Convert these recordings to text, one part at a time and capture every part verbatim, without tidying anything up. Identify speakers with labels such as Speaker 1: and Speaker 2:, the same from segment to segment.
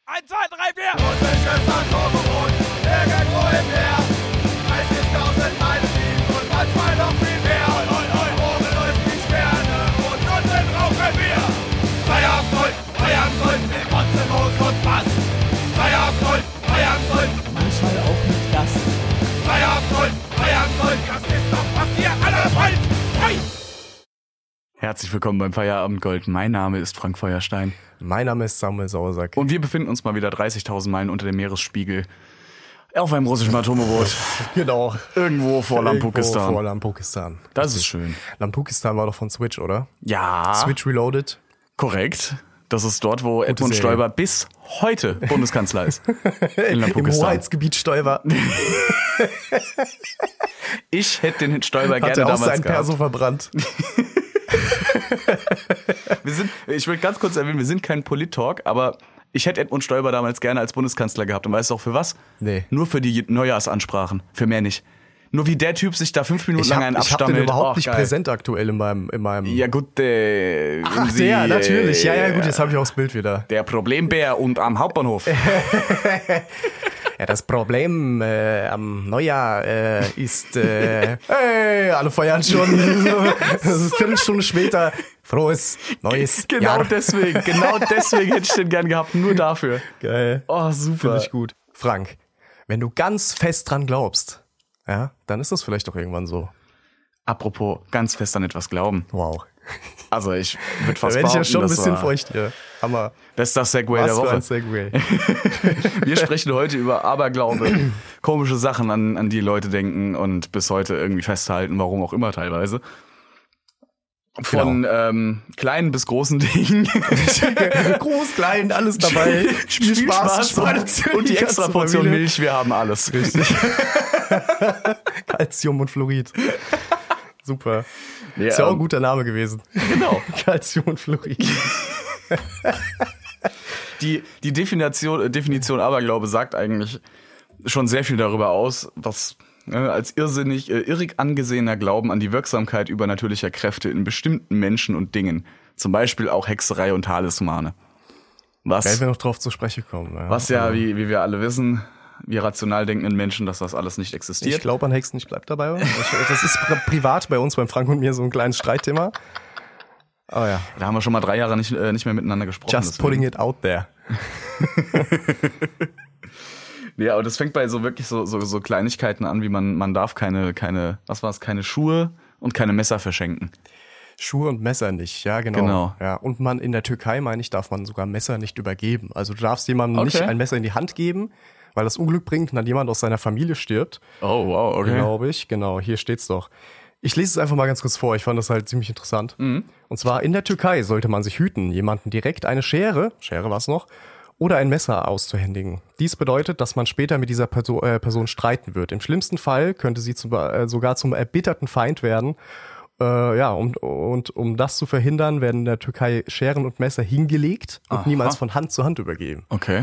Speaker 1: Eins, zwei, drei, vier! Russisches Atomboot, irgendwo im Meer. dreißigtausend Meilen tief und manchmal noch viel mehr. Oben läuft die Sterne und unten rauchen wir. Feierabend Gold, Feierabend Gold, mit Kotzenlos und Spaß. Feierabend Gold, Feierabend Gold.
Speaker 2: Manchmal auch mit Gast.
Speaker 1: Feierabend Gold, Feierabend Gold, das ist doch, was ihr alle wollt. Hey!
Speaker 3: Herzlich willkommen beim Feierabend Gold. Mein Name ist Frank Feuerstein.
Speaker 4: Mein Name ist Samuel Sauersack.
Speaker 3: Und wir befinden uns mal wieder dreißigtausend Meilen unter dem Meeresspiegel auf einem russischen Atomboot.
Speaker 4: Genau.
Speaker 3: Irgendwo vor Lampukistan.
Speaker 4: Irgendwo vor Lampukistan.
Speaker 3: Das ist schön.
Speaker 4: Lampukistan war doch von Switch, oder?
Speaker 3: Ja.
Speaker 4: Switch Reloaded.
Speaker 3: Korrekt. Das ist dort, wo Edmund
Speaker 4: Serie.
Speaker 3: Stoiber bis heute Bundeskanzler ist. In
Speaker 4: Im
Speaker 3: Lampukistan.
Speaker 4: Hoheitsgebiet Stoiber.
Speaker 3: Ich hätte den Stoiber
Speaker 4: Hat
Speaker 3: gerne
Speaker 4: er auch
Speaker 3: damals
Speaker 4: seinen
Speaker 3: gehabt.
Speaker 4: Perso verbrannt.
Speaker 3: Wir sind, ich will ganz kurz erwähnen, wir sind kein Polit-Talk, aber ich hätte Edmund Stoiber damals gerne als Bundeskanzler gehabt. Und weißt du auch für was?
Speaker 4: Nee.
Speaker 3: Nur für die Neujahrsansprachen. Für mehr nicht. Nur wie der Typ sich da fünf Minuten
Speaker 4: Ich
Speaker 3: lang
Speaker 4: hab,
Speaker 3: einen
Speaker 4: ich hab den
Speaker 3: abstammelt.
Speaker 4: überhaupt
Speaker 3: Och,
Speaker 4: nicht
Speaker 3: geil.
Speaker 4: präsent aktuell in meinem... In meinem
Speaker 3: Ja gut, äh,
Speaker 4: Ach,
Speaker 3: Sie,
Speaker 4: der, natürlich. Ja, ja,
Speaker 3: äh,
Speaker 4: gut, jetzt habe ich auch das Bild wieder.
Speaker 3: Der Problembär und am Hauptbahnhof.
Speaker 4: Ja, das Problem äh, am Neujahr äh, ist... Äh, hey, alle feiern schon. Das ist eine Viertelstunde später. Frohes, neues
Speaker 3: Genau
Speaker 4: Jahr.
Speaker 3: deswegen, genau deswegen hätte ich den gern gehabt, nur dafür.
Speaker 4: Geil.
Speaker 3: Oh, super.
Speaker 4: Finde ich gut. Frank, wenn du ganz fest dran glaubst, ja, dann ist das vielleicht doch irgendwann so.
Speaker 3: Apropos, ganz fest an etwas glauben.
Speaker 4: Wow.
Speaker 3: Also ich würde
Speaker 4: Da
Speaker 3: fast
Speaker 4: werde ich ja
Speaker 3: behaupten,
Speaker 4: schon ein
Speaker 3: das
Speaker 4: bisschen
Speaker 3: war
Speaker 4: feucht hier. Hammer.
Speaker 3: bester Segway der
Speaker 4: Was für
Speaker 3: Woche.
Speaker 4: ein Segway.
Speaker 3: Wir sprechen heute über Aberglaube, komische Sachen, an, an die Leute denken und bis heute irgendwie festhalten, warum auch immer teilweise. Von
Speaker 4: Genau.
Speaker 3: ähm, kleinen bis großen Dingen.
Speaker 4: Groß, klein, alles dabei.
Speaker 3: Spielspaß
Speaker 4: Freude
Speaker 3: und, und die extra Portion Milch, wir haben alles.
Speaker 4: Richtig. Calcium und Fluorid. Super.
Speaker 3: Ja,
Speaker 4: Ist ja auch ein
Speaker 3: ähm,
Speaker 4: guter Name gewesen.
Speaker 3: Genau.
Speaker 4: Calcium und Fluorid.
Speaker 3: Die, die Definition, Definition Aberglaube sagt eigentlich schon sehr viel darüber aus, was ne, als irrsinnig, äh, irrig angesehener Glauben an die Wirksamkeit übernatürlicher Kräfte in bestimmten Menschen und Dingen. Zum Beispiel auch Hexerei und Talismane. Was,
Speaker 4: Geil, wir noch drauf zu sprechen kommen. Ja.
Speaker 3: was ja,
Speaker 4: Also,
Speaker 3: wie, wie wir alle wissen, wir rational denkenden Menschen, dass das alles nicht existiert.
Speaker 4: Ich glaube an Hexen, ich bleib dabei. Ich, das ist pri- privat bei uns, beim Frank und mir, so ein kleines Streitthema. Aber ja,
Speaker 3: Da haben wir schon mal drei Jahre nicht, äh, nicht mehr miteinander gesprochen.
Speaker 4: just
Speaker 3: deswegen.
Speaker 4: putting it out there.
Speaker 3: Ja, aber das fängt bei so wirklich so, so, so Kleinigkeiten an, wie man, man darf keine, keine, was war's, keine Schuhe und keine Messer verschenken.
Speaker 4: Schuhe und Messer nicht, ja genau.
Speaker 3: Genau.
Speaker 4: Ja, und man in der Türkei, meine ich, darf man sogar Messer nicht übergeben. Also du darfst jemandem
Speaker 3: Okay.
Speaker 4: nicht ein Messer in die Hand geben, weil das Unglück bringt und dann jemand aus seiner Familie stirbt,
Speaker 3: Oh, wow, okay.
Speaker 4: glaube ich. Genau, hier steht's doch. Ich lese es einfach mal ganz kurz vor, ich fand das halt ziemlich interessant.
Speaker 3: Mhm.
Speaker 4: Und zwar, in der Türkei sollte man sich hüten, jemanden direkt eine Schere, Schere war's noch, oder ein Messer auszuhändigen. Dies bedeutet, dass man später mit dieser Perso äh, Person streiten wird. Im schlimmsten Fall könnte sie zum, äh, sogar zum erbitterten Feind werden. Äh, ja, und, und um das zu verhindern, werden in der Türkei Scheren und Messer hingelegt und
Speaker 3: Aha.
Speaker 4: niemals von Hand zu Hand übergeben.
Speaker 3: Okay.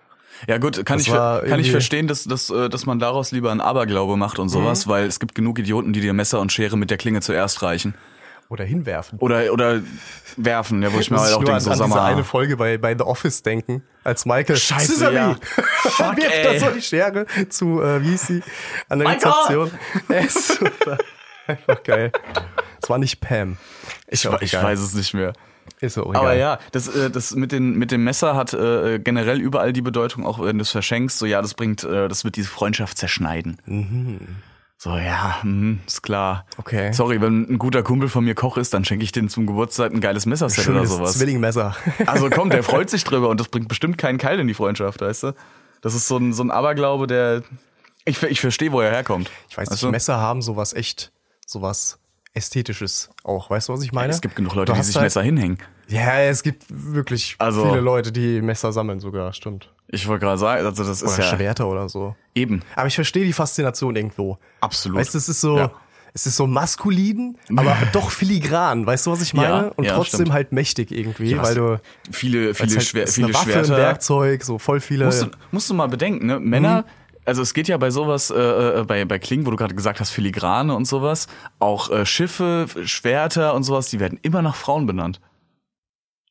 Speaker 3: Ja gut, kann
Speaker 4: Das
Speaker 3: ich
Speaker 4: war
Speaker 3: kann ich
Speaker 4: irgendwie-
Speaker 3: verstehen, dass, dass, äh, dass man daraus lieber einen Aberglaube macht und sowas, weil es gibt genug Idioten, die dir Messer und Schere mit der Klinge zuerst reichen.
Speaker 4: Oder hinwerfen.
Speaker 3: Oder oder werfen, ja, wo ich mir
Speaker 4: Muss
Speaker 3: halt
Speaker 4: ich
Speaker 3: auch
Speaker 4: nur
Speaker 3: denke,
Speaker 4: an,
Speaker 3: so
Speaker 4: an
Speaker 3: sag
Speaker 4: diese
Speaker 3: mal.
Speaker 4: eine Folge bei, bei The Office denken, als Michael
Speaker 3: Scheiße,
Speaker 4: Sesame
Speaker 3: ja. Fuck,
Speaker 4: wirft
Speaker 3: ey.
Speaker 4: da so die Schere zu, äh, wie hieß sie, an der
Speaker 3: Michael!
Speaker 4: Rezeption. Ey, super. Einfach geil. Es war nicht Pam. Ist
Speaker 3: Ich,
Speaker 4: auch
Speaker 3: ich
Speaker 4: egal.
Speaker 3: weiß es nicht mehr.
Speaker 4: Ist auch egal.
Speaker 3: Aber ja, das, äh, das mit, den, mit dem Messer hat äh, generell überall die Bedeutung, auch wenn du es verschenkst, so ja, das bringt, äh, das wird diese Freundschaft zerschneiden.
Speaker 4: Mhm.
Speaker 3: So, ja, mhm, ist klar.
Speaker 4: Okay.
Speaker 3: Sorry, wenn ein guter Kumpel von mir Koch ist, dann schenke ich dem zum Geburtstag ein geiles Messerset oder
Speaker 4: Schönes
Speaker 3: sowas.
Speaker 4: Zwillingmesser.
Speaker 3: Also komm, der freut sich drüber und das bringt bestimmt keinen Keil in die Freundschaft, weißt du? Das ist so ein, so ein Aberglaube, der, ich, ich verstehe, wo er herkommt.
Speaker 4: Ich weiß
Speaker 3: Weißt
Speaker 4: nicht,
Speaker 3: du?
Speaker 4: Messer haben sowas echt, sowas Ästhetisches auch. Weißt du, was ich meine?
Speaker 3: Es gibt genug Leute,
Speaker 4: Du
Speaker 3: die
Speaker 4: hast
Speaker 3: sich
Speaker 4: halt-
Speaker 3: Messer hinhängen.
Speaker 4: Ja, es gibt wirklich
Speaker 3: Also-
Speaker 4: viele Leute, die Messer sammeln sogar, stimmt.
Speaker 3: Ich wollte gerade sagen, also das ist
Speaker 4: Oder
Speaker 3: ja
Speaker 4: Schwerter oder so.
Speaker 3: eben,
Speaker 4: Aber ich verstehe die Faszination irgendwo.
Speaker 3: absolut.
Speaker 4: Weißt du, es ist so,
Speaker 3: Ja.
Speaker 4: es ist so maskulin, aber doch filigran. Weißt du, was ich meine?
Speaker 3: Ja,
Speaker 4: und
Speaker 3: ja,
Speaker 4: trotzdem
Speaker 3: stimmt.
Speaker 4: halt mächtig irgendwie,
Speaker 3: Ja, was-
Speaker 4: weil du
Speaker 3: viele,
Speaker 4: weil's
Speaker 3: viele,
Speaker 4: halt,
Speaker 3: Schwer,
Speaker 4: es ist
Speaker 3: viele
Speaker 4: eine Waffe,
Speaker 3: Schwerter.
Speaker 4: ein Werkzeug, so voll viele.
Speaker 3: Musst du, musst du mal bedenken, ne? Männer, also es geht ja bei sowas, äh, äh, bei, bei Klingen, wo du gerade gesagt hast, Filigrane und sowas, auch äh, Schiffe, Schwerter und sowas, die werden immer nach Frauen benannt.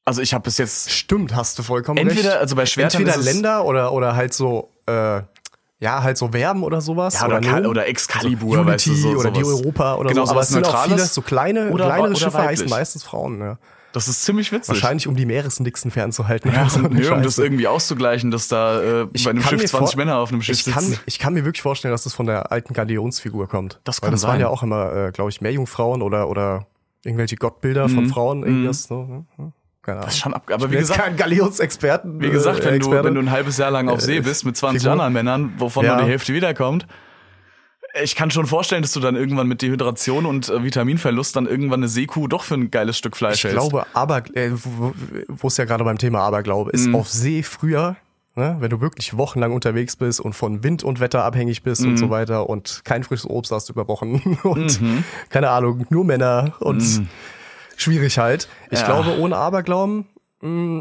Speaker 3: Also ich habe bis jetzt
Speaker 4: Stimmt, hast du vollkommen
Speaker 3: entweder,
Speaker 4: recht.
Speaker 3: also bei Schwertern
Speaker 4: Entweder
Speaker 3: ist es,
Speaker 4: Länder oder, oder halt so, äh, ja, halt so Werben oder sowas.
Speaker 3: ja, oder,
Speaker 4: oder,
Speaker 3: Kal-
Speaker 4: Nomen.
Speaker 3: oder Excalibur,
Speaker 4: Unity
Speaker 3: weißt du, so,
Speaker 4: oder die
Speaker 3: sowas.
Speaker 4: Europa oder
Speaker 3: Genau,
Speaker 4: so. Aber
Speaker 3: sowas
Speaker 4: es sind auch
Speaker 3: Neutrales.
Speaker 4: viele so kleine,
Speaker 3: Oder-
Speaker 4: kleinere
Speaker 3: oder
Speaker 4: Schiffe
Speaker 3: weiblich.
Speaker 4: heißen meistens Frauen, ja.
Speaker 3: Das ist ziemlich witzig.
Speaker 4: Wahrscheinlich, um die Meeresnixen fernzuhalten.
Speaker 3: Ja,
Speaker 4: oder so eine
Speaker 3: nö, um das
Speaker 4: Scheiße.
Speaker 3: irgendwie auszugleichen, dass da äh,
Speaker 4: Ich
Speaker 3: bei einem
Speaker 4: kann
Speaker 3: Schiff
Speaker 4: mir
Speaker 3: zwanzig
Speaker 4: vor-
Speaker 3: Männer auf einem Schiff
Speaker 4: Ich kann,
Speaker 3: sitzen.
Speaker 4: ich kann mir wirklich vorstellen, dass das von der alten Galionsfigur kommt.
Speaker 3: Das
Speaker 4: Weil
Speaker 3: kann
Speaker 4: das waren
Speaker 3: sein.
Speaker 4: ja auch immer, äh, glaube ich, Meerjungfrauen oder, oder irgendwelche Gottbilder von Frauen. Irgendwas, so, hm, hm, keine Ahnung.
Speaker 3: Das ist schon ab, aber
Speaker 4: Ich
Speaker 3: wie
Speaker 4: bin jetzt
Speaker 3: gesagt,
Speaker 4: kein Galionsexperten.
Speaker 3: wie gesagt,
Speaker 4: äh,
Speaker 3: wenn du,
Speaker 4: Experte.
Speaker 3: wenn du ein halbes Jahr lang auf See
Speaker 4: Äh,
Speaker 3: bist mit zwanzig
Speaker 4: Figur.
Speaker 3: anderen Männern, wovon
Speaker 4: Ja.
Speaker 3: nur die Hälfte wiederkommt, ich kann schon vorstellen, dass du dann irgendwann mit Dehydration und äh, Vitaminverlust dann irgendwann eine Seekuh doch für ein geiles Stück Fleisch
Speaker 4: Ich
Speaker 3: hältst.
Speaker 4: glaube, aber, äh, wo wo es ja gerade beim Thema Aberglaube ist,
Speaker 3: Mhm.
Speaker 4: auf See früher, ne, wenn du wirklich wochenlang unterwegs bist und von Wind und Wetter abhängig bist
Speaker 3: Mhm.
Speaker 4: und so weiter und kein frisches Obst hast über Wochen und keine Ahnung, nur Männer und schwierig halt. Ich
Speaker 3: Mhm. Ja.
Speaker 4: glaube, ohne Aberglauben, mh,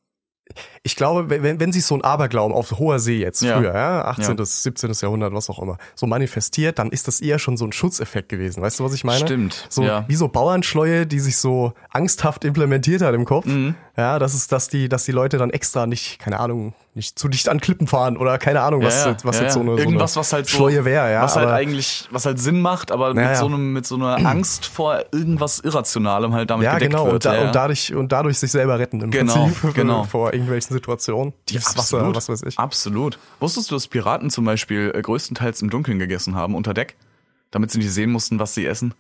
Speaker 4: ich glaube, wenn, wenn sich so ein Aberglauben auf hoher See jetzt
Speaker 3: Ja.
Speaker 4: früher, ja, achtzehnten. siebzehnten. Jahrhundert, was auch immer, so manifestiert, dann ist das eher schon so ein Schutzeffekt gewesen. Weißt du, was ich meine?
Speaker 3: Stimmt,
Speaker 4: So
Speaker 3: ja.
Speaker 4: wie so Bauernschleue, die sich so angsthaft implementiert hat im Kopf.
Speaker 3: Mhm.
Speaker 4: Ja, das ist, dass die, dass die Leute dann extra nicht, keine Ahnung, nicht zu dicht an Klippen fahren oder keine Ahnung, was,
Speaker 3: ja, ja,
Speaker 4: was
Speaker 3: ja,
Speaker 4: jetzt so eine,
Speaker 3: irgendwas,
Speaker 4: so eine
Speaker 3: was halt so,
Speaker 4: Schleue wäre, ja.
Speaker 3: was halt
Speaker 4: aber-
Speaker 3: eigentlich, was halt Sinn macht, aber
Speaker 4: Ja,
Speaker 3: mit
Speaker 4: ja.
Speaker 3: so einem, mit so einer Angst vor irgendwas Irrationalem halt damit
Speaker 4: ja,
Speaker 3: gedeckt
Speaker 4: genau,
Speaker 3: wird.
Speaker 4: und, da,
Speaker 3: ja, ja.
Speaker 4: und dadurch, und dadurch sich selber retten im
Speaker 3: Genau,
Speaker 4: Prinzip
Speaker 3: genau.
Speaker 4: vor irgendwelchen Situationen. Tiefes Wasser, was weiß ich.
Speaker 3: Absolut. Wusstest du, dass Piraten zum Beispiel äh, größtenteils im Dunkeln gegessen haben, unter Deck? Damit sie nicht sehen mussten, was sie essen?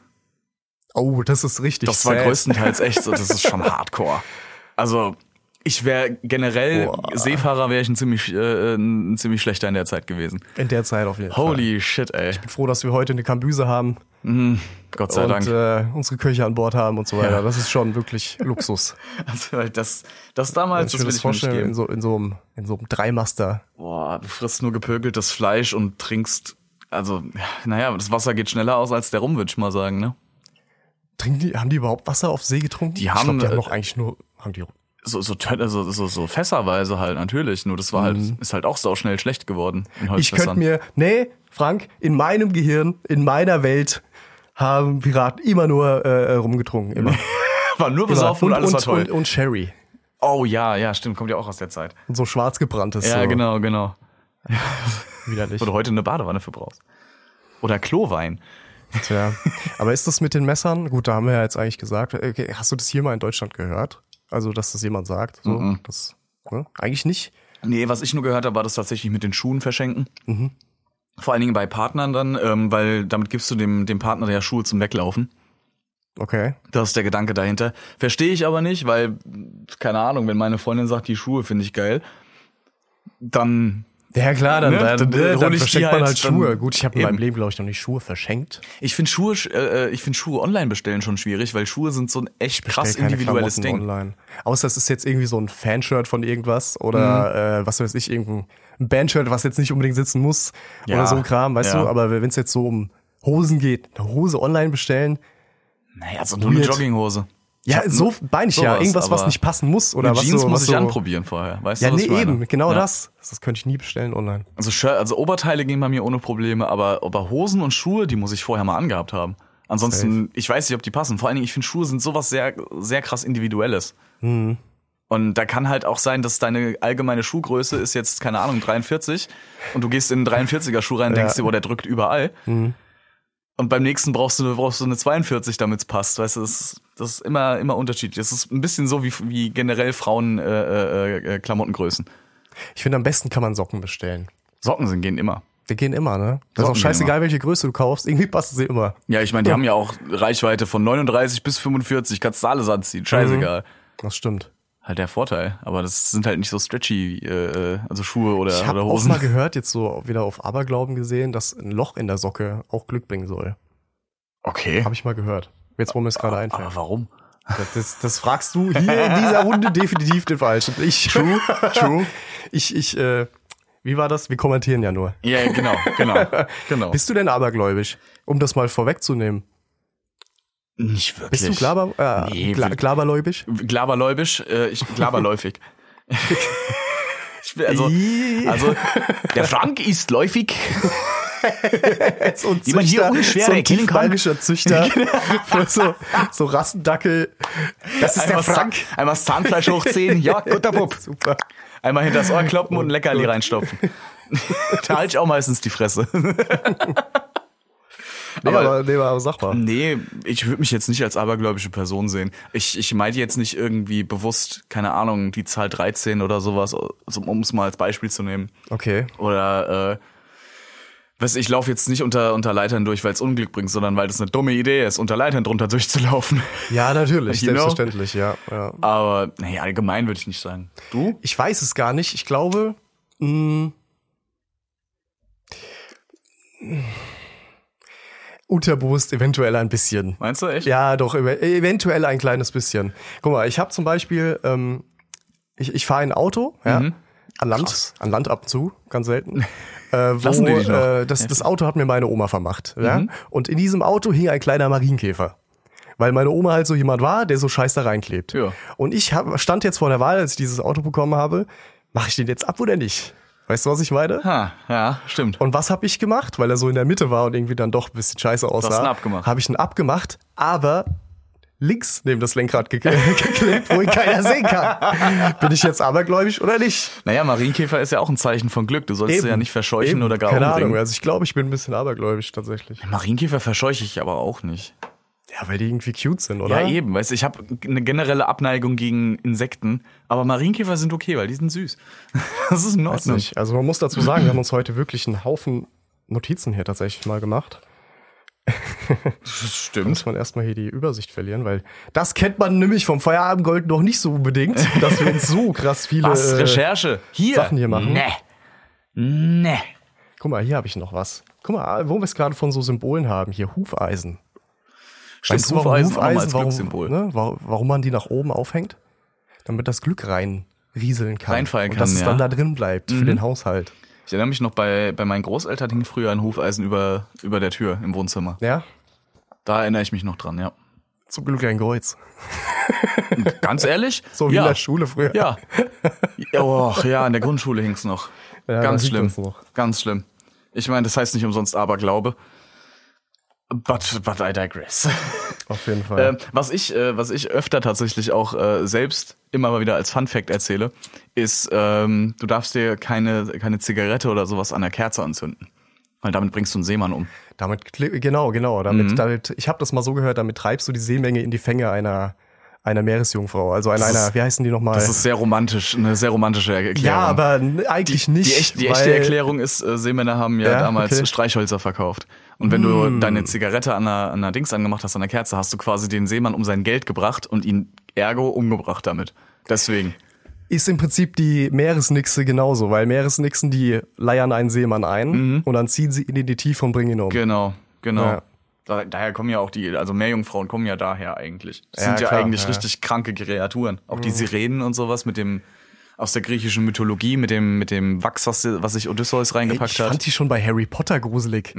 Speaker 4: Oh, das ist richtig
Speaker 3: Das war
Speaker 4: sad.
Speaker 3: größtenteils echt so, das ist schon hardcore. Also, ich wäre generell,
Speaker 4: Boah.
Speaker 3: Seefahrer wäre ich ein ziemlich, äh, ein ziemlich schlechter in der Zeit gewesen.
Speaker 4: In der Zeit auf jeden Fall.
Speaker 3: Holy shit, ey.
Speaker 4: Ich bin froh, dass wir heute eine Kambüse haben
Speaker 3: Gott sei
Speaker 4: und
Speaker 3: Dank.
Speaker 4: äh, unsere Köche an Bord haben und so weiter.
Speaker 3: Ja.
Speaker 4: Das ist schon wirklich Luxus.
Speaker 3: Also, das, das damals,
Speaker 4: Ich
Speaker 3: das
Speaker 4: mir
Speaker 3: will
Speaker 4: das
Speaker 3: ich mir nicht
Speaker 4: vorstellen, in
Speaker 3: geben.
Speaker 4: so, in so einem, in so einem Dreimaster.
Speaker 3: Boah, du frisst nur gepökeltes Fleisch und trinkst, also, naja, das Wasser geht schneller aus als der Rum, würde ich mal sagen, ne?
Speaker 4: Trinken die, haben die überhaupt Wasser auf See getrunken?
Speaker 3: Die
Speaker 4: ich
Speaker 3: haben,
Speaker 4: glaub, die haben
Speaker 3: äh,
Speaker 4: noch eigentlich nur, haben die,
Speaker 3: So, so, tö- also, so, so fässerweise halt, natürlich. Nur das war halt, ist halt auch sau schnell schlecht geworden in
Speaker 4: Mhm. ich könnte
Speaker 3: Holzfässern.
Speaker 4: mir, nee, Frank, in meinem Gehirn, in meiner Welt haben Piraten immer nur äh, rumgetrunken, immer.
Speaker 3: war nur besoffen und,
Speaker 4: und,
Speaker 3: alles
Speaker 4: und,
Speaker 3: war toll.
Speaker 4: Und, und Sherry.
Speaker 3: oh ja, ja, stimmt, kommt ja auch aus der Zeit.
Speaker 4: Und so schwarz gebranntes.
Speaker 3: Ja,
Speaker 4: so.
Speaker 3: genau, genau.
Speaker 4: Widerlich.
Speaker 3: Wo du heute eine Badewanne für brauchst. Oder Klowein.
Speaker 4: Tja. Aber ist das mit den Messern? Gut, da haben wir ja jetzt eigentlich gesagt. Okay, hast du das hier mal in Deutschland gehört? Also, dass das jemand sagt? So,
Speaker 3: Mhm.
Speaker 4: das, ne? Eigentlich nicht.
Speaker 3: Nee, was ich nur gehört habe, war das tatsächlich mit den Schuhen verschenken.
Speaker 4: Mhm.
Speaker 3: Vor allen Dingen bei Partnern dann, ähm, weil damit gibst du dem, dem Partner ja Schuhe zum Weglaufen.
Speaker 4: Okay.
Speaker 3: Das ist der Gedanke dahinter. Verstehe ich aber nicht, weil, keine Ahnung, wenn meine Freundin sagt, die Schuhe finde ich geil, dann,
Speaker 4: Ja klar, dann,
Speaker 3: Ne?
Speaker 4: dann,
Speaker 3: Dann
Speaker 4: dann,
Speaker 3: hol
Speaker 4: dann
Speaker 3: ich die
Speaker 4: verschenkt man
Speaker 3: halt,
Speaker 4: halt Schuhe.
Speaker 3: dann-
Speaker 4: Gut, ich habe in
Speaker 3: Eben.
Speaker 4: meinem Leben, glaube ich, noch nicht Schuhe verschenkt.
Speaker 3: ich finde Schuhe, äh, ich finde Schuhe online bestellen schon schwierig, weil Schuhe sind so ein echt krass
Speaker 4: Bestell keine
Speaker 3: individuelles
Speaker 4: Klamotten
Speaker 3: Ding.
Speaker 4: Online. Außer es ist jetzt irgendwie so ein Fanshirt von irgendwas oder äh, was weiß ich, irgendein Bandshirt, was jetzt nicht unbedingt sitzen muss
Speaker 3: Ja,
Speaker 4: oder so ein Kram, weißt
Speaker 3: ja.
Speaker 4: du? Aber wenn es jetzt so um Hosen geht, eine Hose online bestellen,
Speaker 3: Naja, so nur eine
Speaker 4: Weird.
Speaker 3: Jogginghose.
Speaker 4: ja,
Speaker 3: hab
Speaker 4: so
Speaker 3: nur-
Speaker 4: meine ich ja,
Speaker 3: sowas,
Speaker 4: irgendwas, was
Speaker 3: aber
Speaker 4: nicht passen muss oder
Speaker 3: Eine
Speaker 4: was
Speaker 3: Jeans
Speaker 4: so,
Speaker 3: muss
Speaker 4: was
Speaker 3: ich
Speaker 4: so,
Speaker 3: anprobieren vorher, weißt
Speaker 4: Ja,
Speaker 3: du, was
Speaker 4: nee,
Speaker 3: ich meine?
Speaker 4: eben, genau
Speaker 3: Ja.
Speaker 4: das. Das könnte ich nie bestellen online.
Speaker 3: Also, Shirt, also Oberteile gehen bei mir ohne Probleme, aber, aber Hosen und Schuhe, die muss ich vorher mal angehabt haben. Ansonsten, ich weiß nicht, ob die passen. Vor allen Dingen, ich finde, Schuhe sind sowas sehr, sehr krass Individuelles.
Speaker 4: Mhm.
Speaker 3: Und da kann halt auch sein, dass deine allgemeine Schuhgröße ist jetzt, keine Ahnung, dreiundvierzig und du gehst in einen dreiundvierziger Schuh rein und denkst
Speaker 4: Ja.
Speaker 3: dir, boah, der drückt überall.
Speaker 4: Mhm.
Speaker 3: Und beim nächsten brauchst du, brauchst du eine zweiundvierzig, damit's passt. Weißt du, das ist, das ist immer, immer unterschiedlich. Das ist ein bisschen so wie, wie generell Frauen äh, äh, äh, Klamottengrößen.
Speaker 4: Ich finde, am besten kann man Socken bestellen.
Speaker 3: Socken sind gehen immer.
Speaker 4: Die gehen immer, ne? Das ist
Speaker 3: Socken
Speaker 4: auch
Speaker 3: gehen
Speaker 4: scheißegal, welche Größe du kaufst. Irgendwie passen sie immer.
Speaker 3: Ja, ich meine, die haben ja auch Reichweite von neununddreißig bis fünfundvierzig. Kannst du alles anziehen. Scheißegal.
Speaker 4: Das stimmt.
Speaker 3: Halt der Vorteil. Aber das sind halt nicht so stretchy, äh, also Schuhe oder,
Speaker 4: Ich habe
Speaker 3: oder
Speaker 4: auch
Speaker 3: Hosen.
Speaker 4: mal gehört, jetzt so wieder auf Aberglauben gesehen, dass ein Loch in der Socke auch Glück bringen soll.
Speaker 3: Okay.
Speaker 4: Habe ich mal gehört. Jetzt, wo mir es gerade einfällt.
Speaker 3: Aber warum?
Speaker 4: Das, das, das fragst du hier in dieser Runde definitiv den Falschen. Ich,
Speaker 3: True, true.
Speaker 4: ich, ich, äh, wie war das? Wir kommentieren ja nur.
Speaker 3: Ja, genau, genau, genau.
Speaker 4: Bist du denn abergläubig? Um das mal vorwegzunehmen.
Speaker 3: Nicht wirklich.
Speaker 4: Bist du glaber, äh,
Speaker 3: Nee,
Speaker 4: gla,
Speaker 3: wir-
Speaker 4: glaberläubig?
Speaker 3: Glaberläubisch, äh, ich glaberläufig. ich bin also, also der Frank ist läufig.
Speaker 4: so ein
Speaker 3: Die man hier unschwer
Speaker 4: so ein
Speaker 3: erkennen kann.
Speaker 4: bayerischer Züchter für so, so Rassendackel. Das ist
Speaker 3: Einmal
Speaker 4: der Frank.
Speaker 3: Zahn- Einmal das Zahnfleisch hochziehen. Ja, guter Bub.
Speaker 4: Super.
Speaker 3: Einmal hinter das Ohr kloppen und ein Leckerli reinstopfen. Da halte ich auch meistens die Fresse.
Speaker 4: Nee,
Speaker 3: Aber-
Speaker 4: aber, nee, aber sag mal.
Speaker 3: Nee, ich würde mich jetzt nicht als abergläubische Person sehen. Ich, ich meinte jetzt nicht irgendwie bewusst, keine Ahnung, die Zahl dreizehn oder sowas, also um es mal als Beispiel zu nehmen.
Speaker 4: Okay.
Speaker 3: Oder, äh, weißt du, ich laufe jetzt nicht unter, unter Leitern durch, weil es Unglück bringt, sondern weil das eine dumme Idee ist, unter Leitern drunter durchzulaufen.
Speaker 4: Ja, natürlich,
Speaker 3: You know?
Speaker 4: selbstverständlich, ja, ja.
Speaker 3: Aber, nee, allgemein würde ich nicht sagen. Du?
Speaker 4: Ich weiß es gar nicht. Ich glaube, mh, unterbewusst eventuell ein bisschen.
Speaker 3: Meinst du echt?
Speaker 4: Ja, doch, ev- eventuell ein kleines bisschen. Guck mal, ich habe zum Beispiel, ähm, ich, ich fahre ein Auto, ja,
Speaker 3: Mhm.
Speaker 4: an Land,
Speaker 3: Krass.
Speaker 4: an Land ab und zu, ganz selten. äh, wo,
Speaker 3: Lassen die dich noch?
Speaker 4: äh, das, das Auto hat mir meine Oma vermacht. Ja?
Speaker 3: Mhm.
Speaker 4: Und in diesem Auto hing ein kleiner Marienkäfer. Weil meine Oma halt so jemand war, der so scheiß da reinklebt.
Speaker 3: Ja.
Speaker 4: Und ich hab, stand jetzt vor der Wahl, als ich dieses Auto bekommen habe, mache ich den jetzt ab oder nicht? Weißt du, was ich meine?
Speaker 3: Ha, ja, stimmt.
Speaker 4: Und was habe ich gemacht? Weil er so in der Mitte war und irgendwie dann doch ein bisschen scheiße aussah.
Speaker 3: ihn abgemacht.
Speaker 4: Habe ich ihn abgemacht, aber links neben das Lenkrad ge geklebt, wo ihn keiner sehen kann. Bin ich jetzt abergläubisch oder nicht?
Speaker 3: Naja, Marienkäfer ist ja auch ein Zeichen von Glück. Du sollst
Speaker 4: Eben.
Speaker 3: sie ja nicht verscheuchen
Speaker 4: Eben.
Speaker 3: oder gar
Speaker 4: Keine
Speaker 3: umbringen.
Speaker 4: Ahnung, also ich glaube, ich bin ein bisschen abergläubisch tatsächlich.
Speaker 3: Marienkäfer verscheuche ich aber auch nicht.
Speaker 4: Ja, weil die irgendwie cute sind, oder?
Speaker 3: Ja, eben. Weißt du, ich habe eine generelle Abneigung gegen Insekten, aber Marienkäfer sind okay, weil die sind süß. Das ist in
Speaker 4: Weiß
Speaker 3: Ordnung.
Speaker 4: nicht. Also man muss dazu sagen, wir haben uns heute wirklich einen Haufen Notizen hier tatsächlich mal gemacht.
Speaker 3: Das stimmt.
Speaker 4: Muss man erstmal hier die Übersicht verlieren, weil das kennt man nämlich vom Feierabendgold noch nicht so unbedingt, dass wir uns so krass viele
Speaker 3: Was?
Speaker 4: äh,
Speaker 3: Recherche? Hier?
Speaker 4: Sachen hier machen.
Speaker 3: Nee. Nee.
Speaker 4: Guck mal, hier habe ich noch was. Guck mal, wo wir es gerade von so Symbolen haben, hier Hufeisen.
Speaker 3: Stimmt,
Speaker 4: Weißt du, warum
Speaker 3: Hufeisen auch mal als
Speaker 4: warum,
Speaker 3: Glückssymbol.
Speaker 4: ne, wa- warum man die nach oben aufhängt? Damit das Glück reinrieseln kann.
Speaker 3: Reinfallen
Speaker 4: und dass
Speaker 3: kann,
Speaker 4: es
Speaker 3: ja.
Speaker 4: dann da drin bleibt für den Haushalt.
Speaker 3: Ich erinnere mich noch, bei, bei meinen Großeltern hing früher ein Hufeisen über, über der Tür im Wohnzimmer.
Speaker 4: Ja?
Speaker 3: Da erinnere ich mich noch dran, ja.
Speaker 4: Zum Glück ein Kreuz.
Speaker 3: Ganz ehrlich?
Speaker 4: So wie
Speaker 3: ja.
Speaker 4: in der Schule früher.
Speaker 3: Ja. Oh, ja, in der Grundschule hing's noch.
Speaker 4: Ja,
Speaker 3: Ganz
Speaker 4: da hing
Speaker 3: schlimm.
Speaker 4: das noch.
Speaker 3: Ganz schlimm. Ich meine, das heißt nicht umsonst Aberglaube. But, but I digress.
Speaker 4: Auf jeden Fall.
Speaker 3: Ähm, was ich, äh, was ich öfter tatsächlich auch äh, selbst immer mal wieder als Fun Fact erzähle, ist, ähm, du darfst dir keine, keine Zigarette oder sowas an der Kerze anzünden. Weil damit bringst du einen Seemann um.
Speaker 4: Damit, kli- genau, genau. Damit,
Speaker 3: Mhm.
Speaker 4: damit, ich habe das mal so gehört, damit treibst du die Seemenge in die Fänge einer, einer Meeresjungfrau. Also einer,
Speaker 3: Das ist-
Speaker 4: einer, wie heißen die nochmal?
Speaker 3: Das ist sehr romantisch, eine sehr romantische Erklärung.
Speaker 4: ja, aber n- eigentlich nicht.
Speaker 3: Die, echt, die echte
Speaker 4: weil-
Speaker 3: Erklärung ist, äh, Seemänner haben ja,
Speaker 4: Ja,
Speaker 3: damals
Speaker 4: okay.
Speaker 3: Streichhölzer verkauft. Und wenn du deine Zigarette an einer, an einer Dings angemacht hast, an der Kerze, hast du quasi den Seemann um sein Geld gebracht und ihn ergo umgebracht damit. Deswegen.
Speaker 4: Ist im Prinzip die Meeresnixe genauso, weil Meeresnixen, die leiern einen Seemann ein und dann ziehen sie ihn in die Tiefe und bringen ihn um.
Speaker 3: Genau, genau.
Speaker 4: Ja.
Speaker 3: Da, daher kommen ja auch die, also Meerjungfrauen kommen ja daher eigentlich. Das
Speaker 4: Ja,
Speaker 3: sind ja
Speaker 4: klar,
Speaker 3: eigentlich
Speaker 4: ja.
Speaker 3: richtig kranke Kreaturen. Auch die Sirenen und sowas mit dem, aus der griechischen Mythologie, mit dem, mit dem Wachs, was, was sich Odysseus reingepackt
Speaker 4: Ich fand
Speaker 3: hat.
Speaker 4: die schon bei Harry Potter gruselig.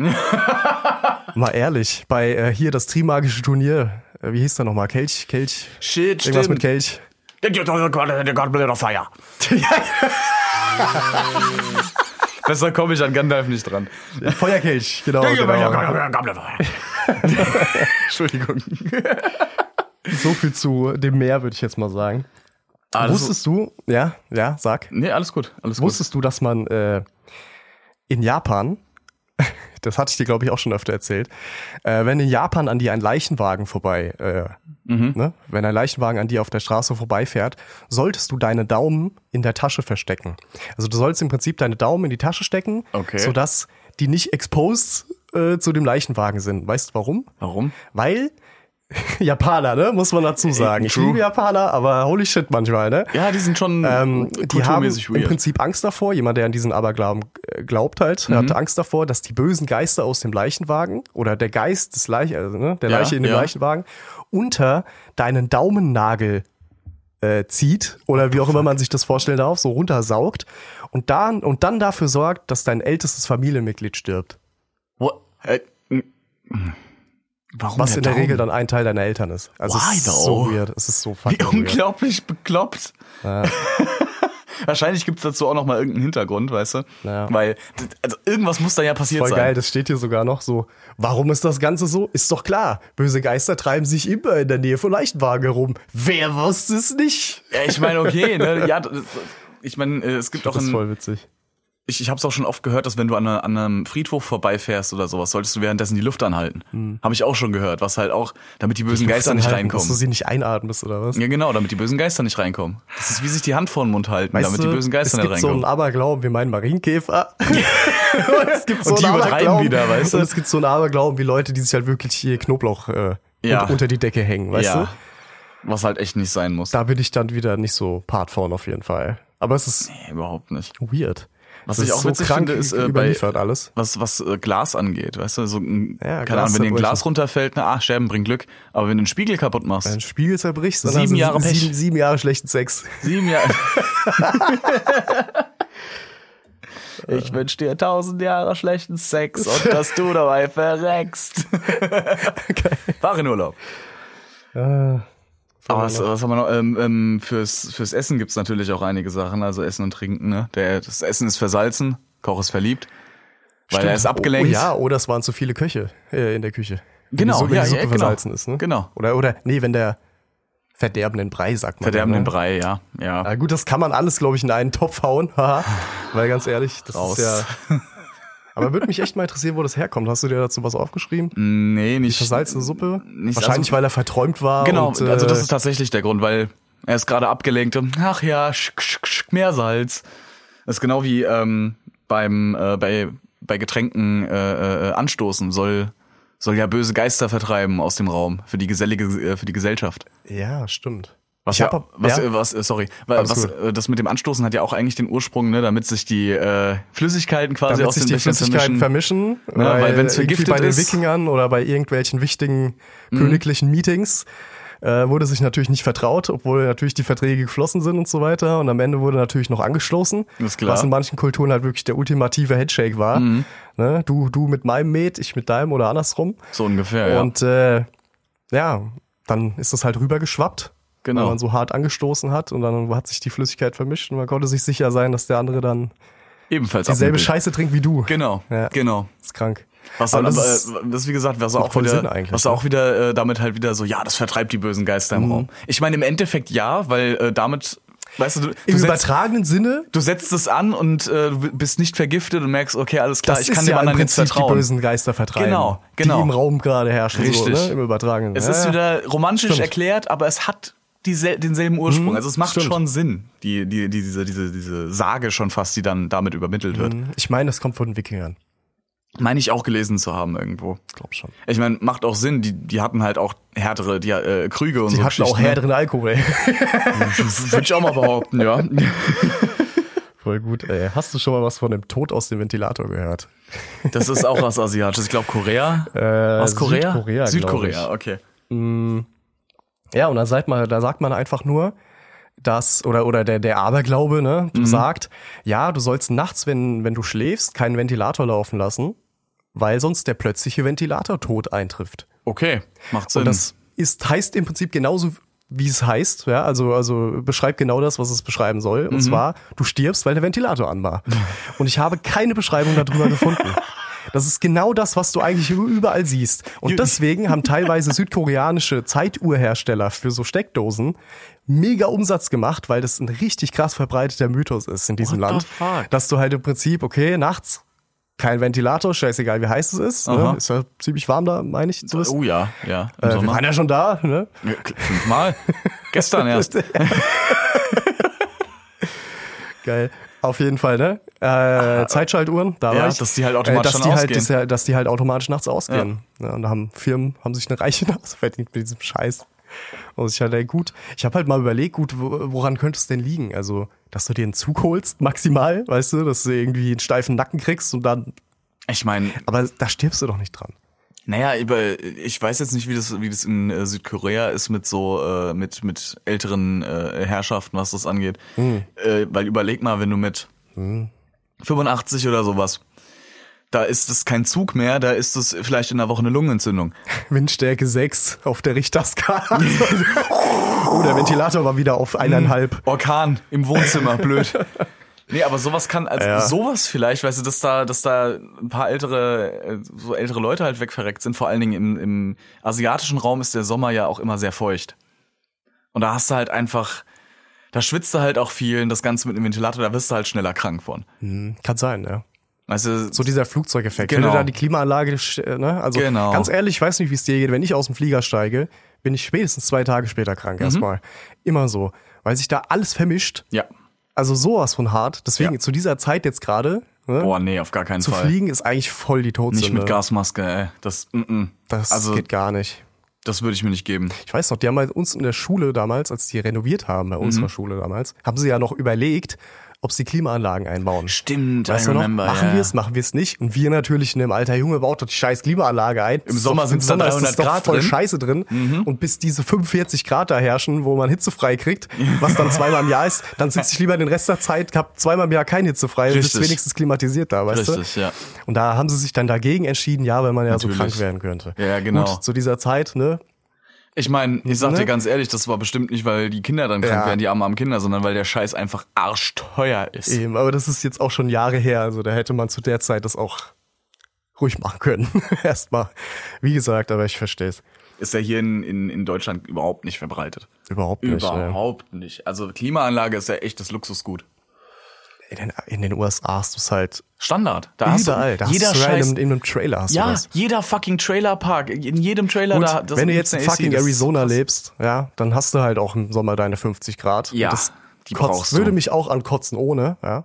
Speaker 4: Mal ehrlich, bei äh, hier das Trimagische Turnier, äh, wie hieß der nochmal? Kelch, Kelch,
Speaker 3: Shit,
Speaker 4: irgendwas
Speaker 3: stimmt.
Speaker 4: mit Kelch.
Speaker 3: Goblet of Fire. Besser komme ich an Gandalf nicht dran.
Speaker 4: Ja, Feuerkelch, genau. genau.
Speaker 3: Goblet of Fire. Entschuldigung.
Speaker 4: So viel zu dem Meer, würde ich jetzt mal sagen.
Speaker 3: Alles-
Speaker 4: Wusstest du, ja, ja, sag.
Speaker 3: Nee, alles gut, alles gut.
Speaker 4: Wusstest du, dass man äh, in Japan, das hatte ich dir, glaube ich, auch schon öfter erzählt, äh, wenn in Japan an dir ein Leichenwagen vorbei, äh,
Speaker 3: Mhm.
Speaker 4: ne, wenn ein Leichenwagen an dir auf der Straße vorbeifährt, solltest du deine Daumen in der Tasche verstecken. Also du sollst im Prinzip deine Daumen in die Tasche stecken,
Speaker 3: Okay.
Speaker 4: sodass die nicht exposed äh, zu dem Leichenwagen sind. Weißt du warum?
Speaker 3: Warum?
Speaker 4: Weil Japaner, ne, muss man dazu sagen. Ich
Speaker 3: true.
Speaker 4: liebe Japaner, aber holy shit manchmal, ne?
Speaker 3: Ja, die sind schon
Speaker 4: Ähm, die haben
Speaker 3: kulturmäßig
Speaker 4: im
Speaker 3: weird.
Speaker 4: Prinzip Angst davor, jemand, der an diesen Aberglauben äh, glaubt halt,
Speaker 3: Mhm.
Speaker 4: hat Angst davor, dass die bösen Geister aus dem Leichenwagen oder der Geist des Leich, also, ne, der
Speaker 3: Ja,
Speaker 4: Leiche in dem
Speaker 3: ja.
Speaker 4: Leichenwagen unter deinen Daumennagel äh, zieht oder wie auch immer man sich das vorstellen darf, so runtersaugt und dann, und dann dafür sorgt, dass dein ältestes Familienmitglied stirbt.
Speaker 3: Wo, äh, m- warum
Speaker 4: Was in der
Speaker 3: Daumen?
Speaker 4: Regel dann ein Teil deiner Eltern ist. Also
Speaker 3: Why
Speaker 4: es ist
Speaker 3: though?
Speaker 4: so weird. Es ist so
Speaker 3: Wie
Speaker 4: fucking weird.
Speaker 3: unglaublich bekloppt. Wahrscheinlich gibt's dazu auch noch mal irgendeinen Hintergrund, weißt du?
Speaker 4: Ja.
Speaker 3: Weil, also irgendwas muss da ja passiert
Speaker 4: Voll
Speaker 3: sein.
Speaker 4: geil, das steht hier sogar noch so. Warum ist das Ganze so? Ist doch klar. Böse Geister treiben sich immer in der Nähe von Leichtwagen herum. Wer wusste es nicht?
Speaker 3: Ja, ich meine, okay, ne? Ja, das, ich meine, es gibt auch
Speaker 4: Das ist
Speaker 3: ein,
Speaker 4: voll witzig.
Speaker 3: ich, ich habe es auch schon oft gehört, dass wenn du an, einer, an einem Friedhof vorbeifährst oder sowas, solltest du währenddessen die Luft anhalten. Hm. Habe ich auch schon gehört, was halt auch, damit die bösen
Speaker 4: Die
Speaker 3: Geister
Speaker 4: Luft
Speaker 3: nicht
Speaker 4: anhalten,
Speaker 3: reinkommen.
Speaker 4: Dass du sie nicht einatmest oder was?
Speaker 3: Ja, genau, damit die bösen Geister nicht reinkommen. Das ist wie sich die Hand vor den Mund halten,
Speaker 4: Weißt
Speaker 3: damit
Speaker 4: du,
Speaker 3: die bösen Geister
Speaker 4: es
Speaker 3: nicht
Speaker 4: gibt so
Speaker 3: reinkommen.
Speaker 4: einen Aberglauben, wir meinen Marienkäfer. es gibt so
Speaker 3: Und die
Speaker 4: einen
Speaker 3: übertreiben
Speaker 4: Aberglauben,
Speaker 3: wieder, weißt du?
Speaker 4: Und es gibt so einen Aberglauben, wie Leute, die sich halt wirklich hier Knoblauch äh,
Speaker 3: Ja.
Speaker 4: unter die Decke hängen, weißt
Speaker 3: ja,
Speaker 4: du?
Speaker 3: was halt echt nicht sein muss.
Speaker 4: Da bin ich dann wieder nicht so Part von auf jeden Fall. Aber es ist
Speaker 3: Nee, überhaupt nicht.
Speaker 4: weird.
Speaker 3: Was
Speaker 4: Das
Speaker 3: ich
Speaker 4: ist
Speaker 3: auch
Speaker 4: so
Speaker 3: witzig
Speaker 4: krank
Speaker 3: finde, ist äh, bei,
Speaker 4: überliefert alles.
Speaker 3: was was äh, Glas angeht, weißt du, so ein,
Speaker 4: Ja,
Speaker 3: keine
Speaker 4: Glas
Speaker 3: Ahnung, wenn dir ein
Speaker 4: zerbrechen.
Speaker 3: Glas runterfällt, na, ah, Scherben bringt Glück, aber wenn du einen Spiegel kaputt
Speaker 4: Wenn
Speaker 3: machst,
Speaker 4: du einen Spiegel zerbrichst, dann
Speaker 3: Sieben
Speaker 4: hast du
Speaker 3: Jahre Pech.
Speaker 4: sieben, sieben Jahre schlechten Sex.
Speaker 3: sieben Jahre. Ich wünsch dir tausend Jahre schlechten Sex und dass du dabei verreckst. Fahr in Urlaub.
Speaker 4: Äh,
Speaker 3: Aber was, was haben wir noch? Ähm, ähm, fürs, fürs Essen gibt's natürlich auch einige Sachen, also Essen und Trinken. Ne? Der, das Essen ist versalzen, Koch ist verliebt, weil er ist abgelenkt.
Speaker 4: Oh, ja, oder es waren zu viele Köche äh, in der Küche. Wenn
Speaker 3: Genau,
Speaker 4: die Suppe,
Speaker 3: ja,
Speaker 4: die Suppe
Speaker 3: ja, genau.
Speaker 4: versalzen ist. Ne?
Speaker 3: Genau.
Speaker 4: Oder, oder, nee, wenn der verderbenden Brei, sagt man.
Speaker 3: Verderbenden
Speaker 4: ja, ne?
Speaker 3: Brei, ja. ja.
Speaker 4: Ja, gut, das kann man alles, glaube ich, in einen Topf hauen. haha. Weil ganz ehrlich, das
Speaker 3: Raus.
Speaker 4: ist ja... Aber würde mich echt mal interessieren, wo das herkommt. Hast du dir dazu was aufgeschrieben?
Speaker 3: Nee, nicht.
Speaker 4: Versalzene Suppe?
Speaker 3: Nicht,
Speaker 4: Wahrscheinlich,
Speaker 3: also,
Speaker 4: weil er verträumt war.
Speaker 3: Genau,
Speaker 4: und, äh,
Speaker 3: also das ist tatsächlich der Grund, weil er ist gerade abgelenkt und ach ja, sch, sch, sch, Meersalz. Das ist genau wie ähm, beim äh, bei bei Getränken äh, äh, anstoßen soll soll ja böse Geister vertreiben aus dem Raum für die gesellige äh, für die Gesellschaft.
Speaker 4: Ja, stimmt.
Speaker 3: Was
Speaker 4: Ich
Speaker 3: ja,
Speaker 4: hab-
Speaker 3: was,
Speaker 4: ja?
Speaker 3: äh, was, äh, sorry, weil,
Speaker 4: Alles
Speaker 3: was,
Speaker 4: gut.
Speaker 3: äh, das mit dem Anstoßen hat ja auch eigentlich den Ursprung, ne, damit sich die äh, Flüssigkeiten quasi
Speaker 4: Damit
Speaker 3: aus
Speaker 4: sich
Speaker 3: den
Speaker 4: die
Speaker 3: Bechern
Speaker 4: Flüssigkeiten vermischen,
Speaker 3: Ne, weil wenn's
Speaker 4: irgendwie
Speaker 3: vergiftet
Speaker 4: bei den
Speaker 3: ist-
Speaker 4: Wikingern oder bei irgendwelchen wichtigen
Speaker 3: Mhm.
Speaker 4: königlichen Meetings äh, wurde sich natürlich nicht vertraut, obwohl natürlich die Verträge geflossen sind und so weiter. Und am Ende wurde natürlich noch angestoßen,
Speaker 3: Ist klar.
Speaker 4: was in manchen Kulturen halt wirklich der ultimative Handshake war.
Speaker 3: Mhm.
Speaker 4: Ne? Du, du mit meinem Met, ich mit deinem oder andersrum.
Speaker 3: So ungefähr, ja.
Speaker 4: Und äh, ja, dann ist das halt rübergeschwappt.
Speaker 3: Genau.
Speaker 4: Weil man so hart angestoßen hat und dann hat sich die Flüssigkeit vermischt und man konnte sich sicher sein, dass der andere dann
Speaker 3: Ebenfalls
Speaker 4: dieselbe
Speaker 3: abnippelt.
Speaker 4: Scheiße trinkt wie du.
Speaker 3: Genau,
Speaker 4: Ja.
Speaker 3: genau.
Speaker 4: Das ist krank.
Speaker 3: Was
Speaker 4: Aber
Speaker 3: dann aber,
Speaker 4: das
Speaker 3: äh,
Speaker 4: ist-
Speaker 3: das ist wie gesagt, was
Speaker 4: macht
Speaker 3: auch
Speaker 4: voll
Speaker 3: wieder,
Speaker 4: Sinn eigentlich,
Speaker 3: was
Speaker 4: ne?
Speaker 3: auch wieder äh, damit halt wieder so, ja, das vertreibt die bösen Geister im Raum. Ich meine im Endeffekt ja, weil äh, damit, weißt du, du,
Speaker 4: Im
Speaker 3: du, setzt,
Speaker 4: übertragenen Sinne,
Speaker 3: du setzt es an und äh, du bist nicht vergiftet und merkst, okay, alles klar,
Speaker 4: das
Speaker 3: ich kann
Speaker 4: ist
Speaker 3: dem
Speaker 4: ja im
Speaker 3: anderen jetzt
Speaker 4: Prinzip die
Speaker 3: vertrauen.
Speaker 4: bösen Geister vertreiben.
Speaker 3: Genau, genau.
Speaker 4: Die im Raum gerade herrschen.
Speaker 3: Richtig.
Speaker 4: So, ne? Im übertragenen.
Speaker 3: Es
Speaker 4: ja,
Speaker 3: ist
Speaker 4: ja.
Speaker 3: wieder romantisch
Speaker 4: Stimmt.
Speaker 3: erklärt, aber es hat diesel denselben Ursprung.
Speaker 4: Mhm,
Speaker 3: Also es macht
Speaker 4: stimmt.
Speaker 3: schon Sinn, die, die, die, diese, diese, diese Sage schon fast, die dann damit übermittelt wird.
Speaker 4: Ich meine, das kommt von den Wikingern.
Speaker 3: Meine ich auch gelesen zu haben irgendwo.
Speaker 4: Ich glaube schon.
Speaker 3: Ich meine, macht auch Sinn, die, die hatten halt auch härtere die, äh, Krüge und
Speaker 4: Die
Speaker 3: so
Speaker 4: hatten auch
Speaker 3: Geschichten, ne?
Speaker 4: härteren Alkohol.
Speaker 3: Das würde ich auch mal behaupten, ja.
Speaker 4: Voll gut, ey. Hast du schon mal was von dem Tod aus dem Ventilator gehört?
Speaker 3: Das ist auch was Asiatisches. Ich glaube Korea.
Speaker 4: Äh,
Speaker 3: Was Korea?
Speaker 4: Südkorea,
Speaker 3: Südkorea,
Speaker 4: glaub
Speaker 3: okay.
Speaker 4: ich. Ja, und dann sagt man, da sagt man einfach nur, dass, oder, oder der, der Aberglaube, ne,
Speaker 3: Mhm.
Speaker 4: sagt, ja, du sollst nachts, wenn, wenn du schläfst, keinen Ventilator laufen lassen, weil sonst der plötzliche Ventilatortod eintrifft.
Speaker 3: Okay, macht Sinn.
Speaker 4: Und das ist, heißt im Prinzip genauso, wie es heißt, ja, also, also beschreibt genau das, was es beschreiben soll. Und zwar, du stirbst, weil der Ventilator an war. Und ich habe keine Beschreibung darüber gefunden. Das ist genau das, was du eigentlich überall siehst. Und deswegen haben teilweise südkoreanische Zeituhrhersteller für so Steckdosen mega Umsatz gemacht, weil das ein richtig krass verbreiteter Mythos ist in diesem
Speaker 3: What the
Speaker 4: Land.
Speaker 3: fuck?
Speaker 4: Dass du halt im Prinzip, okay, nachts kein Ventilator, scheißegal wie heiß es ist.
Speaker 3: Aha.
Speaker 4: Ne? Ist ja ziemlich warm da, meine ich. Zumindest.
Speaker 3: Oh ja, ja. Im
Speaker 4: Äh, wir
Speaker 3: Sommer.
Speaker 4: waren ja schon da, ne?
Speaker 3: Ja, kl- Fünfmal. Gestern erst.
Speaker 4: Geil. Auf jeden Fall, ne? Äh, Zeitschaltuhren, da
Speaker 3: Ja,
Speaker 4: war ich.
Speaker 3: dass die halt automatisch
Speaker 4: äh, dass
Speaker 3: dann
Speaker 4: die halt,
Speaker 3: ausgehen.
Speaker 4: dass, ja- dass die halt automatisch nachts ausgehen. Ja. Und da haben Firmen, haben sich eine reiche Nase verdient mit diesem Scheiß. Und ich halt, ey, gut, ich habe halt mal überlegt, gut, wo- woran könnte es denn liegen? Also, dass du dir einen Zug holst, maximal, weißt du, dass du irgendwie einen steifen Nacken kriegst und dann,
Speaker 3: Ich meine,
Speaker 4: aber da stirbst du doch nicht dran.
Speaker 3: naja, über, ich weiß jetzt nicht, wie das, wie das in äh, Südkorea ist mit so, äh, mit, mit älteren äh, Herrschaften, was das angeht.
Speaker 4: Hm.
Speaker 3: Äh, weil überleg mal, wenn du mit fünfundachtzig oder sowas, da ist es kein Zug mehr, da ist es vielleicht in der Woche eine Lungenentzündung.
Speaker 4: Windstärke sechs auf der Richterskala. Oh, der Ventilator war wieder auf eineinhalb.
Speaker 3: Orkan im Wohnzimmer, blöd. Nee, aber sowas kann, also
Speaker 4: Ja.
Speaker 3: sowas vielleicht, weißt du, dass da, dass da ein paar ältere, äh, so ältere Leute halt wegverreckt sind. Vor allen Dingen im, im asiatischen Raum ist der Sommer ja auch immer sehr feucht. Und da hast du halt einfach, da schwitzt du halt auch viel, und das Ganze mit dem Ventilator, da wirst du halt schneller krank von.
Speaker 4: Hm, kann sein, ja.
Speaker 3: Weißt du,
Speaker 4: So dieser Flugzeugeffekt.
Speaker 3: Genau.
Speaker 4: Wenn du da die Klimaanlage, äh, ne? Also
Speaker 3: Genau.
Speaker 4: ganz ehrlich, ich weiß nicht, wie es dir geht. Wenn ich aus dem Flieger steige, bin ich spätestens zwei Tage später krank
Speaker 3: Mhm.
Speaker 4: erstmal. Immer so. Weil sich da alles vermischt.
Speaker 3: ja.
Speaker 4: Also sowas von hart. Deswegen
Speaker 3: Ja.
Speaker 4: zu dieser Zeit jetzt gerade, ne?
Speaker 3: Boah, nee, auf gar keinen
Speaker 4: zu
Speaker 3: Fall.
Speaker 4: fliegen ist eigentlich voll die Todsünde.
Speaker 3: Nicht mit Gasmaske, ey. Das, mm, mm.
Speaker 4: Das
Speaker 3: also,
Speaker 4: geht gar nicht.
Speaker 3: das würde ich mir nicht geben.
Speaker 4: Ich weiß noch, die haben bei uns in der Schule damals, als die renoviert haben, bei unserer Schule damals, haben sie ja noch überlegt, ob sie Klimaanlagen einbauen.
Speaker 3: Stimmt,
Speaker 4: Weißt du noch, machen wir es, machen wir es nicht? Und wir natürlich in dem Alter, Junge, baut doch die scheiß Klimaanlage ein.
Speaker 3: Im Sommer
Speaker 4: sind
Speaker 3: sind's da dreihundert
Speaker 4: ist doch
Speaker 3: Grad
Speaker 4: voll
Speaker 3: drin.
Speaker 4: Scheiße drin. Und bis diese fünfundvierzig Grad da herrschen, wo man hitzefrei kriegt, was dann zweimal im Jahr ist, dann sitze ich lieber den Rest der Zeit, hab zweimal im Jahr kein hitzefrei und
Speaker 3: Richtig.
Speaker 4: sitze wenigstens klimatisiert da, weißt
Speaker 3: Richtig,
Speaker 4: du?
Speaker 3: ja.
Speaker 4: Und da haben sie sich dann dagegen entschieden, ja, weil man ja
Speaker 3: Natürlich.
Speaker 4: so krank werden könnte.
Speaker 3: Ja, genau.
Speaker 4: Gut, zu dieser Zeit, ne?
Speaker 3: Ich meine, ich sag
Speaker 4: Ne?
Speaker 3: dir ganz ehrlich, das war bestimmt nicht, weil die Kinder dann krank
Speaker 4: Ja.
Speaker 3: werden, die armen armen Kinder, sondern weil der Scheiß einfach arschteuer ist.
Speaker 4: Eben, aber das ist jetzt auch schon Jahre her, also da hätte man zu der Zeit das auch ruhig machen können. Erstmal. Wie gesagt, aber ich verstehe es.
Speaker 3: Ist ja hier in, in, in Deutschland überhaupt nicht verbreitet.
Speaker 4: Überhaupt nicht. Ne?
Speaker 3: Überhaupt nicht. Also Klimaanlage ist ja echtes Luxusgut.
Speaker 4: In den, in den U S A hast du es halt
Speaker 3: Standard. Da hast
Speaker 4: überall.
Speaker 3: du,
Speaker 4: Da
Speaker 3: jeder
Speaker 4: hast du sogar
Speaker 3: Scheiß,
Speaker 4: in, einem- in einem Trailer hast du
Speaker 3: ja,
Speaker 4: das.
Speaker 3: jeder fucking Trailerpark, in jedem Trailer
Speaker 4: Gut,
Speaker 3: da. Das
Speaker 4: wenn du
Speaker 3: gibt's
Speaker 4: jetzt in
Speaker 3: eine A C,
Speaker 4: fucking
Speaker 3: das ist
Speaker 4: Arizona
Speaker 3: krass.
Speaker 4: lebst, ja, dann hast du halt auch im Sommer deine fünfzig Grad.
Speaker 3: Ja,
Speaker 4: Und das
Speaker 3: die
Speaker 4: kotzt,
Speaker 3: brauchst du.
Speaker 4: würde mich auch ankotzen ohne, ja.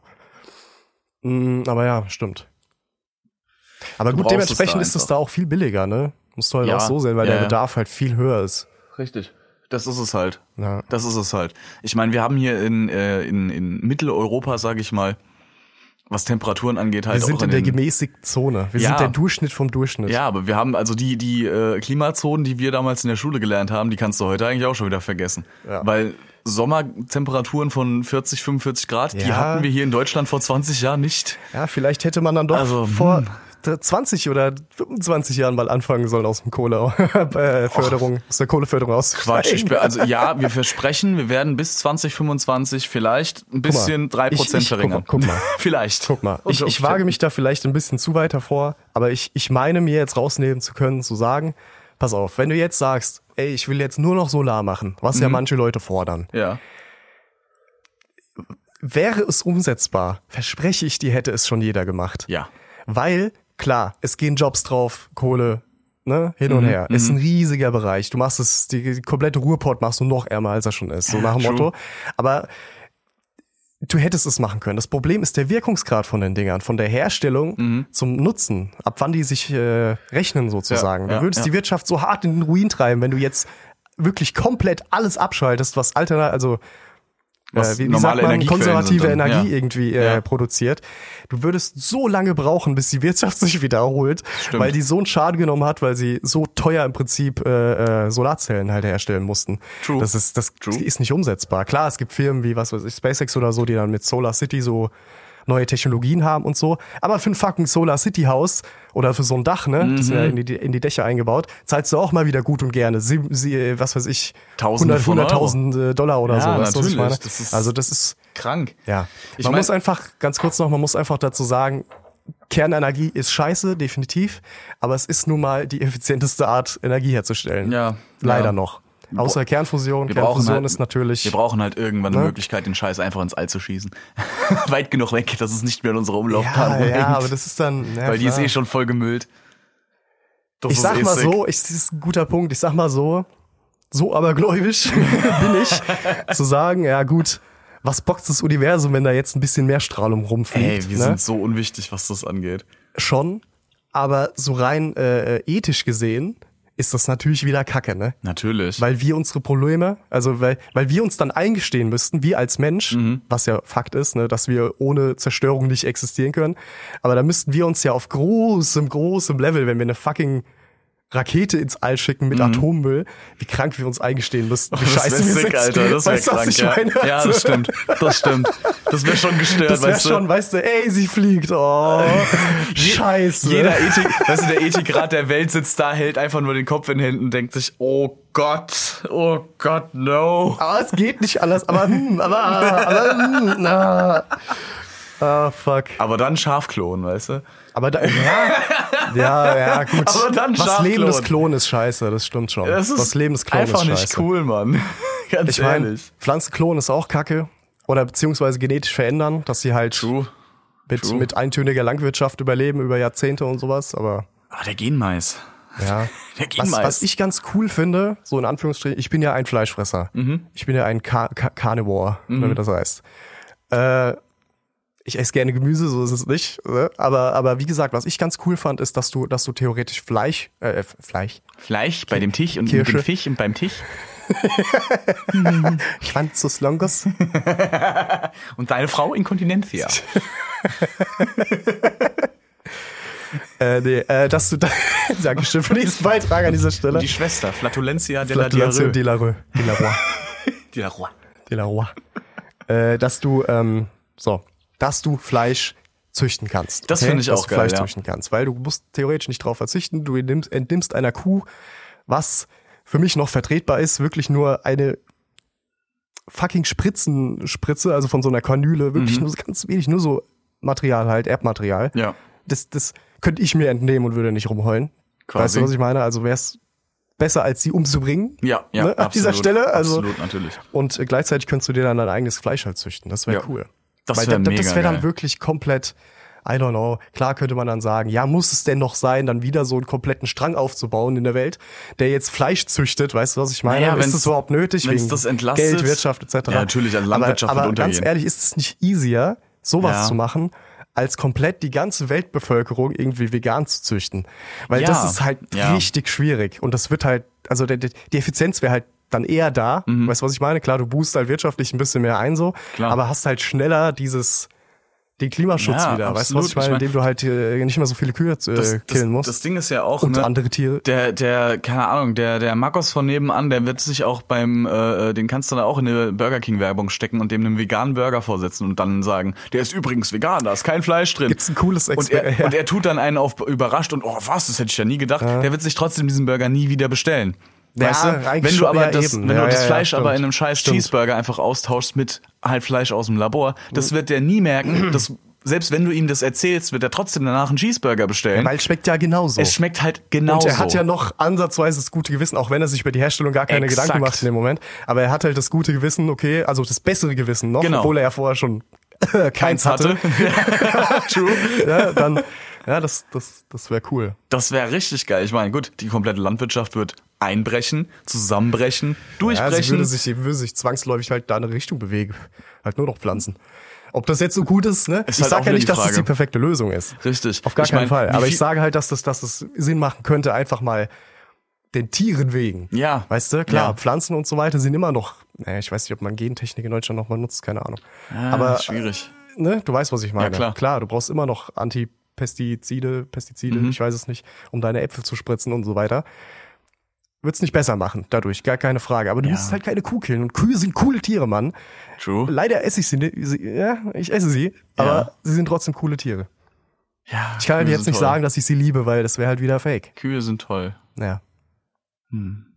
Speaker 4: Mm, aber ja, stimmt. Aber
Speaker 3: Du
Speaker 4: gut,
Speaker 3: brauchst es
Speaker 4: dementsprechend
Speaker 3: da
Speaker 4: ist es
Speaker 3: einfach.
Speaker 4: da auch viel billiger, ne? Musst du halt
Speaker 3: Ja,
Speaker 4: auch so sehen, weil
Speaker 3: ja,
Speaker 4: der
Speaker 3: ja.
Speaker 4: Bedarf halt viel höher ist.
Speaker 3: Richtig. Das ist es halt.
Speaker 4: Ja.
Speaker 3: Das ist es halt. Ich meine, wir haben hier in, äh, in, in Mitteleuropa, sage ich mal, was Temperaturen angeht, halt
Speaker 4: Wir sind
Speaker 3: auch
Speaker 4: in
Speaker 3: in
Speaker 4: der
Speaker 3: den,
Speaker 4: gemäßigten Zone. Wir
Speaker 3: Ja.
Speaker 4: sind der Durchschnitt vom Durchschnitt.
Speaker 3: Ja, aber wir haben also die die äh, Klimazonen, die wir damals in der Schule gelernt haben, die kannst du heute eigentlich auch schon wieder vergessen.
Speaker 4: Ja.
Speaker 3: Weil Sommertemperaturen von vierzig, fünfundvierzig Grad, die
Speaker 4: Ja.
Speaker 3: hatten wir hier in Deutschland vor zwanzig Jahren nicht.
Speaker 4: Ja, vielleicht hätte man dann doch
Speaker 3: Also,
Speaker 4: vor
Speaker 3: hm.
Speaker 4: zwanzig oder fünfundzwanzig Jahren mal anfangen sollen aus dem Kohleförderung, aus der Kohleförderung auszusteigen.
Speaker 3: Quatsch, ich bin, also ja, wir versprechen, wir werden bis zwanzig fünfundzwanzig vielleicht ein bisschen drei
Speaker 4: ich-
Speaker 3: Prozent
Speaker 4: ich- guck
Speaker 3: verringern.
Speaker 4: mal, guck mal.
Speaker 3: Vielleicht.
Speaker 4: Guck mal, ich,
Speaker 3: Unter
Speaker 4: ich wage
Speaker 3: Umständen.
Speaker 4: mich da vielleicht ein bisschen zu weit hervor, aber ich, ich meine mir jetzt rausnehmen zu können, zu sagen, pass auf, wenn du jetzt sagst, ey, ich will jetzt nur noch Solar machen, was
Speaker 3: Mhm.
Speaker 4: ja manche Leute fordern,
Speaker 3: Ja.
Speaker 4: wäre es umsetzbar, verspreche ich dir, hätte es schon jeder gemacht.
Speaker 3: Ja.
Speaker 4: Weil, klar, es gehen Jobs drauf, Kohle, ne, hin und
Speaker 3: Mhm,
Speaker 4: her. Ist ein riesiger Bereich. Du machst es, die, die komplette Ruhrpott machst du noch ärmer, als er schon ist. So nach dem
Speaker 3: true.
Speaker 4: Motto. Aber du hättest es machen können. Das Problem ist der Wirkungsgrad von den Dingern, von der Herstellung
Speaker 3: Mhm.
Speaker 4: zum Nutzen, ab wann die sich äh, rechnen sozusagen.
Speaker 3: Ja,
Speaker 4: du würdest
Speaker 3: ja.
Speaker 4: die Wirtschaft so hart in den Ruin treiben, wenn du jetzt wirklich komplett alles abschaltest, was alternativ, also
Speaker 3: Was
Speaker 4: äh, wie, wie
Speaker 3: normale
Speaker 4: sagt man,
Speaker 3: Energiequellen
Speaker 4: konservative
Speaker 3: sind dann,
Speaker 4: Energie
Speaker 3: ja.
Speaker 4: irgendwie äh,
Speaker 3: Ja.
Speaker 4: produziert. Du würdest so lange brauchen, bis die Wirtschaft sich wieder erholt,
Speaker 3: Stimmt.
Speaker 4: weil die so einen Schaden genommen hat, weil sie so teuer im Prinzip äh, äh, Solarzellen halt herstellen mussten.
Speaker 3: True.
Speaker 4: Das ist das
Speaker 3: True.
Speaker 4: ist nicht umsetzbar. Klar, es gibt Firmen wie was weiß ich, SpaceX oder so, die dann mit Solar City so neue Technologien haben und so. Aber für ein fucking Solar City Haus oder für so ein Dach, ne, das ist
Speaker 3: Mhm.
Speaker 4: ja in die, in die Dächer eingebaut, zahlst du auch mal wieder gut und gerne. Sie, sie, was weiß ich,
Speaker 3: Tausende
Speaker 4: hundert,
Speaker 3: von Euro.
Speaker 4: hunderttausend Dollar oder
Speaker 3: Ja,
Speaker 4: so. Weißt du, was ich
Speaker 3: natürlich.
Speaker 4: meine?
Speaker 3: Das ist-
Speaker 4: also das ist,
Speaker 3: Krank.
Speaker 4: ja.
Speaker 3: Ich
Speaker 4: man
Speaker 3: mein-
Speaker 4: muss einfach, ganz kurz noch, man muss einfach dazu sagen, Kernenergie ist scheiße, definitiv, aber es ist nun mal die effizienteste Art, Energie herzustellen.
Speaker 3: Ja.
Speaker 4: Leider
Speaker 3: Ja.
Speaker 4: noch. Außer Kernfusion.
Speaker 3: Wir brauchen
Speaker 4: Kernfusion
Speaker 3: halt,
Speaker 4: ist natürlich.
Speaker 3: Wir brauchen halt irgendwann eine
Speaker 4: Ne?
Speaker 3: Möglichkeit, den Scheiß einfach ins All zu schießen. Weit genug weg, dass es nicht mehr in unsere Umlaufbahn
Speaker 4: ja,
Speaker 3: bringt.
Speaker 4: ja, aber das ist dann. Ja,
Speaker 3: Weil die ist
Speaker 4: klar.
Speaker 3: eh schon voll gemüllt. Das
Speaker 4: Ich
Speaker 3: ist
Speaker 4: sag
Speaker 3: eh
Speaker 4: mal
Speaker 3: sick.
Speaker 4: so, ich, das ist ein guter Punkt. Ich sag mal so, so abergläubisch bin ich, zu sagen, ja gut, was bockt das Universum, wenn da jetzt ein bisschen mehr Strahlung rumfliegt?
Speaker 3: Ey, wir
Speaker 4: ne?
Speaker 3: sind so unwichtig, was das angeht.
Speaker 4: Schon, aber so rein äh, ethisch gesehen ist das natürlich wieder Kacke, ne?
Speaker 3: Natürlich.
Speaker 4: Weil wir unsere Probleme, also weil, weil wir uns dann eingestehen müssten, wir als Mensch,
Speaker 3: Mhm.
Speaker 4: was ja Fakt ist, ne, dass wir ohne Zerstörung nicht existieren können, aber da müssten wir uns ja auf großem, großem Level, wenn wir eine fucking Rakete ins All schicken mit mhm. Atommüll, wie krank wir uns eingestehen müssten. Wie
Speaker 3: oh,
Speaker 4: scheiße wir
Speaker 3: sick,
Speaker 4: sind.
Speaker 3: Alter, das wäre krank,
Speaker 4: ich
Speaker 3: ja.
Speaker 4: meine?
Speaker 3: Ja, das stimmt, das stimmt. Das wäre schon gestört,
Speaker 4: das wär
Speaker 3: weißt du.
Speaker 4: schon, weißt du, ey, sie fliegt, oh, scheiße.
Speaker 3: Jeder Ethik, weißt du, der Ethikrat der Welt sitzt da, hält einfach nur den Kopf in den Händen und denkt sich, oh Gott, oh Gott, no.
Speaker 4: Aber es geht nicht alles, aber, hm, aber, aber, hm, na. Ah, fuck.
Speaker 3: Aber dann Schafklon, weißt du?
Speaker 4: Aber da, ja, ja, ja, gut.
Speaker 3: Aber dann
Speaker 4: das Leben des
Speaker 3: Schafklon.
Speaker 4: Klon ist scheiße, das stimmt schon.
Speaker 3: Das, ist
Speaker 4: das Leben des Klon ist
Speaker 3: einfach
Speaker 4: scheiße.
Speaker 3: nicht cool, Mann. Ganz
Speaker 4: Ich meine,
Speaker 3: ehrlich.
Speaker 4: Pflanzenklon ist auch kacke. Oder beziehungsweise genetisch verändern, dass sie halt
Speaker 3: True.
Speaker 4: mit,
Speaker 3: True.
Speaker 4: mit eintöniger Landwirtschaft überleben über Jahrzehnte und sowas, aber
Speaker 3: Ah, der Genmais.
Speaker 4: ja.
Speaker 3: Der
Speaker 4: Was,
Speaker 3: Genmais.
Speaker 4: was ich ganz cool finde, so in Anführungsstrichen, ich bin ja ein Fleischfresser.
Speaker 3: Mhm.
Speaker 4: Ich bin ja ein Car- Car- Carnivore,
Speaker 3: Mhm.
Speaker 4: wie das heißt. Äh, ich esse gerne Gemüse, so ist es nicht. Ne? Aber, aber wie gesagt, was ich ganz cool fand, ist, dass du, dass du theoretisch Fleisch, äh, Fleisch,
Speaker 3: Fleisch bei dem Tisch und
Speaker 4: Kirsche.
Speaker 3: mit dem Fisch und beim Tisch.
Speaker 4: Quantus longus.
Speaker 3: Und deine Frau Inkontinentia.
Speaker 4: äh, nee, äh, dass du da, Dankeschön für diesen Beitrag an dieser Stelle.
Speaker 3: Die Schwester, Flatulentia de la
Speaker 4: Flatulentia
Speaker 3: Diarrhoe.
Speaker 4: de la Rue, de la Roi,
Speaker 3: De la Roi.
Speaker 4: de la Roi. Äh, dass du, ähm, so, dass du Fleisch züchten kannst.
Speaker 3: Das finde ich
Speaker 4: dass
Speaker 3: auch
Speaker 4: du
Speaker 3: geil,
Speaker 4: Fleisch
Speaker 3: ja.
Speaker 4: züchten kannst, weil du musst theoretisch nicht drauf verzichten. Du entnimmst, entnimmst einer Kuh, was für mich noch vertretbar ist, wirklich nur eine fucking Spritzenspritze, also von so einer Kanüle, wirklich
Speaker 3: Mhm.
Speaker 4: nur so ganz wenig, nur so Material halt, Erbmaterial.
Speaker 3: Ja.
Speaker 4: Das, das könnte ich mir entnehmen und würde nicht rumheulen.
Speaker 3: Quasi.
Speaker 4: Weißt du, was ich meine? Also wäre es besser, als sie umzubringen.
Speaker 3: Ja, ja,
Speaker 4: Ne,
Speaker 3: absolut,
Speaker 4: an dieser Stelle, also-
Speaker 3: absolut, natürlich.
Speaker 4: Und äh, gleichzeitig könntest du dir dann dein eigenes Fleisch halt züchten. Das wäre
Speaker 3: Ja.
Speaker 4: cool.
Speaker 3: Das
Speaker 4: Weil
Speaker 3: wäre
Speaker 4: da-
Speaker 3: mega
Speaker 4: Das wäre dann
Speaker 3: geil.
Speaker 4: wirklich komplett, I don't know. Klar könnte man dann sagen, ja, muss es denn noch sein, dann wieder so einen kompletten Strang aufzubauen in der Welt, der jetzt Fleisch züchtet, weißt du, was ich meine?
Speaker 3: Naja,
Speaker 4: ist
Speaker 3: wenn's-
Speaker 4: das überhaupt nötig?
Speaker 3: wenn's
Speaker 4: Wegen
Speaker 3: das entlastet-
Speaker 4: Geld, Wirtschaft et cetera.
Speaker 3: Ja, natürlich, also Landwirtschaft
Speaker 4: aber,
Speaker 3: wird
Speaker 4: aber ganz
Speaker 3: untergehen.
Speaker 4: ehrlich, ist es nicht easier, sowas
Speaker 3: Ja.
Speaker 4: zu machen, als komplett die ganze Weltbevölkerung irgendwie vegan zu züchten? Weil
Speaker 3: Ja.
Speaker 4: das ist halt
Speaker 3: Ja.
Speaker 4: richtig schwierig. Und das wird halt, also der, der, die Effizienz wäre halt dann eher da. Weißt du, was ich meine? Klar, du boostst halt wirtschaftlich ein bisschen mehr ein so,
Speaker 3: Klar.
Speaker 4: aber hast halt schneller dieses den Klimaschutz
Speaker 3: Ja,
Speaker 4: wieder. Weißt du,
Speaker 3: absolut.
Speaker 4: was ich meine?
Speaker 3: Ich mein-
Speaker 4: Indem du halt äh, nicht mehr so viele Kühe äh,
Speaker 3: Das, das,
Speaker 4: killen musst.
Speaker 3: das Ding ist ja auch,
Speaker 4: und
Speaker 3: ne,
Speaker 4: andere Tiere.
Speaker 3: der, der, keine Ahnung, der, der Marcos von nebenan, der wird sich auch beim, äh, den kannst du da auch in eine Burger King Werbung stecken und dem einen veganen Burger vorsetzen und dann sagen, der ist übrigens vegan, da ist kein Fleisch drin.
Speaker 4: Gibt's ein cooles
Speaker 3: und
Speaker 4: Exper-
Speaker 3: er,
Speaker 4: ja.
Speaker 3: und er tut dann einen auf überrascht und, oh was, das hätte ich ja nie gedacht. Der wird sich trotzdem diesen Burger nie wieder bestellen.
Speaker 4: Ja,
Speaker 3: Weißt du,
Speaker 4: eigentlich
Speaker 3: wenn du
Speaker 4: schon,
Speaker 3: aber
Speaker 4: ja,
Speaker 3: das,
Speaker 4: eben.
Speaker 3: wenn
Speaker 4: Ja,
Speaker 3: du das
Speaker 4: ja, ja,
Speaker 3: Fleisch aber
Speaker 4: stimmt.
Speaker 3: in einem scheiß
Speaker 4: Stimmt.
Speaker 3: Cheeseburger einfach austauschst mit halt Fleisch aus dem Labor, das wird der nie merken. Das, selbst wenn du ihm das erzählst, wird er trotzdem danach einen Cheeseburger bestellen.
Speaker 4: Weil es schmeckt ja genauso.
Speaker 3: Es schmeckt halt genauso.
Speaker 4: Und er hat ja noch ansatzweise das gute Gewissen, auch wenn er sich über die Herstellung gar keine
Speaker 3: Exakt.
Speaker 4: Gedanken macht in dem Moment. Aber er hat halt das gute Gewissen, okay, also das bessere Gewissen noch,
Speaker 3: Genau.
Speaker 4: obwohl er ja vorher schon keins hatte.
Speaker 3: True.
Speaker 4: Ja, dann, ja, das, das, das wäre cool.
Speaker 3: Das wäre richtig geil. Ich meine, gut, die komplette Landwirtschaft wird einbrechen, zusammenbrechen,
Speaker 4: Ja,
Speaker 3: durchbrechen.
Speaker 4: sie würde sich, sie würde sich zwangsläufig halt da in eine Richtung bewegen. Halt nur noch Pflanzen. Ob das jetzt so gut ist, ne?
Speaker 3: Ist
Speaker 4: ich
Speaker 3: halt
Speaker 4: sag
Speaker 3: auch
Speaker 4: ja
Speaker 3: wieder
Speaker 4: nicht,
Speaker 3: die
Speaker 4: dass das
Speaker 3: Frage.
Speaker 4: die perfekte Lösung ist.
Speaker 3: Richtig.
Speaker 4: Auf gar
Speaker 3: Ich
Speaker 4: keinen
Speaker 3: mein,
Speaker 4: Fall.
Speaker 3: wie
Speaker 4: Aber ich
Speaker 3: viel-
Speaker 4: sage halt, dass das, dass das Sinn machen könnte, einfach mal den Tieren wegen.
Speaker 3: Ja.
Speaker 4: Weißt du, klar,
Speaker 3: Ja.
Speaker 4: Pflanzen und so weiter sind immer noch, naja, ich weiß nicht, ob man Gentechnik in Deutschland noch mal nutzt, keine Ahnung.
Speaker 3: Ah,
Speaker 4: Aber,
Speaker 3: schwierig.
Speaker 4: ne, du weißt, was ich meine.
Speaker 3: Ja, klar.
Speaker 4: du brauchst immer noch Antipestizide, Pestizide,
Speaker 3: Mhm.
Speaker 4: ich weiß es nicht, um deine Äpfel zu spritzen und so weiter. Wird's nicht besser machen, dadurch, gar keine Frage. Aber du
Speaker 3: Ja.
Speaker 4: musst halt keine Kuh killen. Und Kühe sind coole Tiere, Mann.
Speaker 3: True.
Speaker 4: Leider esse ich sie, nicht- sie ja, ich esse sie, aber
Speaker 3: Ja.
Speaker 4: sie sind trotzdem coole Tiere.
Speaker 3: Ja,
Speaker 4: Ich kann halt
Speaker 3: Kühe
Speaker 4: jetzt
Speaker 3: sind
Speaker 4: nicht
Speaker 3: toll.
Speaker 4: sagen, dass ich sie liebe, weil das wäre halt wieder fake.
Speaker 3: Kühe sind toll.
Speaker 4: Ja.
Speaker 3: Hm.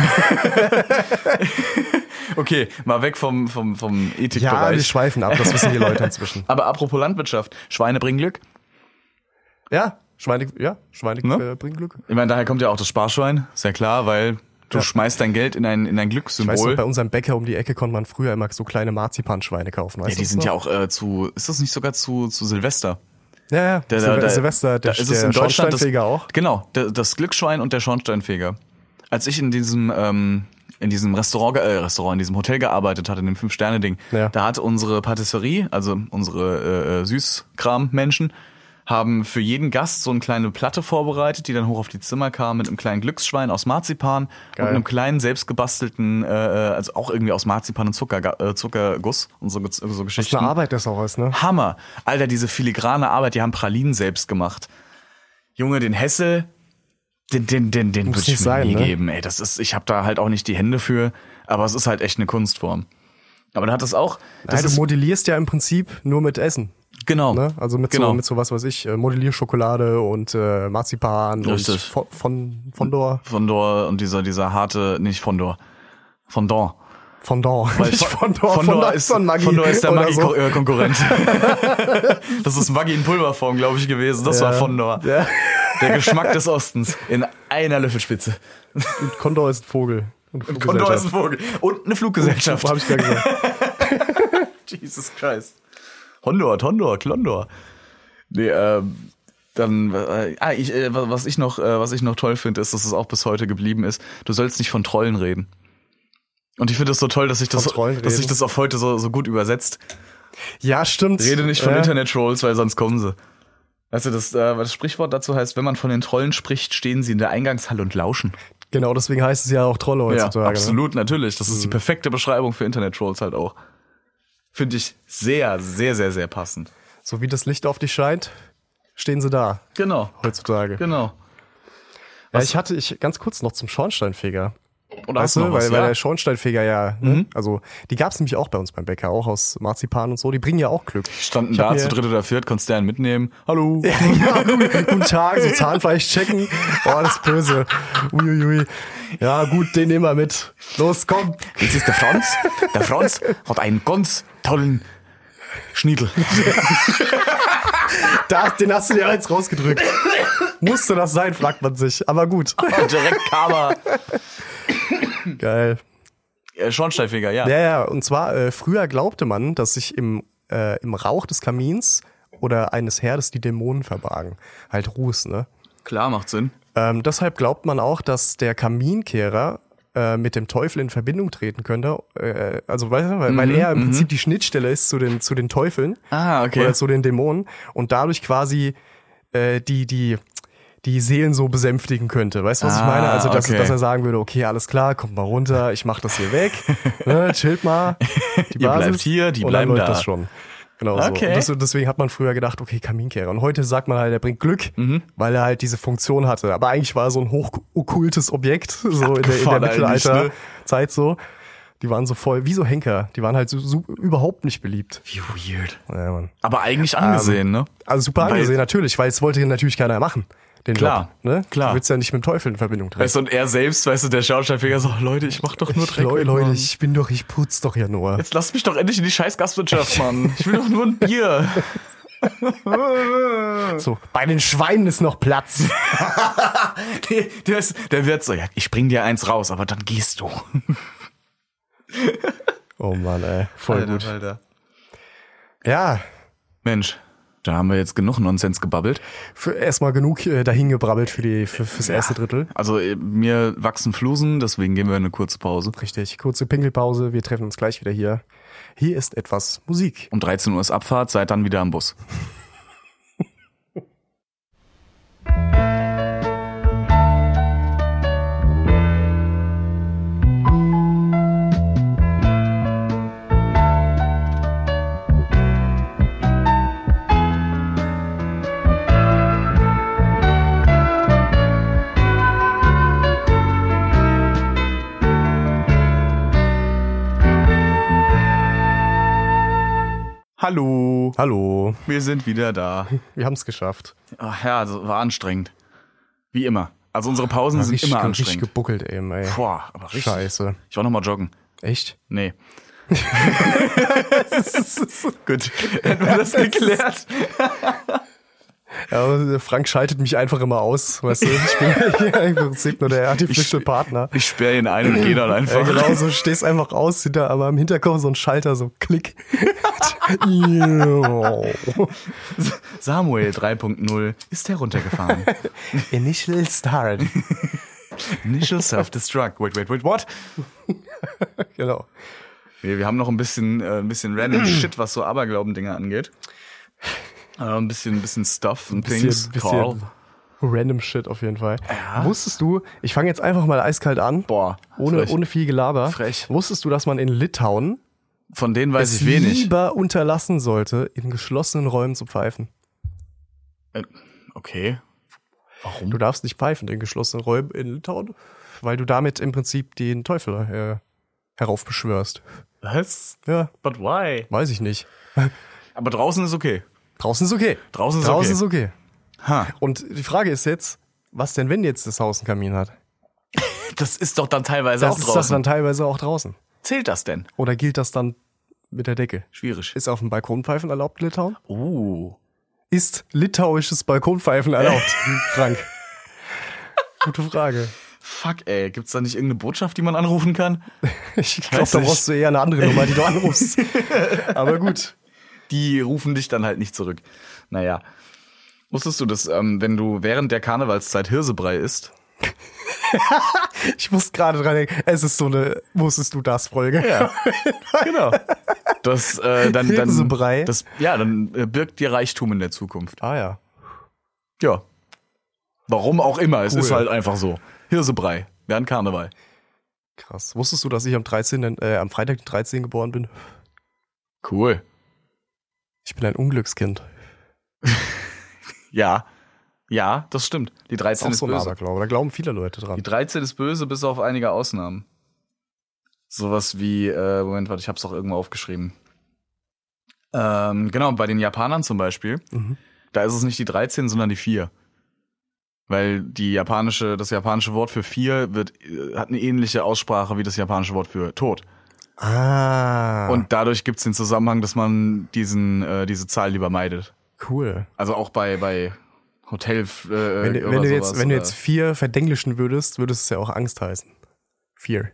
Speaker 3: Okay, mal weg vom, vom, vom
Speaker 4: Ja, wir
Speaker 3: Ethikbereich.
Speaker 4: schweifen ab, das wissen die Leute inzwischen.
Speaker 3: Aber apropos Landwirtschaft, Schweine bringen Glück.
Speaker 4: Ja, Schweine, ja, Schweine
Speaker 3: Ne?
Speaker 4: äh, bringen Glück.
Speaker 3: Ich meine, daher kommt ja auch das Sparschwein, ist ja klar, weil du
Speaker 4: Ja.
Speaker 3: schmeißt dein Geld in ein, in ein
Speaker 4: Ich weiß noch,
Speaker 3: Glückssymbol.
Speaker 4: bei unserem Bäcker um die Ecke konnte man früher immer so kleine Marzipanschweine kaufen. Weißt
Speaker 3: Ja, die
Speaker 4: du
Speaker 3: sind
Speaker 4: das
Speaker 3: ja
Speaker 4: noch?
Speaker 3: auch äh, zu, ist das nicht sogar zu, zu Silvester?
Speaker 4: Ja, ja,
Speaker 3: Der,
Speaker 4: Silve
Speaker 3: der, der,
Speaker 4: Silvester, der,
Speaker 3: da ist
Speaker 4: der
Speaker 3: es in Deutschland das,
Speaker 4: Schornsteinfeger auch.
Speaker 3: Genau, der, das Glücksschwein und der Schornsteinfeger. Als ich in diesem ähm, in diesem Restaurant, äh, Restaurant, in diesem Hotel gearbeitet hatte, in dem Fünf-Sterne-Ding,
Speaker 4: Ja.
Speaker 3: da hat unsere Patisserie, also unsere äh, Süßkram-Menschen, haben für jeden Gast so eine kleine Platte vorbereitet, die dann hoch auf die Zimmer kam mit einem kleinen Glücksschwein aus Marzipan
Speaker 4: Geil.
Speaker 3: und einem kleinen selbstgebastelten, äh, also auch irgendwie aus Marzipan und Zucker, äh, Zuckerguss und so, so
Speaker 4: Was
Speaker 3: Geschichten.
Speaker 4: eine Arbeit das auch ist, ne?
Speaker 3: Hammer. Alter, diese filigrane Arbeit, die haben Pralinen selbst gemacht. Junge, den Hessel, Den, den, den, den würde ich mir
Speaker 4: sein,
Speaker 3: nie
Speaker 4: ne?
Speaker 3: geben. Ey, das ist, ich habe da halt auch nicht die Hände für, aber es ist halt echt eine Kunstform. Aber dann hat das auch. Das
Speaker 4: Nein, du
Speaker 3: ist,
Speaker 4: modellierst ja im Prinzip nur mit Essen.
Speaker 3: genau.
Speaker 4: Ne? Also mit,
Speaker 3: genau.
Speaker 4: so, mit so was weiß ich, äh, Modellierschokolade und äh, Marzipan
Speaker 3: Richtig.
Speaker 4: und von, von Fondor.
Speaker 3: Fondor und dieser, dieser harte, nicht Fondor. Fondant.
Speaker 4: Fondant.
Speaker 3: Weil
Speaker 4: Nicht
Speaker 3: Fon-
Speaker 4: Fondor.
Speaker 3: Fondor ist,
Speaker 4: von Maggi
Speaker 3: Fondor ist der
Speaker 4: oder so.
Speaker 3: Maggi-Konkurrent. Das ist Maggi in Pulverform, glaube ich, gewesen. Das
Speaker 4: Ja.
Speaker 3: war Fondor.
Speaker 4: Ja.
Speaker 3: Der Geschmack des Ostens in einer Löffelspitze.
Speaker 4: Und Condor ist ein Vogel. Und
Speaker 3: Fondor ist ein Vogel. Und eine Fluggesellschaft.
Speaker 4: Hab ich gerade gesagt.
Speaker 3: Jesus Christ. Hondor, Tondor, Klondor. Nee, ähm, dann, äh, ah, ich, äh, was ich noch, äh, was ich noch toll finde, ist, dass es auch bis heute geblieben ist. Du sollst nicht von Trollen reden. Und ich finde es so toll, dass sich das,
Speaker 4: Von Trollen
Speaker 3: dass sich
Speaker 4: reden.
Speaker 3: das auf heute so, so gut übersetzt.
Speaker 4: Ja, stimmt.
Speaker 3: Rede nicht von
Speaker 4: ja.
Speaker 3: Internet-Trolls, weil sonst kommen sie. Weißt du, das, äh, das Sprichwort dazu heißt, wenn man von den Trollen spricht, stehen sie in der Eingangshalle und lauschen.
Speaker 4: Genau, deswegen heißt es ja auch Trolle heutzutage.
Speaker 3: Ja, absolut, natürlich. Das ist die perfekte Beschreibung für Internet-Trolls halt auch. Finde ich sehr, sehr, sehr, sehr passend.
Speaker 4: Ne? So wie das Licht auf dich scheint, stehen sie da
Speaker 3: Genau,
Speaker 4: heutzutage.
Speaker 3: genau.
Speaker 4: Ja, ich hatte ich ganz kurz noch zum Schornsteinfeger.
Speaker 3: Oder
Speaker 4: Weißt
Speaker 3: hast du
Speaker 4: du,
Speaker 3: noch
Speaker 4: weil,
Speaker 3: was,
Speaker 4: weil
Speaker 3: ja?
Speaker 4: der Schornsteinfeger ja, ne? Also die gab's nämlich auch bei uns beim Bäcker, auch aus Marzipan und so. Die bringen ja auch Glück.
Speaker 3: Standen
Speaker 4: Ich hab
Speaker 3: da
Speaker 4: mir-
Speaker 3: zu dritt oder viert, konntest du einen mitnehmen. Hallo.
Speaker 4: Ja, ja, gut, guten Tag, so Zahnfleisch checken. Oh, das ist böse. Uiuiui. Ja, gut, den nehmen wir mit. Los, komm.
Speaker 3: Jetzt ist der Franz. Der Franz hat einen ganz tollen Schniedel.
Speaker 4: Da, den hast du dir jetzt rausgedrückt. Musste das sein, fragt man sich. Aber gut.
Speaker 3: Direkt Karma.
Speaker 4: Geil.
Speaker 3: Äh, Schornsteinfeger, ja.
Speaker 4: Ja, ja, und zwar, äh, früher glaubte man, dass sich im, äh, im Rauch des Kamins oder eines Herdes die Dämonen verbargen. Halt Ruß, ne?
Speaker 3: Klar, macht Sinn.
Speaker 4: Ähm, deshalb glaubt man auch, dass der Kaminkehrer äh, mit dem Teufel in Verbindung treten könnte. Äh, also, weißt du, weil, weil er im Prinzip die Schnittstelle ist zu den, zu den Teufeln.
Speaker 3: Ah, okay.
Speaker 4: Oder zu den Dämonen. Und dadurch quasi äh, die, die, die Seelen so besänftigen könnte. Weißt du, was ich
Speaker 3: Ah,
Speaker 4: meine? Also, dass,
Speaker 3: okay.
Speaker 4: dass er sagen würde, okay, alles klar, kommt mal runter, ich mach das hier weg. Ne, chillt mal. Die
Speaker 3: Ihr
Speaker 4: Basis,
Speaker 3: bleibt hier, die
Speaker 4: und dann
Speaker 3: bleiben
Speaker 4: läuft
Speaker 3: da.
Speaker 4: das schon. Genau so.
Speaker 3: Okay.
Speaker 4: Und das, deswegen hat man früher gedacht, okay, Kaminkehrer. Und heute sagt man halt, er bringt Glück,
Speaker 3: Mhm.
Speaker 4: weil er halt diese Funktion hatte. Aber eigentlich war er so ein hochokkultes Objekt, so in der, in der
Speaker 3: Abgefahren eigentlich,
Speaker 4: Mittelalterzeit so. Die waren so voll, wie so Henker. Die waren halt so, so überhaupt nicht beliebt.
Speaker 3: Wie weird.
Speaker 4: Ja, Mann.
Speaker 3: Aber eigentlich angesehen, ne?
Speaker 4: Also super
Speaker 3: Weil-
Speaker 4: angesehen, natürlich, weil es wollte natürlich keiner machen. Den
Speaker 3: Klar,
Speaker 4: Job, ne?
Speaker 3: klar.
Speaker 4: Du willst ja nicht mit dem Teufel in Verbindung treten.
Speaker 3: Weißt du, und er selbst, weißt du, der Schornsteinfeger so, Leute, ich mach doch nur Dreck.
Speaker 4: Leute,
Speaker 3: weg,
Speaker 4: Leute,
Speaker 3: Mann.
Speaker 4: ich bin doch, ich putz doch ja nur.
Speaker 3: Jetzt lasst mich doch endlich in die scheiß Gastwirtschaft, Mann. Ich will doch nur ein Bier.
Speaker 4: So, bei den Schweinen ist noch Platz.
Speaker 3: der, der, ist, der wird so, ja, ich bring dir eins raus, aber dann gehst du.
Speaker 4: Oh Mann, ey, voll gut.
Speaker 3: Alter.
Speaker 4: Ja,
Speaker 3: Mensch, da haben wir jetzt genug Nonsens gebabbelt.
Speaker 4: für erstmal genug äh, dahin gebrabbelt für die für, fürs erste Drittel.
Speaker 3: Also äh, mir wachsen Flusen, deswegen gehen wir in eine kurze Pause.
Speaker 4: Richtig, kurze Pinkelpause, wir treffen uns gleich wieder hier. Hier ist etwas Musik.
Speaker 3: Um dreizehn Uhr ist Abfahrt, seid dann wieder am Bus. Hallo,
Speaker 4: Hallo,
Speaker 3: wir sind wieder da.
Speaker 4: wir haben es geschafft.
Speaker 3: Ach ja, das war anstrengend. Wie immer. Also unsere Pausen sind
Speaker 4: richtig,
Speaker 3: immer
Speaker 4: richtig
Speaker 3: anstrengend.
Speaker 4: gebuckelt eben, ey.
Speaker 3: Boah, aber richtig.
Speaker 4: Scheiße.
Speaker 3: Ich war noch mal joggen.
Speaker 4: Echt?
Speaker 3: Nee. Gut, hätten wir das geklärt.
Speaker 4: Ja, aber Frank schaltet mich einfach immer aus, weißt du? Ich bin hier im Prinzip nur der Artificial Partner.
Speaker 3: Ich sperre ihn ein und gehe dann
Speaker 4: Ja,
Speaker 3: einfach.
Speaker 4: genau, so stehst einfach aus, hinter, aber im Hinterkopf so ein Schalter, so Klick.
Speaker 3: Samuel drei Punkt null ist heruntergefahren.
Speaker 4: Initial Start.
Speaker 3: Initial Self-Destruct. Wait, wait, wait, what?
Speaker 4: Genau.
Speaker 3: Wir, wir haben noch ein bisschen, äh, ein bisschen random Shit, was so Aberglauben-Dinge angeht. Äh, ein bisschen, ein bisschen Stuff und Things.
Speaker 4: Bisschen,
Speaker 3: Carl.
Speaker 4: bisschen random Shit auf jeden Fall. Wusstest du, ich fange jetzt einfach mal eiskalt an,
Speaker 3: Boah,
Speaker 4: ohne,
Speaker 3: frech.
Speaker 4: ohne viel Gelaber.
Speaker 3: Frech.
Speaker 4: Wusstest du, dass man in Litauen
Speaker 3: Von denen weiß
Speaker 4: es
Speaker 3: ich wenig.
Speaker 4: lieber unterlassen sollte, in geschlossenen Räumen zu pfeifen?
Speaker 3: Äh, okay. Warum?
Speaker 4: Du darfst nicht pfeifen in geschlossenen Räumen in Litauen, weil du damit im Prinzip den Teufel äh, heraufbeschwörst.
Speaker 3: Was?
Speaker 4: Ja,
Speaker 3: But why?
Speaker 4: weiß ich nicht.
Speaker 3: Aber draußen ist okay.
Speaker 4: Draußen ist okay.
Speaker 3: Draußen ist
Speaker 4: Draußen
Speaker 3: okay.
Speaker 4: ist okay.
Speaker 3: Ha.
Speaker 4: Und die Frage ist jetzt, was denn, wenn jetzt das Haus einen Kamin hat?
Speaker 3: Das ist doch dann teilweise
Speaker 4: Das
Speaker 3: auch
Speaker 4: ist
Speaker 3: draußen.
Speaker 4: das dann teilweise auch draußen.
Speaker 3: Zählt das denn?
Speaker 4: Oder gilt das dann mit der Decke?
Speaker 3: Schwierig.
Speaker 4: Ist auf dem Balkonpfeifen erlaubt, Litauen?
Speaker 3: Uh.
Speaker 4: Ist litauisches Balkonpfeifen erlaubt, Frank? Gute Frage.
Speaker 3: Fuck, ey. Gibt's da nicht irgendeine Botschaft, die man anrufen kann?
Speaker 4: Ich glaube,
Speaker 3: Weiß
Speaker 4: da
Speaker 3: nicht.
Speaker 4: brauchst du eher eine andere Nummer, die du anrufst. Aber gut.
Speaker 3: Die rufen dich dann halt nicht zurück. Naja. Wusstest du, dass ähm, wenn du während der Karnevalszeit Hirsebrei isst?
Speaker 4: Ich muss gerade dran denken, es ist so eine Wusstest du das Folge.
Speaker 3: Ja, genau. Das, äh, dann, dann,
Speaker 4: Hirsebrei?
Speaker 3: das, ja, dann äh, birgt dir Reichtum in der Zukunft.
Speaker 4: Ah ja.
Speaker 3: Ja. Warum auch immer, es
Speaker 4: Cool.
Speaker 3: ist halt einfach so. Hirsebrei, während Karneval.
Speaker 4: Krass. Wusstest du, dass ich am dreizehnten Äh, am Freitag den dreizehnten geboren bin?
Speaker 3: Cool.
Speaker 4: Ich bin ein Unglückskind.
Speaker 3: Ja, ja, das stimmt. Die
Speaker 4: Das ist
Speaker 3: dreizehn
Speaker 4: auch
Speaker 3: ist
Speaker 4: so ein
Speaker 3: böse.
Speaker 4: Aberglaube. Da glauben viele Leute
Speaker 3: Die
Speaker 4: dran.
Speaker 3: dreizehn ist böse, bis auf einige Ausnahmen. Sowas wie, äh, Moment, warte, ich hab's doch irgendwo aufgeschrieben. Ähm, genau, bei den Japanern zum Beispiel,
Speaker 4: Mhm.
Speaker 3: da ist es nicht die dreizehn, sondern die vier. Weil die japanische, das japanische Wort für vier wird, äh, hat eine ähnliche Aussprache wie das japanische Wort für Tod.
Speaker 4: Ah.
Speaker 3: Und dadurch gibt's den Zusammenhang, dass man diesen, äh, diese Zahl lieber meidet.
Speaker 4: cool.
Speaker 3: Also auch bei, bei Hotel, äh,
Speaker 4: Wenn, du-
Speaker 3: oder
Speaker 4: wenn du jetzt,
Speaker 3: sowas,
Speaker 4: wenn du
Speaker 3: oder-
Speaker 4: jetzt vier verdenglischen würdest, würdest es ja auch Angst heißen. Vier.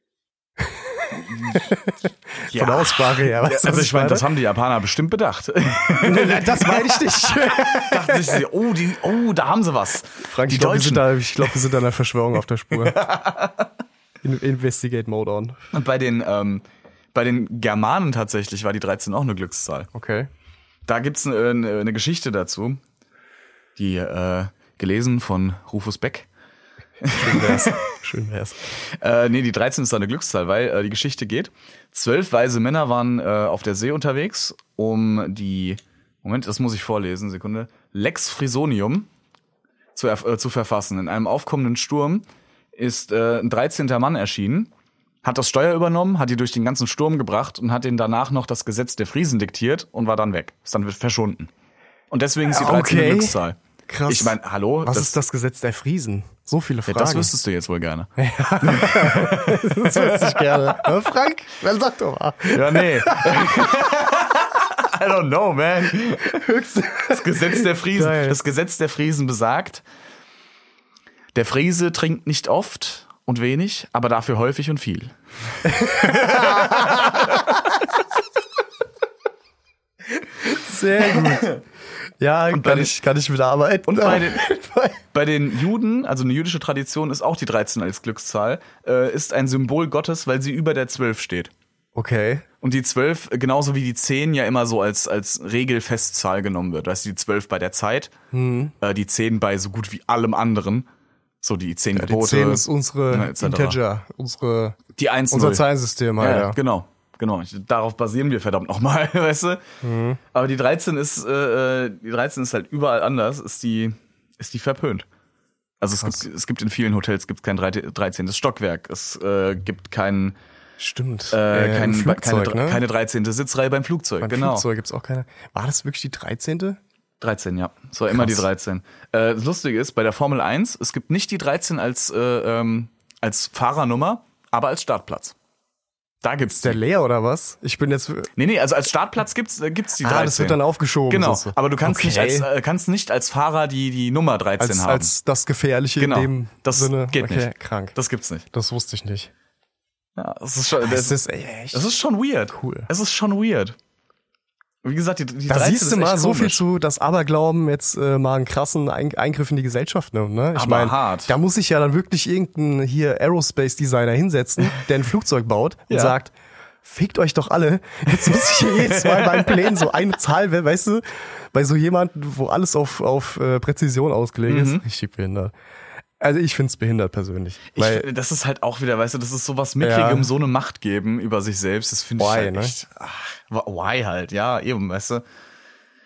Speaker 3: Ja.
Speaker 4: Von der Aussprache her. Weißt du,
Speaker 3: Also
Speaker 4: was
Speaker 3: ich meine, das haben die Japaner bestimmt bedacht.
Speaker 4: das meine ich nicht.
Speaker 3: Dachte ich, sie, oh, die, oh, da haben sie was.
Speaker 4: Frank,
Speaker 3: die
Speaker 4: ich glaube, wir,
Speaker 3: Deutschen.
Speaker 4: sind da- ich glaub, wir sind einer Verschwörung auf der Spur. In, Investigate Mode on.
Speaker 3: Und bei den, ähm, bei den Germanen tatsächlich war die dreizehn auch eine Glückszahl.
Speaker 4: Okay.
Speaker 3: Da gibt's eine, eine, eine Geschichte dazu, die äh, gelesen von Rufus Beck.
Speaker 4: Schön wär's. Schön wär's.
Speaker 3: Äh, nee, die dreizehn ist da eine Glückszahl, weil äh, die Geschichte geht. Zwölf weise Männer waren äh, auf der See unterwegs, um die, Moment, das muss ich vorlesen, Sekunde, Lex Frisonium zu, erf- äh, zu verfassen. In einem aufkommenden Sturm ist äh, ein dreizehnter Mann erschienen, hat das Steuer übernommen, hat die durch den ganzen Sturm gebracht und hat ihnen danach noch das Gesetz der Friesen diktiert und war dann weg. Ist dann verschwunden. Und deswegen ist die dreizehn
Speaker 4: Okay.
Speaker 3: eine Glückszahl.
Speaker 4: Krass.
Speaker 3: Ich meine, hallo?
Speaker 4: Was ist das Gesetz der Friesen? So viele
Speaker 3: Ja,
Speaker 4: Fragen.
Speaker 3: das wüsstest du jetzt wohl gerne.
Speaker 4: Das wüsste ich gerne. Aber Frank, dann sag doch mal.
Speaker 3: Ja, nee. I don't know, man. Das Gesetz der Friesen.
Speaker 4: Geil.
Speaker 3: Das Gesetz der Friesen besagt, der Friese trinkt nicht oft und wenig, aber dafür häufig und viel.
Speaker 4: Sehr gut. Ja,
Speaker 3: bei
Speaker 4: kann
Speaker 3: den-
Speaker 4: ich, kann ich wieder arbeiten.
Speaker 3: Und bei den, bei den Juden, also eine jüdische Tradition ist auch die dreizehn als Glückszahl, äh, ist ein Symbol Gottes, weil sie über der zwölf steht.
Speaker 4: Okay.
Speaker 3: Und die zwölf, genauso wie die zehn ja immer so als, als Regelfestzahl genommen wird. Weißt du, die zwölf bei der Zeit,
Speaker 4: Hm.
Speaker 3: äh, die zehn bei so gut wie allem anderen. So die zehn
Speaker 4: Ja, die
Speaker 3: Gebote.
Speaker 4: zehn ist unsere
Speaker 3: ja, et cetera.
Speaker 4: Integer, unsere,
Speaker 3: Die eins
Speaker 4: unser Zahlensystem halt,
Speaker 3: Ja,
Speaker 4: ja.
Speaker 3: ja, genau. Genau, Ich- darauf basieren wir verdammt nochmal, weißt du?
Speaker 4: Mhm.
Speaker 3: Aber die dreizehn ist, äh, die dreizehn ist halt überall anders, ist die, ist die verpönt. Also es
Speaker 4: Krass.
Speaker 3: gibt, es gibt in vielen Hotels gibt's kein dreizehntes Stockwerk, es äh, gibt kein,
Speaker 4: Stimmt.
Speaker 3: äh,
Speaker 4: Äh,
Speaker 3: kein,
Speaker 4: im Flugzeug,
Speaker 3: keine,
Speaker 4: ne?
Speaker 3: keine dreizehnte Sitzreihe beim Flugzeug,
Speaker 4: Beim
Speaker 3: genau.
Speaker 4: Flugzeug gibt's auch keine. War das wirklich die dreizehnte?
Speaker 3: dreizehn, ja. Es war immer die
Speaker 4: Krass.
Speaker 3: dreizehn. Äh, das Lustige ist, bei der Formel eins, es gibt nicht die dreizehn als, äh, ähm, als Fahrernummer, aber als Startplatz. Da gibt's
Speaker 4: Ist der
Speaker 3: die.
Speaker 4: leer oder was? Ich bin jetzt.
Speaker 3: Nee, nee, also als Startplatz gibt's, äh, gibt's die dreizehn.
Speaker 4: Ah, das wird dann aufgeschoben.
Speaker 3: Genau,
Speaker 4: so.
Speaker 3: aber du kannst,
Speaker 4: Okay.
Speaker 3: nicht als, äh, kannst nicht als Fahrer die, die Nummer dreizehn
Speaker 4: als,
Speaker 3: haben.
Speaker 4: als das Gefährliche
Speaker 3: Genau,
Speaker 4: in dem
Speaker 3: das
Speaker 4: Sinne.
Speaker 3: geht
Speaker 4: okay,
Speaker 3: nicht.
Speaker 4: Krank.
Speaker 3: Das gibt's nicht.
Speaker 4: Das wusste ich nicht.
Speaker 3: Ja, das ist schon,
Speaker 4: Das
Speaker 3: das,
Speaker 4: ist echt.
Speaker 3: das ist schon weird.
Speaker 4: Cool.
Speaker 3: Es ist schon weird. Wie gesagt, die, die
Speaker 4: Da
Speaker 3: dreizehn
Speaker 4: siehst du
Speaker 3: ist
Speaker 4: mal
Speaker 3: echt
Speaker 4: so viel
Speaker 3: komisch.
Speaker 4: zu, dass Aberglauben jetzt äh, mal einen krassen Ein- Eingriff in die Gesellschaft nimmt. Ne? Ich
Speaker 3: Aber
Speaker 4: meine,
Speaker 3: hart.
Speaker 4: da muss sich ja dann wirklich irgendein hier Aerospace-Designer hinsetzen, der ein Flugzeug baut und
Speaker 3: Ja.
Speaker 4: sagt, fickt euch doch alle. Jetzt muss ich hier jedes Mal beim Plänen so eine Zahl, weißt du, bei so jemandem, wo alles auf, auf äh, Präzision ausgelegt
Speaker 3: Mhm.
Speaker 4: ist, richtig behindert. Also ich find's behindert persönlich.
Speaker 3: Ich,
Speaker 4: Weil,
Speaker 3: das ist halt auch wieder, weißt du, das ist sowas Mickrigem,
Speaker 4: Ja.
Speaker 3: so eine Macht geben über sich selbst. Das finde ich
Speaker 4: Why,
Speaker 3: halt
Speaker 4: ne?
Speaker 3: echt, ach, why halt, ja, eben, weißt du.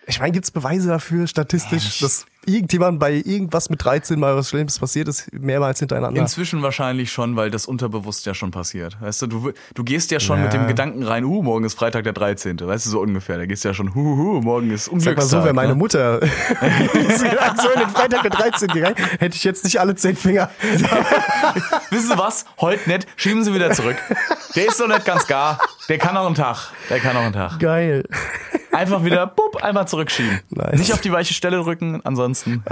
Speaker 4: Ich meine, gibt's Beweise dafür, statistisch, dass irgendjemand bei irgendwas mit dreizehn mal was Schlimmes passiert ist, mehrmals hintereinander?
Speaker 3: Inzwischen wahrscheinlich schon, weil das unterbewusst ja schon passiert. Weißt du, du, du gehst ja schon
Speaker 4: Ja.
Speaker 3: mit dem Gedanken rein, uh, morgen ist Freitag der dreizehnte Weißt du, so ungefähr. Da gehst du ja schon, hu, hu, morgen ist
Speaker 4: Sag
Speaker 3: Unglückstag.
Speaker 4: mal so, wäre meine
Speaker 3: ne?
Speaker 4: Mutter so in den Freitag der dreizehnte gegangen, hätte ich jetzt nicht alle zehn Finger.
Speaker 3: Wissen Sie was? Heute nicht. Schieben Sie wieder zurück. Der ist doch nicht ganz gar. Der kann auch einen Tag. Der kann auch einen Tag.
Speaker 4: Geil.
Speaker 3: Einfach wieder, bupp, einmal zurückschieben.
Speaker 4: Nice.
Speaker 3: Nicht auf die weiche Stelle drücken, ansonsten.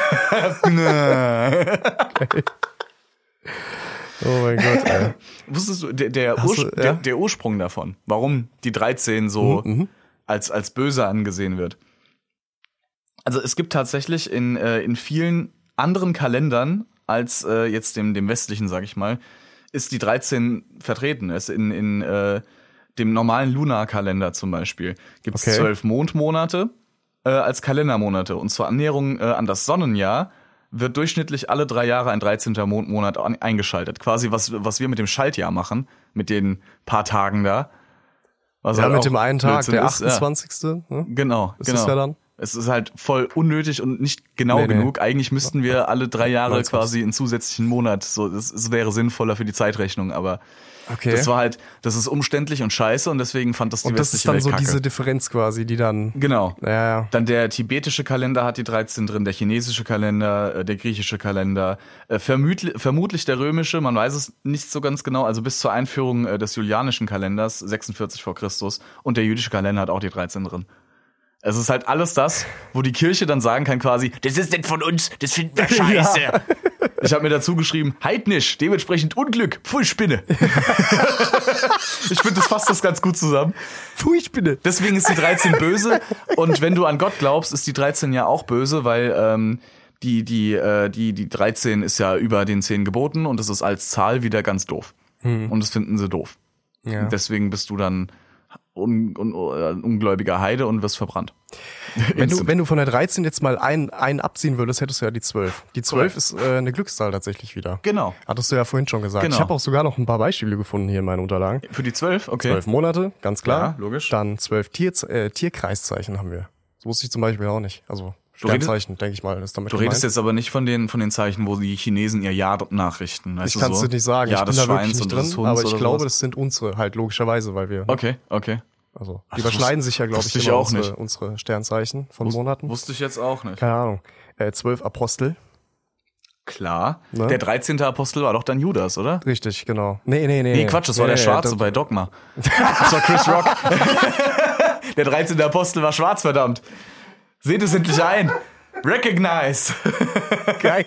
Speaker 4: Oh mein Gott, ey.
Speaker 3: Wusstest du, der, der,
Speaker 4: Hast
Speaker 3: Urs
Speaker 4: du-
Speaker 3: der,
Speaker 4: ja?
Speaker 3: der Ursprung davon, warum die dreizehn so
Speaker 4: Mhm,
Speaker 3: als, als böse angesehen wird? Also es gibt tatsächlich in, äh, in vielen anderen Kalendern als äh, jetzt dem, dem westlichen, sag ich mal, ist die dreizehn vertreten. Es in, in äh, dem normalen Lunarkalender zum Beispiel gibt es
Speaker 4: Okay.
Speaker 3: zwölf Mondmonate äh, als Kalendermonate. Und zur Annäherung äh, an das Sonnenjahr wird durchschnittlich alle drei Jahre ein dreizehnter Mondmonat an, eingeschaltet. Quasi was, was wir mit dem Schaltjahr machen, mit den paar Tagen da. Was
Speaker 4: Ja,
Speaker 3: halt
Speaker 4: mit
Speaker 3: auch
Speaker 4: dem einen Tag,
Speaker 3: Blödsinn
Speaker 4: der
Speaker 3: ist, ja.
Speaker 4: achtundzwanzigste Ne?
Speaker 3: Genau,
Speaker 4: Ist
Speaker 3: genau.
Speaker 4: es ja dann?
Speaker 3: Es ist halt voll unnötig und nicht genau
Speaker 4: Nee, nee.
Speaker 3: genug. Eigentlich müssten wir alle drei Jahre
Speaker 4: neunundzwanzig
Speaker 3: quasi einen zusätzlichen Monat. So, das, es wäre sinnvoller für die Zeitrechnung, aber
Speaker 4: Okay.
Speaker 3: das war halt, das ist umständlich und scheiße und deswegen fand das die
Speaker 4: Und das ist
Speaker 3: westliche
Speaker 4: dann
Speaker 3: Welt
Speaker 4: so
Speaker 3: kacke.
Speaker 4: diese Differenz quasi, die dann.
Speaker 3: Genau.
Speaker 4: Ja, ja.
Speaker 3: Dann der tibetische Kalender hat die dreizehn drin, der chinesische Kalender, äh, der griechische Kalender, äh, vermutlich, vermutlich der römische, man weiß es nicht so ganz genau, also bis zur Einführung äh, des julianischen Kalenders, sechsundvierzig vor Christus, und der jüdische Kalender hat auch die dreizehn drin. Es ist halt alles das, wo die Kirche dann sagen kann quasi, das ist nicht von uns, das finden wir scheiße. Ich habe mir dazu geschrieben, heidnisch, dementsprechend Unglück, pfui Spinne. Ich finde, das fasst das ganz gut zusammen.
Speaker 4: Pfui, ich bin.
Speaker 3: Deswegen ist die dreizehn böse. Und wenn du an Gott glaubst, ist die dreizehn ja auch böse, weil ähm, die die äh, die die dreizehn ist ja über den zehn Geboten und es ist als Zahl wieder ganz doof.
Speaker 4: Hm.
Speaker 3: Und das finden sie doof.
Speaker 4: Ja.
Speaker 3: Deswegen bist du dann un, un, un, ungläubiger Heide und wirst verbrannt.
Speaker 4: Wenn du, wenn du von der dreizehn jetzt mal einen, einen abziehen würdest, hättest du ja die zwölf. Die zwölf ist äh, eine Glückszahl tatsächlich wieder.
Speaker 3: Genau.
Speaker 4: Hattest du ja vorhin schon gesagt.
Speaker 3: Genau.
Speaker 4: Ich habe auch sogar noch ein paar Beispiele gefunden hier in meinen Unterlagen.
Speaker 3: Für die zwölf, okay.
Speaker 4: Zwölf Monate, ganz klar.
Speaker 3: Ja, logisch.
Speaker 4: Dann zwölf Tier, äh, Tierkreiszeichen haben wir. Das wusste ich zum Beispiel auch nicht. Also
Speaker 3: Du redest-
Speaker 4: Sternzeichen, denke ich mal, ist damit
Speaker 3: Du redest
Speaker 4: gemeint.
Speaker 3: jetzt aber nicht von den von den Zeichen, wo die Chinesen ihr Jahr nachrichten. Weißt
Speaker 4: Ich
Speaker 3: du
Speaker 4: kann es
Speaker 3: so?
Speaker 4: dir nicht sagen.
Speaker 3: Jahr
Speaker 4: Ich bin
Speaker 3: des
Speaker 4: da wirklich
Speaker 3: Schweins
Speaker 4: nicht
Speaker 3: und
Speaker 4: drin,
Speaker 3: des Hunds
Speaker 4: aber ich
Speaker 3: oder
Speaker 4: glaube,
Speaker 3: sowas.
Speaker 4: das sind unsere halt logischerweise, weil wir
Speaker 3: Okay, okay.
Speaker 4: also
Speaker 3: Ach,
Speaker 4: die
Speaker 3: das
Speaker 4: überschneiden
Speaker 3: wus-
Speaker 4: sich ja, glaube ich,
Speaker 3: wusste ich
Speaker 4: immer
Speaker 3: auch
Speaker 4: unsere,
Speaker 3: nicht.
Speaker 4: unsere Sternzeichen von
Speaker 3: Wus-
Speaker 4: Monaten.
Speaker 3: Wusste ich jetzt auch nicht.
Speaker 4: Keine Ahnung. Äh, zwölf Apostel.
Speaker 3: Klar.
Speaker 4: Ne?
Speaker 3: Der dreizehnte Apostel war doch dann Judas, oder?
Speaker 4: Richtig, genau. Nee, nee, nee.
Speaker 3: Nee, Quatsch, das war
Speaker 4: nee,
Speaker 3: der Schwarze
Speaker 4: das-
Speaker 3: bei Dogma. Das war Chris Rock. Der dreizehnte Apostel war schwarz, verdammt. Seht es endlich ein. Recognize.
Speaker 4: Geil.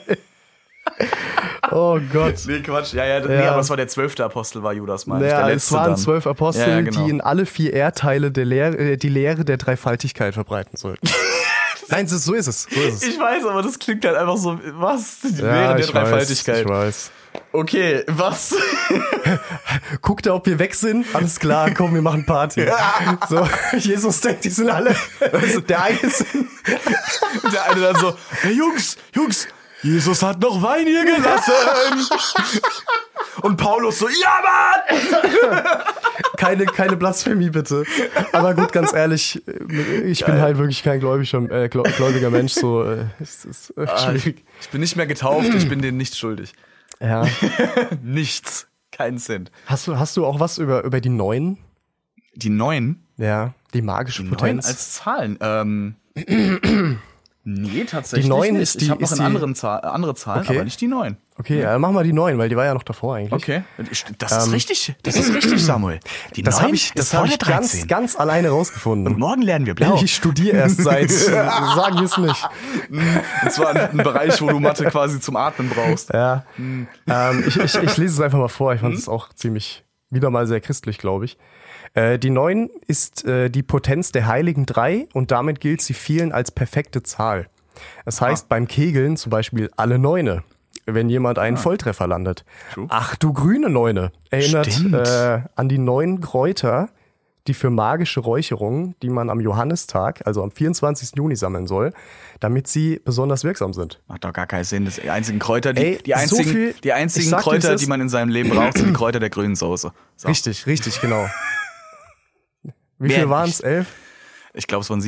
Speaker 4: Oh Gott.
Speaker 3: Nee, Quatsch. Ja, ja, nee,
Speaker 4: Ja.
Speaker 3: aber es war der zwölfte Apostel, war Judas, meine ich.
Speaker 4: Naja,
Speaker 3: Der
Speaker 4: es
Speaker 3: letzte
Speaker 4: waren
Speaker 3: dann.
Speaker 4: zwölf Apostel,
Speaker 3: Ja, ja, genau.
Speaker 4: die in alle vier Erdteile der Lehre, äh, die Lehre der Dreifaltigkeit verbreiten sollten. Nein, so so ist es. So ist es.
Speaker 3: Ich weiß, aber das klingt halt einfach so, was? Die
Speaker 4: Ja,
Speaker 3: Lehre der
Speaker 4: ich
Speaker 3: Dreifaltigkeit.
Speaker 4: Weiß, ich weiß.
Speaker 3: Okay, was?
Speaker 4: Guckt da, ob wir weg sind. Alles klar, komm, wir machen Party. So, Jesus denkt, die sind alle. Der eine ist.
Speaker 3: Der eine dann so, hey Jungs, Jungs, Jesus hat noch Wein hier gelassen. Und Paulus so, ja Mann!
Speaker 4: Keine, keine Blasphemie, bitte. Aber gut, ganz ehrlich, ich bin
Speaker 3: Geil.
Speaker 4: halt wirklich kein gläubiger, äh, gläu- gläubiger Mensch. So, äh, es ist äh,
Speaker 3: Ah, ich,
Speaker 4: schwierig.
Speaker 3: ich bin nicht mehr getauft, ich bin denen nicht schuldig.
Speaker 4: Ja.
Speaker 3: Nichts. Keinen Cent.
Speaker 4: Hast du, hast du auch was über, über die Neun?
Speaker 3: Die neun?
Speaker 4: Ja, die magische
Speaker 3: Neun
Speaker 4: Potenz.
Speaker 3: als Zahlen. Ähm, nee, tatsächlich
Speaker 4: Die neun
Speaker 3: nicht.
Speaker 4: ist die-
Speaker 3: ich habe noch
Speaker 4: ist
Speaker 3: in
Speaker 4: die-
Speaker 3: anderen Zahl, andere Zahlen,
Speaker 4: Okay.
Speaker 3: aber nicht die neun.
Speaker 4: Okay, ja, mach mal die Neun, weil die war ja noch davor eigentlich.
Speaker 3: Okay. Das ist
Speaker 4: Ähm,
Speaker 3: richtig. Das ist richtig, Samuel. Die
Speaker 4: Das
Speaker 3: neun
Speaker 4: habe ich, das hab ich ganz, ganz alleine rausgefunden.
Speaker 3: Morgen lernen wir blau.
Speaker 4: Ich studiere erst seit, sagen wir es nicht.
Speaker 3: Und zwar ein Bereich, wo du Mathe quasi zum Atmen brauchst.
Speaker 4: Ja. Ähm, ich, ich, ich lese es einfach mal vor. Ich fand es auch ziemlich, wieder mal sehr christlich, glaube ich. Äh, die Neun ist äh, die Potenz der Heiligen Drei und damit gilt sie vielen als perfekte Zahl. Das heißt beim Kegeln zum Beispiel alle Neune, wenn jemand einen Volltreffer landet.
Speaker 3: True.
Speaker 4: Ach du grüne Neune. Erinnert
Speaker 3: Stimmt.
Speaker 4: äh, an die neun Kräuter, die für magische Räucherungen, die man am Johannistag, also am vierundzwanzigsten Juni sammeln soll, damit sie besonders wirksam sind.
Speaker 3: Macht doch gar keinen Sinn. Das die einzigen Kräuter, die,
Speaker 4: Ey,
Speaker 3: die
Speaker 4: so
Speaker 3: einzigen,
Speaker 4: viel-
Speaker 3: die
Speaker 4: ich
Speaker 3: einzigen
Speaker 4: sag dir,
Speaker 3: Kräuter,
Speaker 4: es ist-
Speaker 3: die man in seinem Leben braucht, sind die Kräuter der grünen Soße. So.
Speaker 4: Richtig, richtig, genau. Wie
Speaker 3: Wer
Speaker 4: viel waren
Speaker 3: nicht?
Speaker 4: es? Elf?
Speaker 3: Ich glaube, es waren sieben.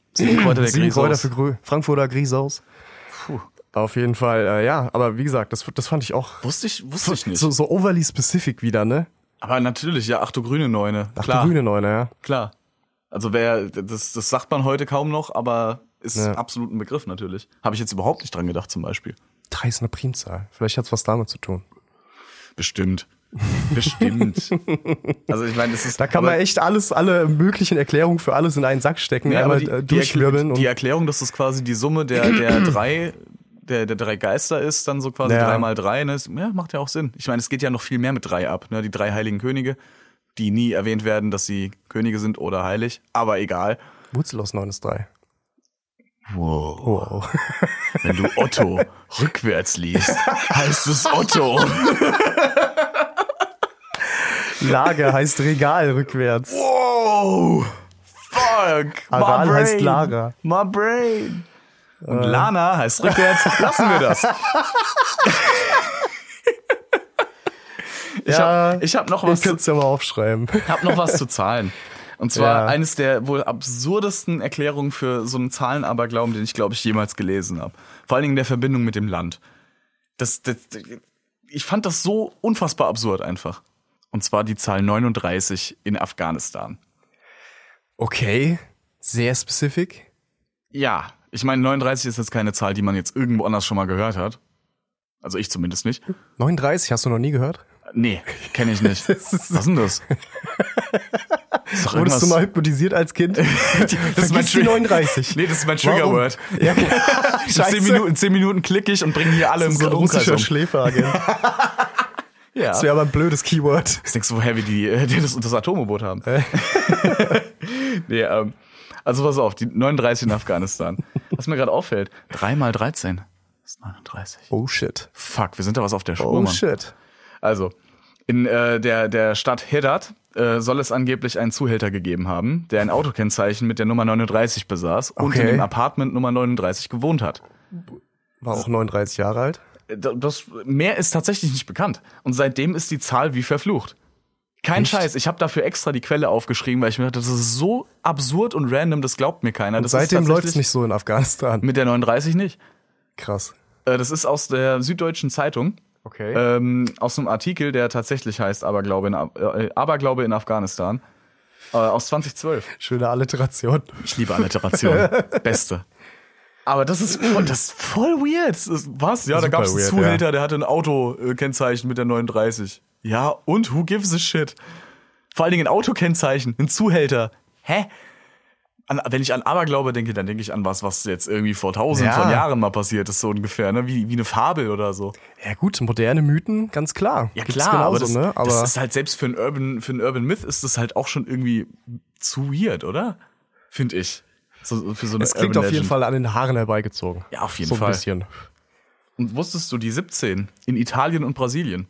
Speaker 3: Sieben Kräuter der
Speaker 4: Sieben Kräuter
Speaker 3: Griesaus.
Speaker 4: für Grü Frankfurter Griesaus.
Speaker 3: Puh.
Speaker 4: Auf jeden Fall, äh, ja. Aber wie gesagt, das, das fand ich auch
Speaker 3: Wusste ich, wusste ich nicht.
Speaker 4: so, so overly specific wieder, ne?
Speaker 3: Aber natürlich, ja, ach du grüne Neune.
Speaker 4: Ach,
Speaker 3: Klar,
Speaker 4: du grüne Neune, ja.
Speaker 3: klar. Also wer, das, das sagt man heute kaum noch, aber ist
Speaker 4: Ja.
Speaker 3: absolut ein Begriff natürlich. Habe ich jetzt überhaupt nicht dran gedacht zum Beispiel.
Speaker 4: Drei ist eine Primzahl. Vielleicht hat's was damit zu tun.
Speaker 3: Bestimmt. Bestimmt. Also ich meine, es ist...
Speaker 4: Da kann
Speaker 3: aber,
Speaker 4: man echt alles, alle möglichen Erklärungen für alles in einen Sack stecken,
Speaker 3: ja, aber
Speaker 4: einmal
Speaker 3: die,
Speaker 4: äh,
Speaker 3: die,
Speaker 4: durchwirbeln
Speaker 3: Erklä-
Speaker 4: und
Speaker 3: die Erklärung, dass das quasi die Summe der, der drei... Der, der drei Geister ist dann so quasi
Speaker 4: Ja.
Speaker 3: drei mal drei, ne? Ist- Ja, macht ja auch Sinn. Ich meine, es geht ja noch viel mehr mit drei ab, ne? Die drei heiligen Könige, die nie erwähnt werden, dass sie Könige sind oder heilig, aber egal.
Speaker 4: Wurzel aus neun ist drei.
Speaker 3: Wow.
Speaker 4: Wow.
Speaker 3: Wenn du Otto rückwärts liest, heißt es Otto.
Speaker 4: Lager heißt Regal rückwärts.
Speaker 3: Wow. Fuck.
Speaker 4: Aral
Speaker 3: my
Speaker 4: heißt
Speaker 3: brain.
Speaker 4: Lara.
Speaker 3: My brain. Und Lana heißt rückwärts. Lassen wir das. Ich
Speaker 4: Ja,
Speaker 3: habe ich hab noch was
Speaker 4: Ihr könnt's ja mal aufschreiben.
Speaker 3: hab noch was zu Zahlen. Und zwar
Speaker 4: Ja.
Speaker 3: eines der wohl absurdesten Erklärungen für so einen Zahlenaberglauben, den ich, glaube ich, jemals gelesen habe. Vor allen Dingen in der Verbindung mit dem Land. Das, das, ich fand das so unfassbar absurd einfach. Und zwar die Zahl neununddreißig in Afghanistan.
Speaker 4: Okay, sehr specific.
Speaker 3: Ja, ich meine, neununddreißig ist jetzt keine Zahl, die man jetzt irgendwo anders schon mal gehört hat. Also ich zumindest nicht.
Speaker 4: neununddreißig, hast du noch nie gehört?
Speaker 3: Nee, kenne ich nicht.
Speaker 4: Das ist-
Speaker 3: Was ist denn das? Ist doch
Speaker 4: Wurdest du
Speaker 3: irgendwas-
Speaker 4: mal hypnotisiert als Kind?
Speaker 3: das ist mein
Speaker 4: Vergiss die
Speaker 3: Trigger-
Speaker 4: neununddreißig.
Speaker 3: Nee, das ist mein
Speaker 4: Warum?
Speaker 3: Triggerword.
Speaker 4: Ja,
Speaker 3: In zehn Minuten, in zehn Minuten klicke ich und bringe hier alle im
Speaker 4: so ein
Speaker 3: Umkreis
Speaker 4: russischer
Speaker 3: um.
Speaker 4: Schläferagent.
Speaker 3: Ja.
Speaker 4: Das wäre aber ein blödes Keyword.
Speaker 3: Ich denkst du, woher wir die, äh, die das, das Atom-U-Boot haben? nee, ähm, also pass auf, die neununddreißig in Afghanistan. Was mir gerade auffällt, drei mal dreizehn ist neununddreißig.
Speaker 4: Oh shit.
Speaker 3: Fuck, wir sind da was auf der Spur,
Speaker 4: Oh
Speaker 3: Mann.
Speaker 4: shit.
Speaker 3: Also, in äh, der, der Stadt Herat äh, soll es angeblich einen Zuhälter gegeben haben, der ein Autokennzeichen mit der Nummer neununddreißig besaß und
Speaker 4: Okay.
Speaker 3: in dem Apartment Nummer neununddreißig gewohnt hat.
Speaker 4: War auch neununddreißig Jahre alt.
Speaker 3: Das mehr ist tatsächlich nicht bekannt. Und seitdem ist die Zahl wie verflucht. Kein
Speaker 4: Echt?
Speaker 3: Scheiß. Ich habe dafür extra die Quelle aufgeschrieben, weil ich mir dachte, das ist so absurd und random, das glaubt mir keiner.
Speaker 4: Und
Speaker 3: Das
Speaker 4: seitdem
Speaker 3: ist
Speaker 4: läuft's
Speaker 3: tatsächlich-
Speaker 4: nicht so in Afghanistan.
Speaker 3: Mit der neununddreißig nicht.
Speaker 4: Krass.
Speaker 3: Äh, Das ist aus der Süddeutschen Zeitung.
Speaker 4: Okay.
Speaker 3: Ähm, aus einem Artikel, der tatsächlich heißt Aberglaube in, Af- äh, Aberglaube in Afghanistan. Äh, aus zwanzig zwölf.
Speaker 4: Schöne Alliteration.
Speaker 3: Ich liebe Alliteration. Beste. Aber das ist voll, das ist voll weird. Das ist, was? Ja, da
Speaker 4: Super
Speaker 3: gab es einen
Speaker 4: weird,
Speaker 3: Zuhälter, der hatte ein Autokennzeichen mit der neununddreißig. Ja, und who gives a shit? Vor allen Dingen ein Autokennzeichen, ein Zuhälter. Hä? An, wenn ich an Aberglaube denke, dann denke ich an was, was jetzt irgendwie vor tausenden
Speaker 4: Ja.
Speaker 3: von Jahren mal passiert ist, so ungefähr, ne? Wie, wie eine Fabel oder so.
Speaker 4: Ja gut, moderne Mythen, ganz klar.
Speaker 3: Ja
Speaker 4: Gibt's
Speaker 3: klar, aber,
Speaker 4: genauso,
Speaker 3: das,
Speaker 4: ne? Aber
Speaker 3: das ist halt selbst für einen Urban, für einen Urban Myth ist das halt auch schon irgendwie zu weird, oder? Finde ich. So, für so eine
Speaker 4: es klingt
Speaker 3: Urban
Speaker 4: auf jeden
Speaker 3: Legend.
Speaker 4: Fall an den Haaren herbeigezogen.
Speaker 3: Ja, auf jeden
Speaker 4: so
Speaker 3: Fall.
Speaker 4: Ein bisschen.
Speaker 3: Und wusstest du, die siebzehn in Italien und Brasilien,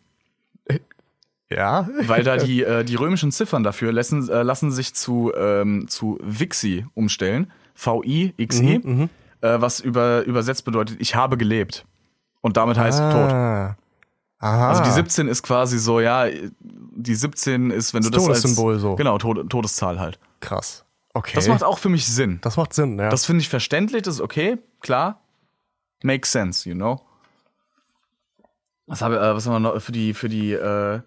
Speaker 4: Ja?
Speaker 3: weil da die, äh, die römischen Ziffern dafür lassen, äh, lassen sich zu, ähm, zu Vixi umstellen. V I X I,
Speaker 4: Mhm,
Speaker 3: äh, was über, übersetzt bedeutet, ich habe gelebt. Und damit heißt tot.
Speaker 4: ah. Aha.
Speaker 3: Also die siebzehn ist quasi so, ja, die siebzehn ist, wenn du
Speaker 4: Das
Speaker 3: das als
Speaker 4: Todessymbol so.
Speaker 3: Genau, Tod, Todeszahl halt.
Speaker 4: Krass. Okay.
Speaker 3: Das macht auch für mich Sinn.
Speaker 4: das macht Sinn, ja.
Speaker 3: Das finde ich verständlich, das ist okay, klar. Makes sense, you know. Was haben wir, äh, was haben wir noch für die, für die, äh,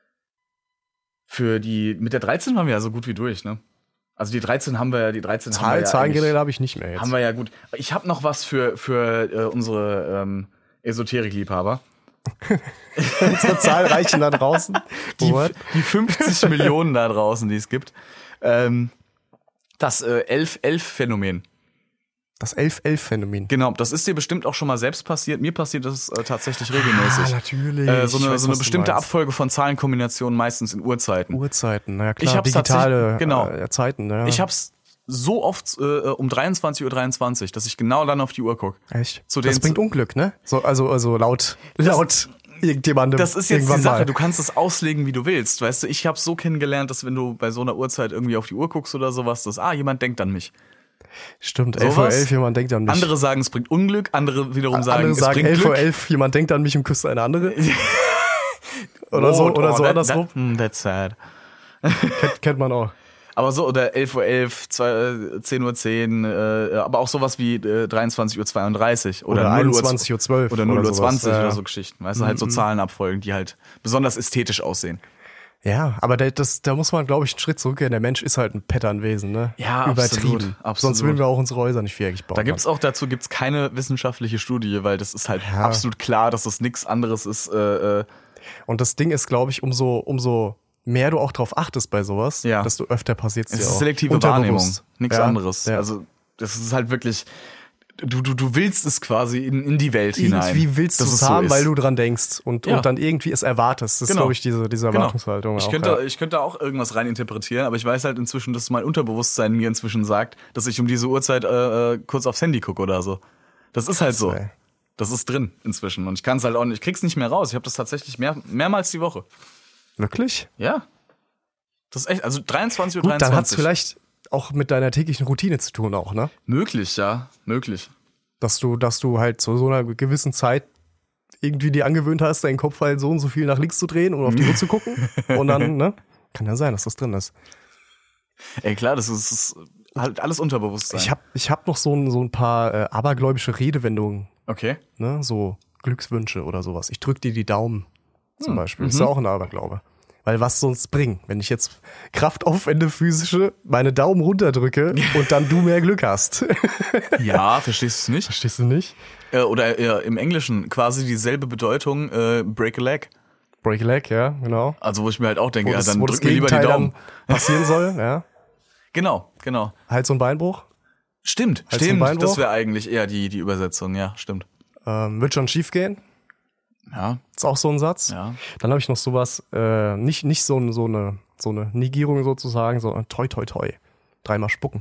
Speaker 3: für die, mit der dreizehn waren wir ja so gut wie durch, ne? Also die dreizehn haben wir ja, die dreizehn haben wir
Speaker 4: Zahl,
Speaker 3: ja
Speaker 4: Zahlengeräte
Speaker 3: eigentlich-
Speaker 4: habe ich nicht mehr jetzt.
Speaker 3: haben wir ja gut. Ich habe noch was für, für äh, unsere ähm, Esoterik-Liebhaber.
Speaker 4: Unsere Zahlreichen da draußen.
Speaker 3: Die,
Speaker 4: What?
Speaker 3: die fünfzig Millionen da draußen, die es gibt. Ähm, das äh, elf elf Phänomen.
Speaker 4: Das elf elf Phänomen.
Speaker 3: Genau, das ist dir bestimmt auch schon mal selbst passiert. Mir passiert das äh, tatsächlich regelmäßig.
Speaker 4: Ah, natürlich.
Speaker 3: Äh, so
Speaker 4: Ich
Speaker 3: eine,
Speaker 4: weiß,
Speaker 3: so eine
Speaker 4: was du
Speaker 3: bestimmte
Speaker 4: meinst.
Speaker 3: Abfolge von Zahlenkombinationen, meistens in Uhrzeiten.
Speaker 4: Uhrzeiten, na ja klar.
Speaker 3: Ich hab's
Speaker 4: digitale
Speaker 3: tatsächlich- genau.
Speaker 4: äh, Zeiten, ja.
Speaker 3: Ich hab's so oft äh, um dreiundzwanzig Uhr dreiundzwanzig, dass ich genau dann auf die Uhr gucke.
Speaker 4: Echt?
Speaker 3: Zu
Speaker 4: das
Speaker 3: den-
Speaker 4: bringt Unglück, ne? So, also, also laut, laut irgendjemandem.
Speaker 3: Das ist jetzt die
Speaker 4: irgendwann
Speaker 3: Sache,
Speaker 4: mal.
Speaker 3: du kannst es auslegen, wie du willst. Weißt du, ich habe so kennengelernt, dass wenn du bei so einer Uhrzeit irgendwie auf die Uhr guckst oder sowas, dass, ah, jemand denkt an mich.
Speaker 4: Stimmt, elf Uhr
Speaker 3: Sowas.
Speaker 4: elf, jemand denkt an mich.
Speaker 3: Andere sagen, es bringt Unglück, andere wiederum sagen,
Speaker 4: Andere
Speaker 3: es
Speaker 4: sagen
Speaker 3: bringt
Speaker 4: elf
Speaker 3: Glück.
Speaker 4: Uhr elf, jemand denkt an mich und küsst eine andere. oder so,
Speaker 3: Oh,
Speaker 4: oder
Speaker 3: oh,
Speaker 4: so
Speaker 3: that,
Speaker 4: andersrum.
Speaker 3: That, mm, that's sad.
Speaker 4: Kennt, kennt man auch.
Speaker 3: Aber so, oder elf Uhr elf, zehn Uhr zehn, äh, aber auch sowas wie äh, dreiundzwanzig Uhr zweiunddreißig oder,
Speaker 4: Oder
Speaker 3: null Uhr
Speaker 4: einundzwanzig Uhr zwölf
Speaker 3: oder null Uhr zwanzig
Speaker 4: ja.
Speaker 3: oder so Geschichten. Weißt du, halt so Zahlenabfolgen, die halt besonders ästhetisch aussehen.
Speaker 4: Ja, aber da, das, da muss man, glaube ich, einen Schritt zurückgehen. Der Mensch ist halt ein Patternwesen, ne?
Speaker 3: Ja,
Speaker 4: Übertrieben.
Speaker 3: absolut, absolut.
Speaker 4: Sonst würden wir auch unsere Häuser nicht viereckig bauen.
Speaker 3: Da gibt's auch dazu gibt's keine wissenschaftliche Studie, weil das ist halt
Speaker 4: Ja.
Speaker 3: absolut klar, dass das nichts anderes ist. Äh, äh,
Speaker 4: Und das Ding ist, glaube ich, umso, umso mehr du auch drauf achtest bei sowas,
Speaker 3: Ja.
Speaker 4: desto öfter passiert's dir
Speaker 3: es
Speaker 4: auch.
Speaker 3: ist selektive
Speaker 4: Unterbewusst.
Speaker 3: Wahrnehmung, nichts
Speaker 4: Ja,
Speaker 3: anderes.
Speaker 4: ja.
Speaker 3: Also das ist halt wirklich, du du du willst es quasi in in die Welt hinein.
Speaker 4: Irgendwie willst du
Speaker 3: dass
Speaker 4: es
Speaker 3: so
Speaker 4: haben,
Speaker 3: ist.
Speaker 4: weil du dran denkst und,
Speaker 3: Ja.
Speaker 4: und dann irgendwie es erwartest. Das ist,
Speaker 3: Genau.
Speaker 4: glaube ich, diese, diese
Speaker 3: Genau.
Speaker 4: Erwartungshaltung.
Speaker 3: Ich
Speaker 4: auch,
Speaker 3: könnte,
Speaker 4: ja.
Speaker 3: ich könnte auch irgendwas reininterpretieren, aber ich weiß halt inzwischen, dass mein Unterbewusstsein mir inzwischen sagt, dass ich um diese Uhrzeit äh, äh, kurz aufs Handy gucke oder so. Das ist halt so.
Speaker 4: ey.
Speaker 3: Das ist drin inzwischen und ich kann es halt auch nicht, ich krieg's nicht mehr raus. Ich habe das tatsächlich mehr, mehrmals die Woche.
Speaker 4: Wirklich?
Speaker 3: Ja. Das ist echt, also dreiundzwanzig Uhr
Speaker 4: Gut,
Speaker 3: dreiundzwanzig.
Speaker 4: dann hat's vielleicht auch mit deiner täglichen Routine zu tun auch, ne?
Speaker 3: Möglich, ja, möglich.
Speaker 4: Dass du, dass du halt zu so einer gewissen Zeit irgendwie dir angewöhnt hast, deinen Kopf halt so und so viel nach links zu drehen und auf die Uhr zu gucken. Und dann, ne? Kann ja sein, dass das drin ist.
Speaker 3: Ey, klar, das ist, das ist halt alles Unterbewusstsein.
Speaker 4: Ich hab, ich hab noch so ein, so ein paar äh, abergläubische Redewendungen,
Speaker 3: Okay.
Speaker 4: ne? So Glückswünsche oder sowas. Ich drück dir die Daumen zum Beispiel.
Speaker 3: Mhm.
Speaker 4: Ist ja auch ein Aberglaube. Weil was sonst bringen, wenn ich jetzt Kraft aufwende, physische, meine Daumen runterdrücke und dann du mehr Glück hast.
Speaker 3: Ja, verstehst du es nicht?
Speaker 4: Verstehst du nicht?
Speaker 3: Äh, oder äh, im Englischen quasi dieselbe Bedeutung, äh, break a leg.
Speaker 4: Break a leg, ja, genau.
Speaker 3: Also wo ich mir halt auch denke,
Speaker 4: Wo
Speaker 3: ja,
Speaker 4: das,
Speaker 3: dann
Speaker 4: wo das
Speaker 3: drück mir lieber die
Speaker 4: Gegenteil
Speaker 3: Daumen.
Speaker 4: dann passieren soll, ja.
Speaker 3: Genau, genau.
Speaker 4: Hals- und Beinbruch.
Speaker 3: Stimmt,
Speaker 4: Hals- und
Speaker 3: stimmt.
Speaker 4: Beinbruch?
Speaker 3: Das wäre eigentlich eher die, die Übersetzung, ja, stimmt.
Speaker 4: Ähm, wird schon schief gehen.
Speaker 3: Ja,
Speaker 4: Ist auch so ein Satz.
Speaker 3: ja.
Speaker 4: Dann habe ich noch sowas, äh, nicht, nicht so, ein- so, eine, so eine Negierung sozusagen, sondern toi, toi, toi. Dreimal spucken.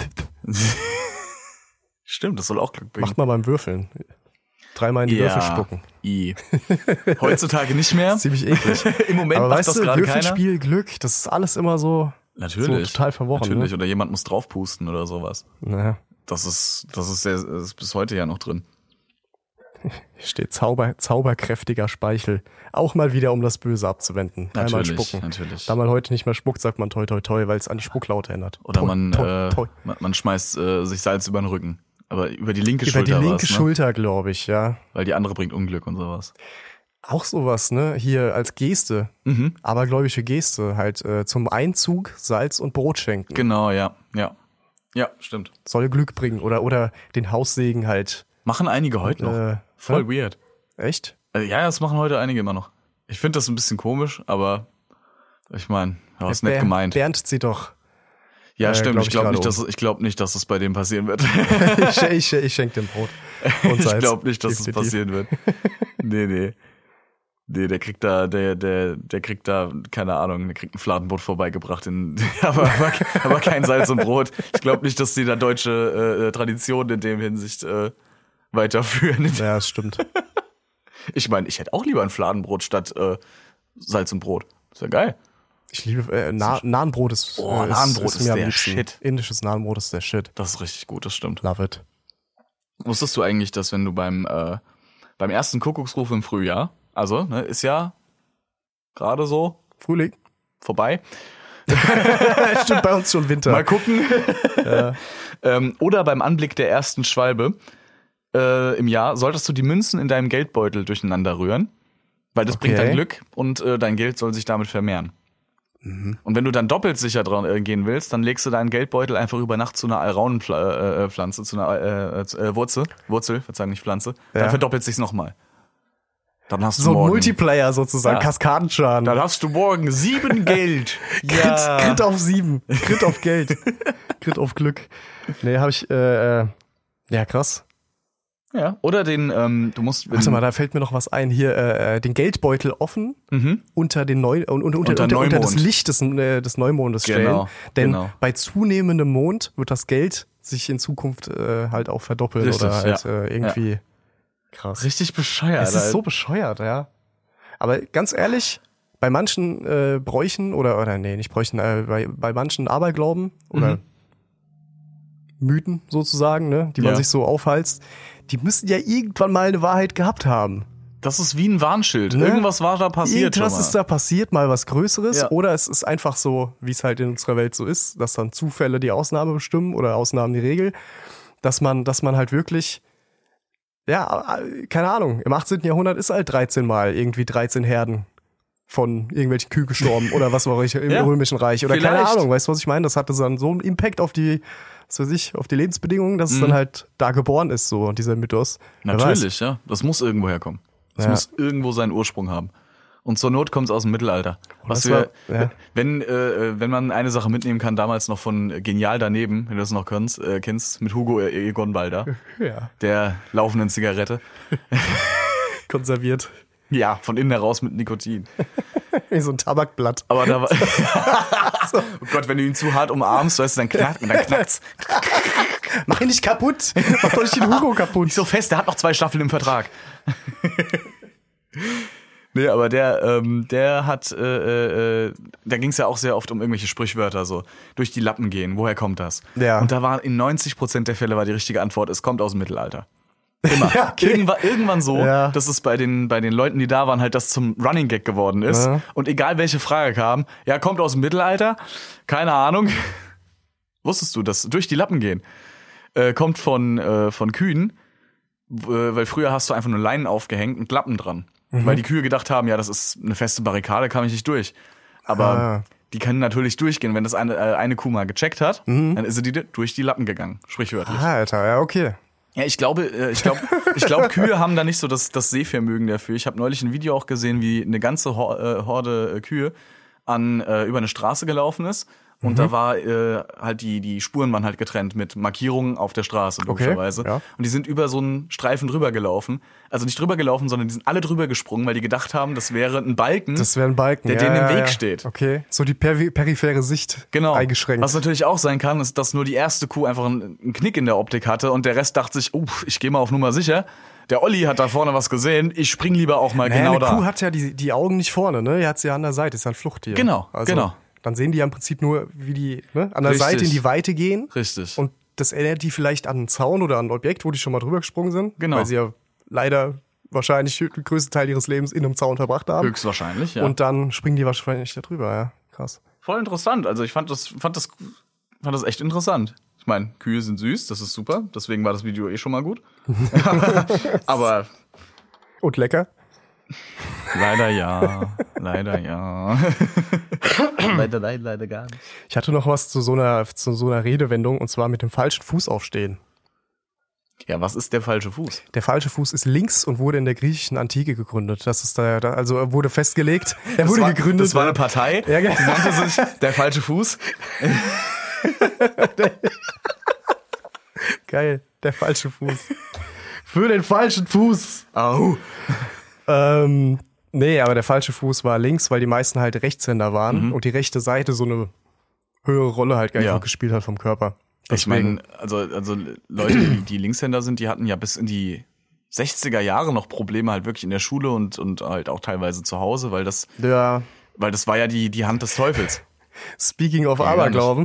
Speaker 3: Stimmt, das soll auch Glück bringen.
Speaker 4: Macht mal beim Würfeln. Dreimal in die Würfel spucken.
Speaker 3: I. Heutzutage nicht mehr.
Speaker 4: Ziemlich eklig.
Speaker 3: Im Moment
Speaker 4: Aber
Speaker 3: macht
Speaker 4: weißt
Speaker 3: das
Speaker 4: du,
Speaker 3: gerade keiner.
Speaker 4: Würfelspiel, Glück, das ist alles immer so,
Speaker 3: Natürlich.
Speaker 4: so total verworren.
Speaker 3: Natürlich.
Speaker 4: Ne?
Speaker 3: Oder jemand muss draufpusten oder sowas.
Speaker 4: Naja,
Speaker 3: Das ist, das ist, sehr, das ist bis heute ja noch drin.
Speaker 4: hier steht Zauber, zauberkräftiger Speichel. Auch mal wieder, um das Böse abzuwenden. Dreimal
Speaker 3: Natürlich,
Speaker 4: spucken.
Speaker 3: natürlich.
Speaker 4: Da man heute nicht mehr spuckt, sagt man toi, toi, toi, weil es an die Spucklaute erinnert.
Speaker 3: Oder
Speaker 4: toi,
Speaker 3: man,
Speaker 4: toi,
Speaker 3: äh,
Speaker 4: toi.
Speaker 3: man, man schmeißt äh, sich Salz über den Rücken. Aber über die linke
Speaker 4: Über
Speaker 3: Schulter
Speaker 4: die linke
Speaker 3: war's, ne?
Speaker 4: Schulter, glaube ich, ja.
Speaker 3: Weil die andere bringt Unglück und sowas.
Speaker 4: Auch sowas, ne? Hier als Geste,
Speaker 3: Mhm.
Speaker 4: abergläubische Geste, halt äh, zum Einzug Salz und Brot schenken.
Speaker 3: Genau, ja, ja. Ja, stimmt.
Speaker 4: Soll Glück bringen oder oder den Haussegen halt.
Speaker 3: Machen einige heute noch.
Speaker 4: Äh,
Speaker 3: Voll
Speaker 4: ne?
Speaker 3: weird.
Speaker 4: Echt?
Speaker 3: Also, ja, das machen heute einige immer noch. Ich finde das ein bisschen komisch, aber ich meine, ja, ist nett
Speaker 4: Ber-
Speaker 3: gemeint.
Speaker 4: Bernd zieht doch.
Speaker 3: Ja,
Speaker 4: äh,
Speaker 3: stimmt.
Speaker 4: glaub
Speaker 3: Ich
Speaker 4: ich
Speaker 3: glaube
Speaker 4: gerade
Speaker 3: nicht, dass ich glaube nicht, dass es bei dem passieren wird.
Speaker 4: ich ich, ich schenke dem Brot. Und
Speaker 3: ich
Speaker 4: Salz.
Speaker 3: glaube nicht, dass es
Speaker 4: Definitiv.
Speaker 3: passieren wird. Nee, nee. Nee, der kriegt da, der, der, der kriegt da, keine Ahnung, der kriegt ein Fladenbrot vorbeigebracht, in, aber, aber, aber kein Salz und Brot. Ich glaube nicht, dass die da deutsche äh, Traditionen in dem Hinsicht äh, weiterführen.
Speaker 4: Ja, das stimmt.
Speaker 3: Ich meine, ich hätte auch lieber ein Fladenbrot statt äh, Salz und Brot. Ist ja geil.
Speaker 4: Ich liebe äh, Na Nahenbrot ist,
Speaker 3: Oh,
Speaker 4: äh,
Speaker 3: Nahenbrot ist
Speaker 4: mir am
Speaker 3: der
Speaker 4: liebsten.
Speaker 3: Shit.
Speaker 4: Indisches Nahenbrot ist der Shit.
Speaker 3: Das ist richtig gut, das stimmt.
Speaker 4: Love it.
Speaker 3: Wusstest du eigentlich, dass wenn du beim äh, beim ersten Kuckucksruf im Frühjahr, also ne, ist ja gerade so
Speaker 4: Frühling.
Speaker 3: vorbei,
Speaker 4: Stimmt bei uns schon Winter.
Speaker 3: mal gucken,
Speaker 4: Ja.
Speaker 3: ähm, oder beim Anblick der ersten Schwalbe äh, im Jahr, solltest du die Münzen in deinem Geldbeutel durcheinander rühren, weil das
Speaker 4: Okay.
Speaker 3: bringt dann Glück und äh, dein Geld soll sich damit vermehren.
Speaker 4: Mhm.
Speaker 3: Und wenn du dann doppelt sicher dran äh, gehen willst, dann legst du deinen Geldbeutel einfach über Nacht zu einer Alraunenpflanze, zu einer äh, äh, Wurzel, Wurzel, Verzeihung, nicht Pflanze, dann
Speaker 4: Ja.
Speaker 3: verdoppelt sich's nochmal. Dann hast du
Speaker 4: So ein
Speaker 3: morgen,
Speaker 4: Multiplayer sozusagen,
Speaker 3: Ja.
Speaker 4: Kaskadenschaden.
Speaker 3: dann hast du morgen sieben Geld.
Speaker 4: Crit, Crit auf sieben. Crit auf Geld. Crit auf Glück. Nee, hab ich, äh, äh, ja, krass.
Speaker 3: Ja. Oder den, ähm, du musst.
Speaker 4: Warte mal, da fällt mir noch was ein. Hier, äh, den Geldbeutel offen
Speaker 3: Mhm.
Speaker 4: unter den Neu und, und, unter,
Speaker 3: Unter
Speaker 4: unter, unter das
Speaker 3: Neumond.
Speaker 4: Licht des, äh, des Neumondes stellen.
Speaker 3: Genau,
Speaker 4: Denn
Speaker 3: genau.
Speaker 4: bei zunehmendem Mond wird das Geld sich in Zukunft äh, halt auch verdoppeln
Speaker 3: Richtig,
Speaker 4: oder halt
Speaker 3: ja.
Speaker 4: äh, irgendwie krass.
Speaker 3: Richtig bescheuert.
Speaker 4: Es ist
Speaker 3: Alter.
Speaker 4: so bescheuert, ja. Aber ganz ehrlich, bei manchen äh, Bräuchen oder, oder nee, nicht Bräuchen, äh, bei, bei manchen Aberglauben oder
Speaker 3: Mhm.
Speaker 4: Mythen sozusagen, ne, die man
Speaker 3: Ja.
Speaker 4: sich so aufhalst, die müssen ja irgendwann mal eine Wahrheit gehabt haben.
Speaker 3: Das ist wie ein Warnschild.
Speaker 4: Ne?
Speaker 3: Irgendwas war da passiert
Speaker 4: Irgendwas
Speaker 3: schon mal.
Speaker 4: ist da passiert, mal was Größeres.
Speaker 3: Ja.
Speaker 4: Oder es ist einfach so, wie es halt in unserer Welt so ist, dass dann Zufälle die Ausnahme bestimmen oder Ausnahmen die Regel. Dass man, dass man halt wirklich, ja, keine Ahnung, im achtzehnten Jahrhundert ist halt dreizehn Mal irgendwie dreizehn Herden von irgendwelchen Kühen gestorben oder was war ich im
Speaker 3: Ja,
Speaker 4: Römischen Reich oder keine
Speaker 3: vielleicht.
Speaker 4: Ahnung, weißt du, was ich meine? Das hatte dann so einen Impact auf die, was weiß ich, auf die Lebensbedingungen, dass es
Speaker 3: Mhm.
Speaker 4: dann halt da geboren ist, so dieser Mythos. Wer weiß.
Speaker 3: Natürlich, ja. Das muss irgendwo herkommen. Das
Speaker 4: Ja.
Speaker 3: muss irgendwo seinen Ursprung haben. Und zur Not kommt es aus dem Mittelalter. Was
Speaker 4: das
Speaker 3: wir,
Speaker 4: war- ja.
Speaker 3: wenn, äh, wenn man eine Sache mitnehmen kann, damals noch von Genial daneben, wenn du das noch kennst, äh, kennst mit Hugo Egon Balder,
Speaker 4: Ja,
Speaker 3: der laufenden Zigarette.
Speaker 4: konserviert.
Speaker 3: Ja, von innen heraus mit Nikotin.
Speaker 4: Wie so ein Tabakblatt.
Speaker 3: Aber da war, oh Gott, wenn du ihn zu hart umarmst, weißt du, dann knackt und dann knackt's.
Speaker 4: Mach ihn nicht kaputt! Mach doch nicht den Hugo kaputt!
Speaker 3: Nicht so fest, der hat noch zwei Staffeln im Vertrag. Nee, aber der, ähm, der hat, äh, äh, da ging es ja auch sehr oft um irgendwelche Sprichwörter, so durch die Lappen gehen. Woher kommt das?
Speaker 4: Ja.
Speaker 3: Und da war in neunzig Prozent der Fälle war die richtige Antwort, es kommt aus dem Mittelalter. Immer.
Speaker 4: Ja, okay.
Speaker 3: Irgendwann, irgendwann so,
Speaker 4: Ja.
Speaker 3: dass es bei den, bei den Leuten, die da waren, halt das zum Running Gag geworden ist.
Speaker 4: Ja.
Speaker 3: Und egal welche Frage kam, ja, kommt aus dem Mittelalter, keine Ahnung. Wusstest du, dass durch die Lappen gehen, äh, kommt von, äh, von Kühen, w- weil früher hast du einfach nur Leinen aufgehängt und Lappen dran.
Speaker 4: Mhm.
Speaker 3: Weil die Kühe gedacht haben, ja, das ist eine feste Barrikade, kam ich nicht durch. Aber
Speaker 4: Ah.
Speaker 3: die können natürlich durchgehen. Wenn das eine, äh, eine Kuh mal gecheckt hat,
Speaker 4: Mhm.
Speaker 3: dann ist sie die durch die Lappen gegangen, sprichwörtlich.
Speaker 4: Ah, Alter, ja, okay.
Speaker 3: Ja, ich glaube, äh, ich glaube, ich glaube, Kühe haben da nicht so das, das Sehvermögen dafür. Ich habe neulich ein Video auch gesehen, wie eine ganze Hor- äh, Horde äh, Kühe an äh, über eine Straße gelaufen ist. Und da war äh, halt die die Spuren waren halt getrennt mit Markierungen auf der Straße logischerweise.
Speaker 4: ja.
Speaker 3: Und die sind über so einen Streifen drüber gelaufen. Also nicht drüber gelaufen, sondern die sind alle drüber gesprungen, weil die gedacht haben, das wäre ein Balken,
Speaker 4: Das wäre ein Balken.
Speaker 3: der
Speaker 4: ja,
Speaker 3: denen im
Speaker 4: ja,
Speaker 3: Weg
Speaker 4: ja.
Speaker 3: steht.
Speaker 4: Okay, so die peri periphere Sicht
Speaker 3: Genau.
Speaker 4: eingeschränkt.
Speaker 3: Was natürlich auch sein kann, ist, dass nur die erste Kuh einfach einen, einen Knick in der Optik hatte und der Rest dachte sich, oh, ich gehe mal auf Nummer sicher. Der Olli hat da vorne was gesehen, ich spring lieber auch mal
Speaker 4: naja,
Speaker 3: genau
Speaker 4: eine
Speaker 3: da.
Speaker 4: Kuh hat ja die, die Augen nicht vorne, ne? Die hat sie ja an der Seite, ist ja ein Fluchttier.
Speaker 3: Genau,
Speaker 4: also,
Speaker 3: genau.
Speaker 4: Dann sehen die ja im Prinzip nur, wie die ne, an der
Speaker 3: Richtig.
Speaker 4: Seite in die Weite gehen.
Speaker 3: Richtig.
Speaker 4: Und das erinnert die vielleicht an einen Zaun oder an ein Objekt, wo die schon mal drüber gesprungen sind.
Speaker 3: Genau.
Speaker 4: Weil sie ja leider wahrscheinlich den größten Teil ihres Lebens in einem Zaun verbracht haben.
Speaker 3: Höchstwahrscheinlich, ja.
Speaker 4: Und dann springen die wahrscheinlich da drüber, ja. Krass.
Speaker 3: Voll interessant. Also ich fand das, fand das, fand das echt interessant. Ich meine, Kühe sind süß, das ist super. Deswegen war das Video eh schon mal gut. Aber
Speaker 4: Und lecker.
Speaker 3: leider ja, leider ja. leider, leider, leider gar nicht.
Speaker 4: Ich hatte noch was zu so einer, zu so einer Redewendung, und zwar mit dem falschen Fuß aufstehen.
Speaker 3: Ja, was ist der falsche Fuß?
Speaker 4: Der falsche Fuß ist links und wurde in der griechischen Antike gegründet. Das ist da, da also er wurde festgelegt. Er wurde
Speaker 3: das war,
Speaker 4: gegründet.
Speaker 3: Das war eine Partei,
Speaker 4: Ja, genau.
Speaker 3: die nannte sich der falsche Fuß.
Speaker 4: Geil, der falsche Fuß. Für den falschen Fuß.
Speaker 3: Au.
Speaker 4: Ähm, nee, aber der falsche Fuß war links, weil die meisten halt Rechtshänder waren
Speaker 3: Mhm.
Speaker 4: und die rechte Seite so eine höhere Rolle halt einfach
Speaker 3: Ja.
Speaker 4: gespielt hat vom Körper.
Speaker 3: Ich meine, also, also Leute, die, die Linkshänder sind, die hatten ja bis in die sechziger Jahre noch Probleme halt wirklich in der Schule und, und halt auch teilweise zu Hause, weil das,
Speaker 4: Ja,
Speaker 3: weil das war ja die, die Hand des Teufels.
Speaker 4: speaking of
Speaker 3: Ja,
Speaker 4: Aberglauben.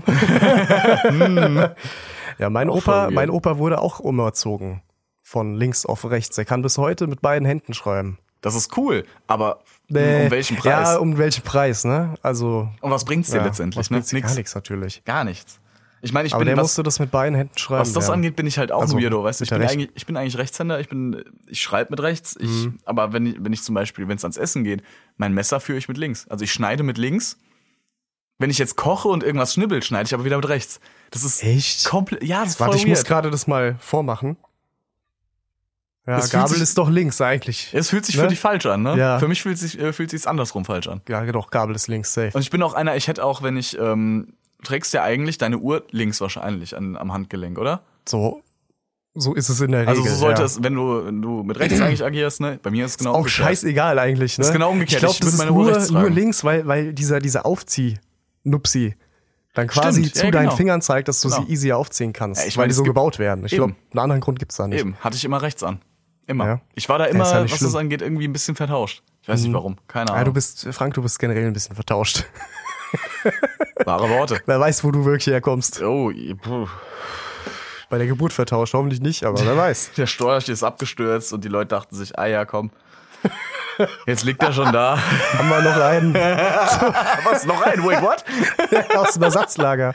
Speaker 4: Ja, mein
Speaker 3: Auch
Speaker 4: Opa,
Speaker 3: voll weird.
Speaker 4: mein Opa wurde auch umerzogen. Von links auf rechts. Er kann bis heute mit beiden Händen schreiben.
Speaker 3: Das ist cool, aber
Speaker 4: Nee.
Speaker 3: um welchen Preis?
Speaker 4: Ja, um welchen Preis, ne? Also.
Speaker 3: Und was bringt's dir
Speaker 4: ja,
Speaker 3: letztendlich?
Speaker 4: was
Speaker 3: Ne?
Speaker 4: bringt's dir? Gar nichts natürlich.
Speaker 3: Gar nichts. Ich meine, ich
Speaker 4: Aber
Speaker 3: bin,
Speaker 4: der
Speaker 3: was,
Speaker 4: musste das mit beiden Händen schreiben.
Speaker 3: was das
Speaker 4: lernen.
Speaker 3: angeht, bin ich halt auch
Speaker 4: Also,
Speaker 3: ein Weirdo, weißt du? Ich
Speaker 4: mit der
Speaker 3: bin
Speaker 4: rechten.
Speaker 3: eigentlich, ich bin eigentlich Rechtshänder, ich bin, ich schreibe mit rechts, ich,
Speaker 4: Mhm.
Speaker 3: aber wenn ich, wenn ich zum Beispiel, wenn es ans Essen geht, mein Messer führe ich mit links. Also ich schneide mit links. Wenn ich jetzt koche und irgendwas schnibbel, schneide ich aber wieder mit rechts. Das ist
Speaker 4: Echt?
Speaker 3: komplett, ja, das ist voll
Speaker 4: Warte, ich muss
Speaker 3: weird.
Speaker 4: gerade das mal vormachen. Ja,
Speaker 3: Das fühlt
Speaker 4: Gabel
Speaker 3: sich-
Speaker 4: ist doch links eigentlich.
Speaker 3: Es fühlt sich
Speaker 4: Ne?
Speaker 3: für dich falsch an, ne?
Speaker 4: Ja.
Speaker 3: Für mich fühlt sich äh, fühlt sich's andersrum falsch an.
Speaker 4: Ja, doch, Gabel ist links, safe.
Speaker 3: Und ich bin auch einer, ich hätte auch, wenn ich, ähm, trägst ja eigentlich deine Uhr links wahrscheinlich an, am Handgelenk, oder?
Speaker 4: So, so ist es in der Regel.
Speaker 3: Also so sollte
Speaker 4: ja.
Speaker 3: es, wenn du, wenn du mit rechts eigentlich agierst, ne? Bei mir ist es genau
Speaker 4: Auch
Speaker 3: umgekehrt.
Speaker 4: scheißegal eigentlich, ne?
Speaker 3: Ist genau umgekehrt.
Speaker 4: Ich glaube,
Speaker 3: Ich
Speaker 4: das
Speaker 3: würd
Speaker 4: ist
Speaker 3: meine Uhr
Speaker 4: nur,
Speaker 3: rechts
Speaker 4: nur
Speaker 3: tragen.
Speaker 4: links, weil, weil dieser, dieser Aufzieh-Nupsi dann quasi
Speaker 3: Stimmt,
Speaker 4: zu
Speaker 3: ja,
Speaker 4: deinen
Speaker 3: genau.
Speaker 4: Fingern zeigt, dass du
Speaker 3: Genau.
Speaker 4: sie easy aufziehen kannst.
Speaker 3: Ja, ich
Speaker 4: weil
Speaker 3: meine,
Speaker 4: die
Speaker 3: es
Speaker 4: so
Speaker 3: gibt-
Speaker 4: gebaut werden. Ich
Speaker 3: Eben.
Speaker 4: glaube, einen anderen Grund gibt's da nicht.
Speaker 3: Eben, hatte ich immer rechts an. Immer.
Speaker 4: Ja.
Speaker 3: Ich war da
Speaker 4: Ja,
Speaker 3: immer,
Speaker 4: ist ja nicht
Speaker 3: was das
Speaker 4: schlimm.
Speaker 3: angeht, irgendwie ein bisschen vertauscht. Ich weiß nicht warum. Keine
Speaker 4: Ja,
Speaker 3: Ahnung.
Speaker 4: du bist, Frank, du bist generell ein bisschen vertauscht.
Speaker 3: Wahre Worte.
Speaker 4: Wer weiß, wo du wirklich herkommst.
Speaker 3: Oh, puh.
Speaker 4: Bei der Geburt vertauscht, hoffentlich nicht, aber wer weiß.
Speaker 3: Der Storch ist abgestürzt und die Leute dachten sich, ah ja, komm, Jetzt liegt er schon da.
Speaker 4: Haben wir noch einen
Speaker 3: Was, noch ein? Wait, what?
Speaker 4: aus dem Ersatzlager.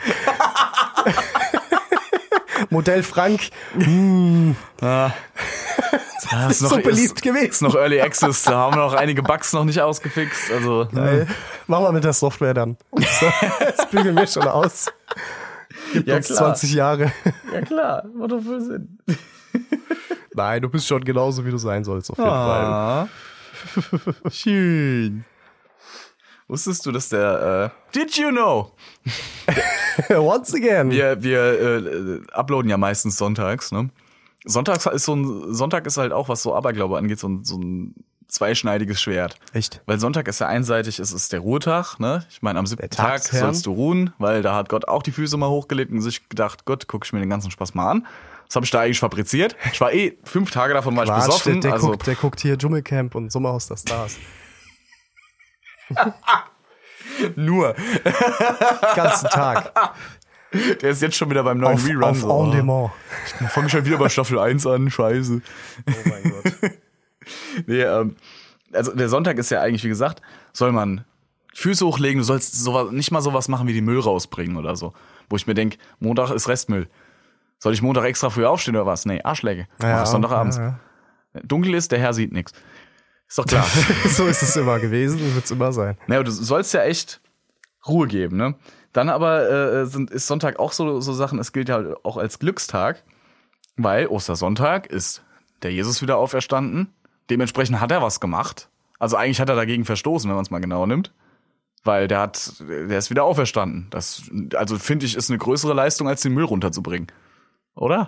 Speaker 4: Modell Frank.
Speaker 3: Ah. Das
Speaker 4: ist so beliebt gewesen.
Speaker 3: Ist noch Early Access, da haben wir noch einige Bugs noch nicht ausgefixt. Also,
Speaker 4: Geil. Machen wir mit der Software dann. So, das bügeln wir schon aus. Gibt
Speaker 3: Ja,
Speaker 4: uns
Speaker 3: klar.
Speaker 4: zwanzig Jahre.
Speaker 3: ja klar, macht doch voll Sinn.
Speaker 4: Nein, du bist schon genauso, wie du sein sollst, auf jeden
Speaker 3: Ah. Schön. Wusstest du, dass der äh, Did you know?
Speaker 4: Fall. Once again.
Speaker 3: Wir, wir äh, uploaden ja meistens sonntags, ne? Sonntags ist so ein Sonntag ist halt auch, was so Aberglaube angeht, so ein, so ein zweischneidiges Schwert.
Speaker 4: Echt?
Speaker 3: Weil Sonntag ist ja einseitig, es ist der Ruhetag, ne? Ich meine, am siebten
Speaker 4: Der
Speaker 3: Tag
Speaker 4: Tagsherrn.
Speaker 3: sollst du ruhen, weil da hat Gott auch die Füße mal hochgelegt und sich gedacht, Gott, guck ich mir den ganzen Spaß mal an. Was habe ich da eigentlich fabriziert? Ich war eh fünf Tage davon war ich
Speaker 4: Quatsch,
Speaker 3: besoffen.
Speaker 4: der, der,
Speaker 3: also
Speaker 4: guckt, der guckt hier Dschungelcamp und Sommerhaus der Stars.
Speaker 3: nur.
Speaker 4: Den ganzen Tag.
Speaker 3: Der ist jetzt schon wieder beim neuen
Speaker 4: Auf,
Speaker 3: Rerun.
Speaker 4: auf
Speaker 3: so.
Speaker 4: On Demand.
Speaker 3: Fange ich halt wieder bei Staffel eins an, scheiße.
Speaker 4: Oh mein Gott.
Speaker 3: Nee, ähm, also der Sonntag ist ja eigentlich, wie gesagt, soll man Füße hochlegen, du sollst sowas, nicht mal sowas machen wie den Müll rausbringen oder so. Wo ich mir denk, Montag ist Restmüll. Soll ich Montag extra früh aufstehen oder was? Nee, Arschlecke.
Speaker 4: Ja,
Speaker 3: Mach ich Sonntagabends.
Speaker 4: ja,
Speaker 3: Dunkel ist, der Herr sieht nichts. Ist doch klar.
Speaker 4: So ist es immer gewesen und wird es immer sein.
Speaker 3: Naja, du sollst ja echt Ruhe geben, ne? Dann aber äh, sind, ist Sonntag auch so, so Sachen, es gilt ja halt auch als Glückstag, weil Ostersonntag ist der Jesus wieder auferstanden. Dementsprechend hat er was gemacht. Also eigentlich hat er dagegen verstoßen, wenn man es mal genau nimmt. Weil der hat, der ist wieder auferstanden. Das, also finde ich, ist eine größere Leistung, als den Müll runterzubringen. Oder?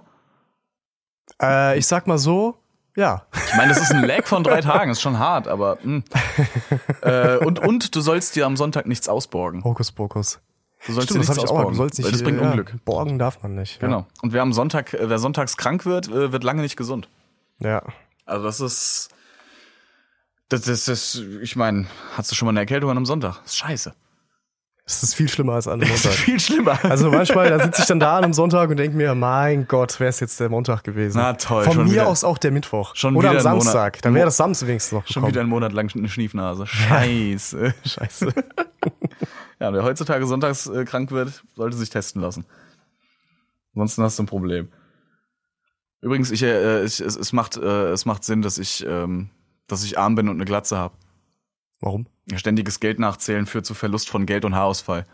Speaker 4: Äh, ich sag mal so, ja.
Speaker 3: Ich meine, das ist ein Lag von drei Tagen, ist schon hart, aber mh. äh, und, und du sollst dir am Sonntag nichts ausborgen.
Speaker 4: Hokuspokus.
Speaker 3: Du sollst
Speaker 4: Stimmt,
Speaker 3: dir
Speaker 4: das
Speaker 3: nichts
Speaker 4: hab ich auch mal.
Speaker 3: ausborgen,
Speaker 4: Du sollst nicht,
Speaker 3: weil das bringt
Speaker 4: ja,
Speaker 3: Unglück.
Speaker 4: Borgen darf man nicht.
Speaker 3: Genau. Und wer am Sonntag, äh, wer sonntags krank wird, äh, wird lange nicht gesund.
Speaker 4: Ja.
Speaker 3: Also das ist, das, das, das ich meine, hast du schon mal eine Erkältung an einem Sonntag? Das ist scheiße.
Speaker 4: Das ist viel schlimmer als an einem
Speaker 3: Das ist
Speaker 4: Montag.
Speaker 3: viel schlimmer.
Speaker 4: Also manchmal, da sitze ich dann da an einem Sonntag und denke mir, mein Gott, wäre es jetzt der Montag gewesen.
Speaker 3: Na toll,
Speaker 4: Von
Speaker 3: schon
Speaker 4: mir
Speaker 3: wieder-
Speaker 4: aus auch der Mittwoch.
Speaker 3: schon
Speaker 4: Oder am
Speaker 3: wieder ein Monat-
Speaker 4: Samstag. Dann wäre das Samstag wenigstens noch
Speaker 3: Schon
Speaker 4: gekommen.
Speaker 3: wieder einen Monat lang eine Schniefnase. Scheiße.
Speaker 4: Scheiße.
Speaker 3: Ja, wer heutzutage sonntags äh, krank wird, sollte sich testen lassen. Ansonsten hast du ein Problem. Übrigens, ich, äh, ich, es, es macht, äh, es macht Sinn, dass ich, ähm, dass ich arm bin und eine Glatze habe.
Speaker 4: Warum?
Speaker 3: Ständiges Geld nachzählen führt zu Verlust von Geld und Haarausfall.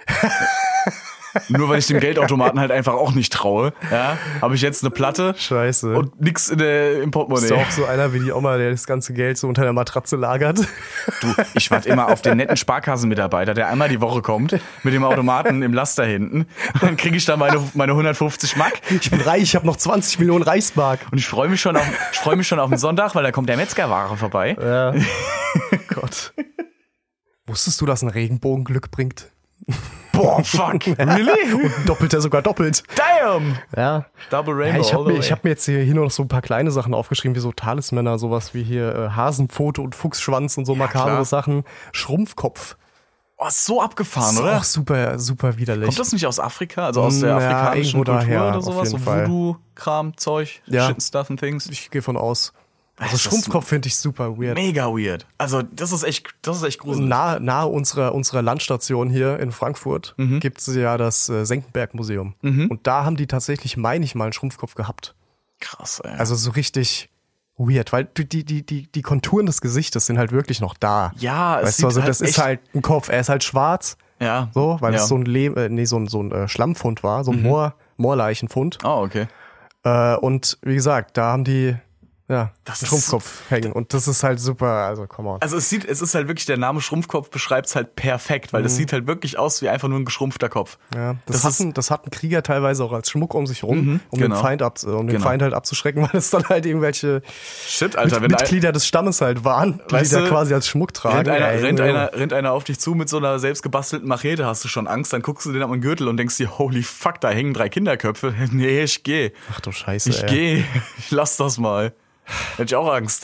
Speaker 3: Nur weil ich dem Geldautomaten halt einfach auch nicht traue, ja, habe ich jetzt eine Platte
Speaker 4: Scheiße.
Speaker 3: und nix in der, im Portemonnaie.
Speaker 4: Bist du auch so einer wie die Oma, der das ganze Geld so unter der Matratze lagert?
Speaker 3: Du, ich warte immer auf den netten Sparkassenmitarbeiter, der einmal die Woche kommt, mit dem Automaten im Laster hinten. Dann kriege ich da meine, meine hundertfünfzig Mark.
Speaker 4: Ich bin reich, ich habe noch zwanzig Millionen Reichsmark.
Speaker 3: Und ich freue mich schon auf, ich freue mich schon auf den Sonntag, weil da kommt der Metzgerware vorbei.
Speaker 4: Ja. Gott. Wusstest du, dass ein Regenbogen Glück bringt?
Speaker 3: Boah, fuck. Really?
Speaker 4: Und doppelt er sogar doppelt.
Speaker 3: Damn!
Speaker 4: Ja.
Speaker 3: Double
Speaker 4: Ja,
Speaker 3: Rainbow.
Speaker 4: ich habe
Speaker 3: all the
Speaker 4: mir, ich
Speaker 3: way.
Speaker 4: hab mir jetzt hier, hier nur noch so ein paar kleine Sachen aufgeschrieben, wie so Talismänner, sowas wie hier äh, Hasenpfote und Fuchsschwanz und so makabere
Speaker 3: klar.
Speaker 4: Sachen. Schrumpfkopf.
Speaker 3: Oh, ist so abgefahren,
Speaker 4: Ist
Speaker 3: oder?
Speaker 4: auch super, super widerlich.
Speaker 3: Kommt das nicht aus Afrika? Also aus der
Speaker 4: Ja,
Speaker 3: afrikanischen
Speaker 4: irgendwo
Speaker 3: Kultur
Speaker 4: daher,
Speaker 3: oder
Speaker 4: auf
Speaker 3: sowas?
Speaker 4: jeden
Speaker 3: So
Speaker 4: Fall.
Speaker 3: Voodoo-Kram, Zeug,
Speaker 4: Ja.
Speaker 3: Shit and Stuff and Things.
Speaker 4: Ich gehe von aus. Also
Speaker 3: Das ist
Speaker 4: Schrumpfkopf finde ich super weird.
Speaker 3: Mega weird. Also, das ist echt, das ist echt gruselig.
Speaker 4: Nahe, nahe unserer, unserer Landstation hier in Frankfurt
Speaker 3: Mhm.
Speaker 4: gibt es ja das äh, Senckenberg-Museum. Und da haben die tatsächlich, meine ich mal, einen Schrumpfkopf gehabt.
Speaker 3: Krass, ey.
Speaker 4: Also so richtig weird, weil die, die, die, die, die Konturen des Gesichtes sind halt wirklich noch da.
Speaker 3: ja, es
Speaker 4: Weißt
Speaker 3: sieht
Speaker 4: du, also
Speaker 3: halt
Speaker 4: das ist
Speaker 3: echt,
Speaker 4: halt ein Kopf. Er ist halt schwarz,
Speaker 3: ja.
Speaker 4: so, weil
Speaker 3: ja.
Speaker 4: es so ein Le äh, nee, so ein, so ein äh, Schlammfund war, so ein Moor, Moorleichenfund.
Speaker 3: Oh, okay.
Speaker 4: Äh, und wie gesagt, da haben die ja
Speaker 3: Das ist-
Speaker 4: Schrumpfkopf hängen. Und das ist halt super, also come on.
Speaker 3: Also es sieht, es ist halt wirklich, der Name Schrumpfkopf beschreibt es halt perfekt, weil das sieht halt wirklich aus wie einfach nur ein geschrumpfter Kopf.
Speaker 4: Ja, das,
Speaker 3: das ist-
Speaker 4: hatten, das hatten Krieger teilweise auch als Schmuck um sich rum, um
Speaker 3: genau.
Speaker 4: den Feind ab, um den
Speaker 3: Genau.
Speaker 4: Feind halt abzuschrecken, weil es dann halt irgendwelche
Speaker 3: Shit, Alter, wenn
Speaker 4: Mitglieder des Stammes halt waren, die
Speaker 3: Weißt
Speaker 4: die da
Speaker 3: du,
Speaker 4: quasi als Schmuck tragen.
Speaker 3: rennt einer,
Speaker 4: Ey,
Speaker 3: rennt,
Speaker 4: Junge.
Speaker 3: einer, rennt einer auf dich zu mit so einer selbstgebastelten Machete, hast du schon Angst, dann guckst du den am Gürtel und denkst dir, holy fuck, da hängen drei Kinderköpfe. Nee, ich geh.
Speaker 4: Ach du Scheiße,
Speaker 3: Ich
Speaker 4: ey.
Speaker 3: geh. Ich lass das mal. Hätte ich auch Angst.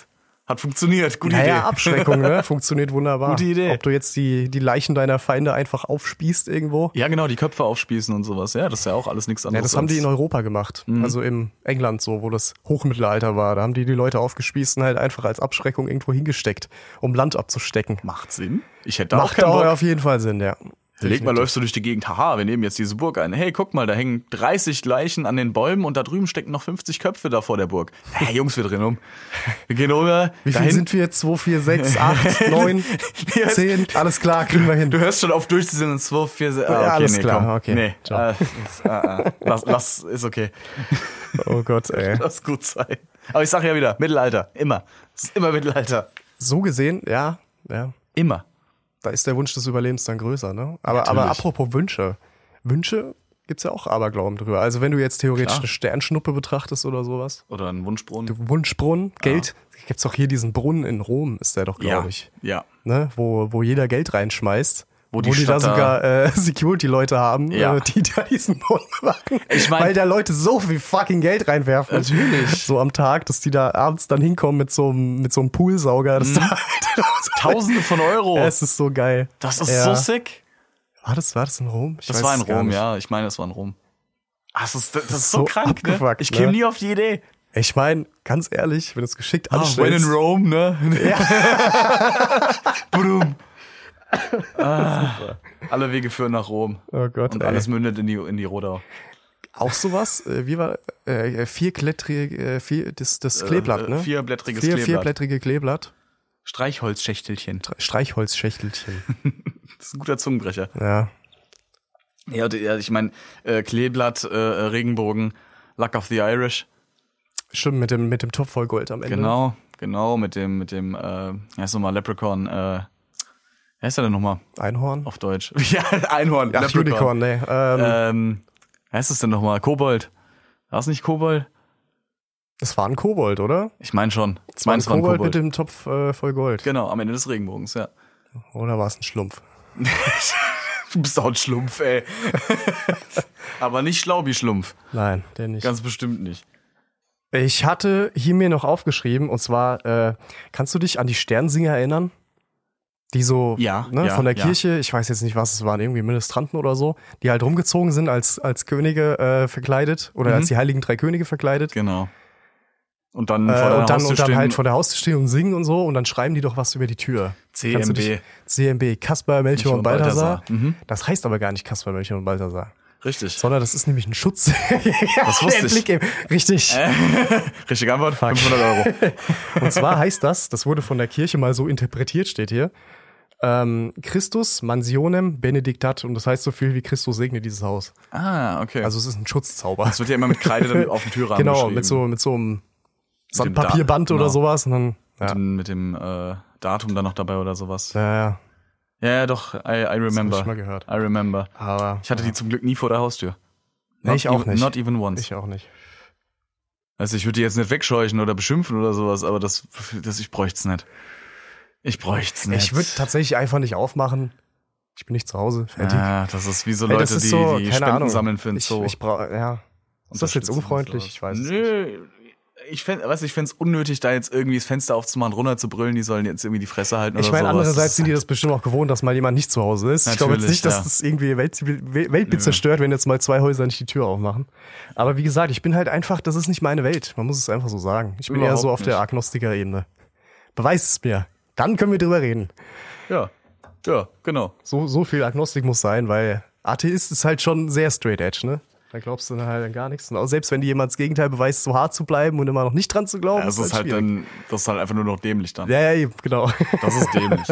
Speaker 3: Hat funktioniert. Gute
Speaker 4: Naja,
Speaker 3: Idee.
Speaker 4: Abschreckung, ne? Funktioniert wunderbar.
Speaker 3: Gute Idee.
Speaker 4: Ob du jetzt die, die Leichen deiner Feinde einfach aufspießt irgendwo.
Speaker 3: Ja, genau, die Köpfe aufspießen und sowas. Ja, das ist ja auch alles nichts
Speaker 4: Ja,
Speaker 3: anderes.
Speaker 4: das haben die in
Speaker 3: als-
Speaker 4: Europa gemacht. Also im England so, wo das Hochmittelalter war. Da haben die die Leute aufgespießt und halt einfach als Abschreckung irgendwo hingesteckt, um Land abzustecken.
Speaker 3: Macht Sinn. Ich hätte da auch
Speaker 4: Macht
Speaker 3: keinen
Speaker 4: auch
Speaker 3: Bock.
Speaker 4: auf jeden Fall Sinn, ja.
Speaker 3: Leg mal, läufst du durch die Gegend, haha, wir nehmen jetzt diese Burg ein. Hey, guck mal, da hängen dreißig Leichen an den Bäumen und da drüben stecken noch fünfzig Köpfe da vor der Burg. Hey, Jungs, wir drehen um. Wir gehen rüber.
Speaker 4: Wie viel
Speaker 3: dahin.
Speaker 4: sind wir jetzt? zwei, vier, sechs, acht, neun, zehn? Alles klar, kriegen wir hin.
Speaker 3: Du hörst schon auf durchzusehen und zwei, vier, sechs. Ah,
Speaker 4: Ja,
Speaker 3: okay,
Speaker 4: alles
Speaker 3: nee,
Speaker 4: klar,
Speaker 3: komm.
Speaker 4: okay.
Speaker 3: Nee,
Speaker 4: Ciao.
Speaker 3: äh, ist, ah, ah. Lass, lass, ist okay.
Speaker 4: Oh Gott, ey.
Speaker 3: Lass gut sein. Aber ich sag ja wieder, Mittelalter, immer. Es ist immer Mittelalter.
Speaker 4: So gesehen, ja, ja.
Speaker 3: Immer.
Speaker 4: Da ist der Wunsch des Überlebens dann größer, ne? Aber, aber
Speaker 3: Natürlich.
Speaker 4: apropos Wünsche. Wünsche gibt's ja auch Aberglauben drüber. Also wenn du jetzt theoretisch
Speaker 3: Klar.
Speaker 4: eine Sternschnuppe betrachtest oder sowas.
Speaker 3: Oder ein Wunschbrunnen.
Speaker 4: Wunschbrunnen, Geld. Gibt's doch hier diesen Brunnen in Rom, ist der doch,
Speaker 3: ja,
Speaker 4: glaube ich.
Speaker 3: ja.
Speaker 4: Ne? Wo, wo jeder Geld reinschmeißt.
Speaker 3: Wo die
Speaker 4: die da
Speaker 3: Stadt
Speaker 4: sogar äh, Security-Leute haben,
Speaker 3: Ja.
Speaker 4: äh, die da diesen Brunnen machen.
Speaker 3: Ich mein-
Speaker 4: Weil da Leute so viel fucking Geld reinwerfen.
Speaker 3: Natürlich.
Speaker 4: So am Tag, dass die da abends dann hinkommen mit so einem, mit so einem Poolsauger. Das da halt
Speaker 3: Tausende von Euro.
Speaker 4: Es ist so geil.
Speaker 3: Das ist
Speaker 4: Ja.
Speaker 3: so sick.
Speaker 4: War das, war das in Rom? Ich
Speaker 3: Das
Speaker 4: weiß
Speaker 3: war in
Speaker 4: es gar
Speaker 3: Rom,
Speaker 4: nicht.
Speaker 3: ja. Ich meine, das war in Rom. Ah, das ist, das ist so,
Speaker 4: So
Speaker 3: krank, ne?
Speaker 4: abgefuckt,
Speaker 3: Ich käme
Speaker 4: ne?
Speaker 3: nie auf die Idee.
Speaker 4: Ich meine, ganz ehrlich, wenn du es geschickt
Speaker 3: Ah, when
Speaker 4: anstellst.
Speaker 3: in Rome, ne? Ja. Boom. Ah, alle Wege führen nach Rom.
Speaker 4: Oh Gott,
Speaker 3: Und
Speaker 4: ey.
Speaker 3: alles mündet in die, in die Rodau.
Speaker 4: Auch sowas, äh, wie war, äh, vierklettrige, äh, vier, das, das Kleeblatt,
Speaker 3: Äh,
Speaker 4: ne?
Speaker 3: vierblättriges
Speaker 4: Vier,
Speaker 3: Kleeblatt.
Speaker 4: vierblättrige Kleeblatt.
Speaker 3: Streichholzschächtelchen.
Speaker 4: Streichholzschächtelchen.
Speaker 3: Das ist ein guter Zungenbrecher.
Speaker 4: Ja.
Speaker 3: Ja, und, ja ich meine, äh, Kleeblatt, äh, Regenbogen, Luck of the Irish.
Speaker 4: Stimmt, mit dem, mit dem Topf voll Gold am Ende.
Speaker 3: Genau, genau, mit dem, mit dem, äh, wie heißt nochmal, Leprechaun, äh, wie heißt er denn nochmal
Speaker 4: Einhorn?
Speaker 3: auf Deutsch? Ja, Einhorn,
Speaker 4: Ach, Unicorn, nee. Ähm,
Speaker 3: Ähm, wie heißt es denn nochmal? Kobold. War es nicht Kobold?
Speaker 4: das war ein Kobold, oder?
Speaker 3: Ich meine schon. Ich
Speaker 4: Das war
Speaker 3: meine,
Speaker 4: ein
Speaker 3: es war ein
Speaker 4: Kobold,
Speaker 3: Kobold.
Speaker 4: mit dem Topf äh, voll Gold.
Speaker 3: Genau, am Ende des Regenbogens, ja.
Speaker 4: Oder war es ein Schlumpf?
Speaker 3: Du bist auch ein Schlumpf, ey. Aber nicht Schlaubi-Schlumpf.
Speaker 4: Nein, der nicht.
Speaker 3: Ganz bestimmt nicht.
Speaker 4: Ich hatte hier mir noch aufgeschrieben, und zwar, äh, kannst du dich an die Sternsinger erinnern? Die so
Speaker 3: Ja,
Speaker 4: ne,
Speaker 3: ja,
Speaker 4: von der
Speaker 3: ja.
Speaker 4: Kirche, ich weiß jetzt nicht, was es waren, irgendwie Ministranten oder so, die halt rumgezogen sind als, als Könige äh, verkleidet oder
Speaker 3: Mhm.
Speaker 4: als die Heiligen Drei Könige verkleidet.
Speaker 3: Genau. Und dann
Speaker 4: Äh,
Speaker 3: vor deiner
Speaker 4: und dann,
Speaker 3: Haustür
Speaker 4: und dann
Speaker 3: stehen,
Speaker 4: halt vor der Haustür stehen und singen und so und dann schreiben die doch was über die Tür.
Speaker 3: C
Speaker 4: Kannst
Speaker 3: M
Speaker 4: du
Speaker 3: B.
Speaker 4: dich- C M B, Kaspar, Melchior und Balthasar.
Speaker 3: Mhm.
Speaker 4: Das heißt aber gar nicht Kaspar, Melchior und Balthasar,
Speaker 3: Richtig.
Speaker 4: sondern das ist nämlich ein Schutz.
Speaker 3: Das wusste
Speaker 4: Der
Speaker 3: ich.
Speaker 4: Blick eben. Richtig.
Speaker 3: Richtige Antwort, fünfhundert Euro.
Speaker 4: Und zwar heißt das, das wurde von der Kirche mal so interpretiert, steht hier, ähm, Christus mansionem benedictat, und das heißt so viel wie Christus segne dieses Haus.
Speaker 3: Ah, okay.
Speaker 4: Also es ist ein Schutzzauber.
Speaker 3: das wird ja immer mit Kreide dann auf dem Türrahmen
Speaker 4: Genau,
Speaker 3: geschrieben.
Speaker 4: mit so, mit so einem
Speaker 3: Mit dem
Speaker 4: Sandpapierband
Speaker 3: Da-
Speaker 4: oder
Speaker 3: genau.
Speaker 4: sowas. Und dann,
Speaker 3: Mit
Speaker 4: ja,
Speaker 3: dem, mit dem äh, Datum dann noch dabei oder sowas.
Speaker 4: ja, ja,
Speaker 3: Ja, ja, doch, I, I
Speaker 4: das hab
Speaker 3: remember.
Speaker 4: ich mal gehört.
Speaker 3: I remember.
Speaker 4: Aber
Speaker 3: Ich hatte die zum Glück nie vor der Haustür.
Speaker 4: Nee, ich auch
Speaker 3: even,
Speaker 4: nicht.
Speaker 3: Not even once.
Speaker 4: ich auch nicht.
Speaker 3: Also ich würde die jetzt nicht wegscheuchen oder beschimpfen oder sowas, aber das, das ich bräuchte es nicht. Ich bräuchte es nicht.
Speaker 4: Ich würde tatsächlich einfach nicht aufmachen. Ich bin nicht zu Hause. Fertig.
Speaker 3: Ah, das ist wie so
Speaker 4: Ey,
Speaker 3: Leute,
Speaker 4: das ist
Speaker 3: die,
Speaker 4: so,
Speaker 3: die
Speaker 4: keine
Speaker 3: Spenden
Speaker 4: Ahnung.
Speaker 3: sammeln für einen
Speaker 4: ich,
Speaker 3: Zoo.
Speaker 4: ich brauche, ja. Ist das jetzt
Speaker 3: Unterstützen
Speaker 4: unfreundlich?
Speaker 3: und
Speaker 4: Ich weiß es nicht.
Speaker 3: Nö, ich fände, weißt du, ich fände es unnötig, da jetzt irgendwie das Fenster aufzumachen, runterzubrüllen, die sollen jetzt irgendwie die Fresse halten
Speaker 4: Ich
Speaker 3: oder
Speaker 4: meine,
Speaker 3: sowas.
Speaker 4: andererseits sind die das bestimmt auch gewohnt, dass mal jemand nicht zu Hause ist. Ich glaube jetzt
Speaker 3: Natürlich,
Speaker 4: nicht, dass
Speaker 3: ja.
Speaker 4: das irgendwie Welt, Weltbild zerstört, wenn jetzt mal zwei Häuser nicht die Tür aufmachen. Aber wie gesagt, ich bin halt einfach, das ist nicht meine Welt. Man muss es einfach so sagen. Ich bin eher
Speaker 3: Überhaupt
Speaker 4: so auf der
Speaker 3: nicht.
Speaker 4: Agnostiker-Ebene. Beweis es mir. Dann können wir drüber reden.
Speaker 3: Ja, ja, genau.
Speaker 4: So, so viel Agnostik muss sein, weil Atheist ist halt schon sehr straight edge, ne? Da glaubst du dann halt an gar nichts. Und auch selbst wenn dir jemand das Gegenteil beweist, so hart zu bleiben und immer noch nicht dran zu glauben,
Speaker 3: Ja, das ist halt
Speaker 4: schwierig.
Speaker 3: dann, das ist halt einfach nur noch dämlich dann.
Speaker 4: Ja, ja, eben, genau.
Speaker 3: Das ist dämlich.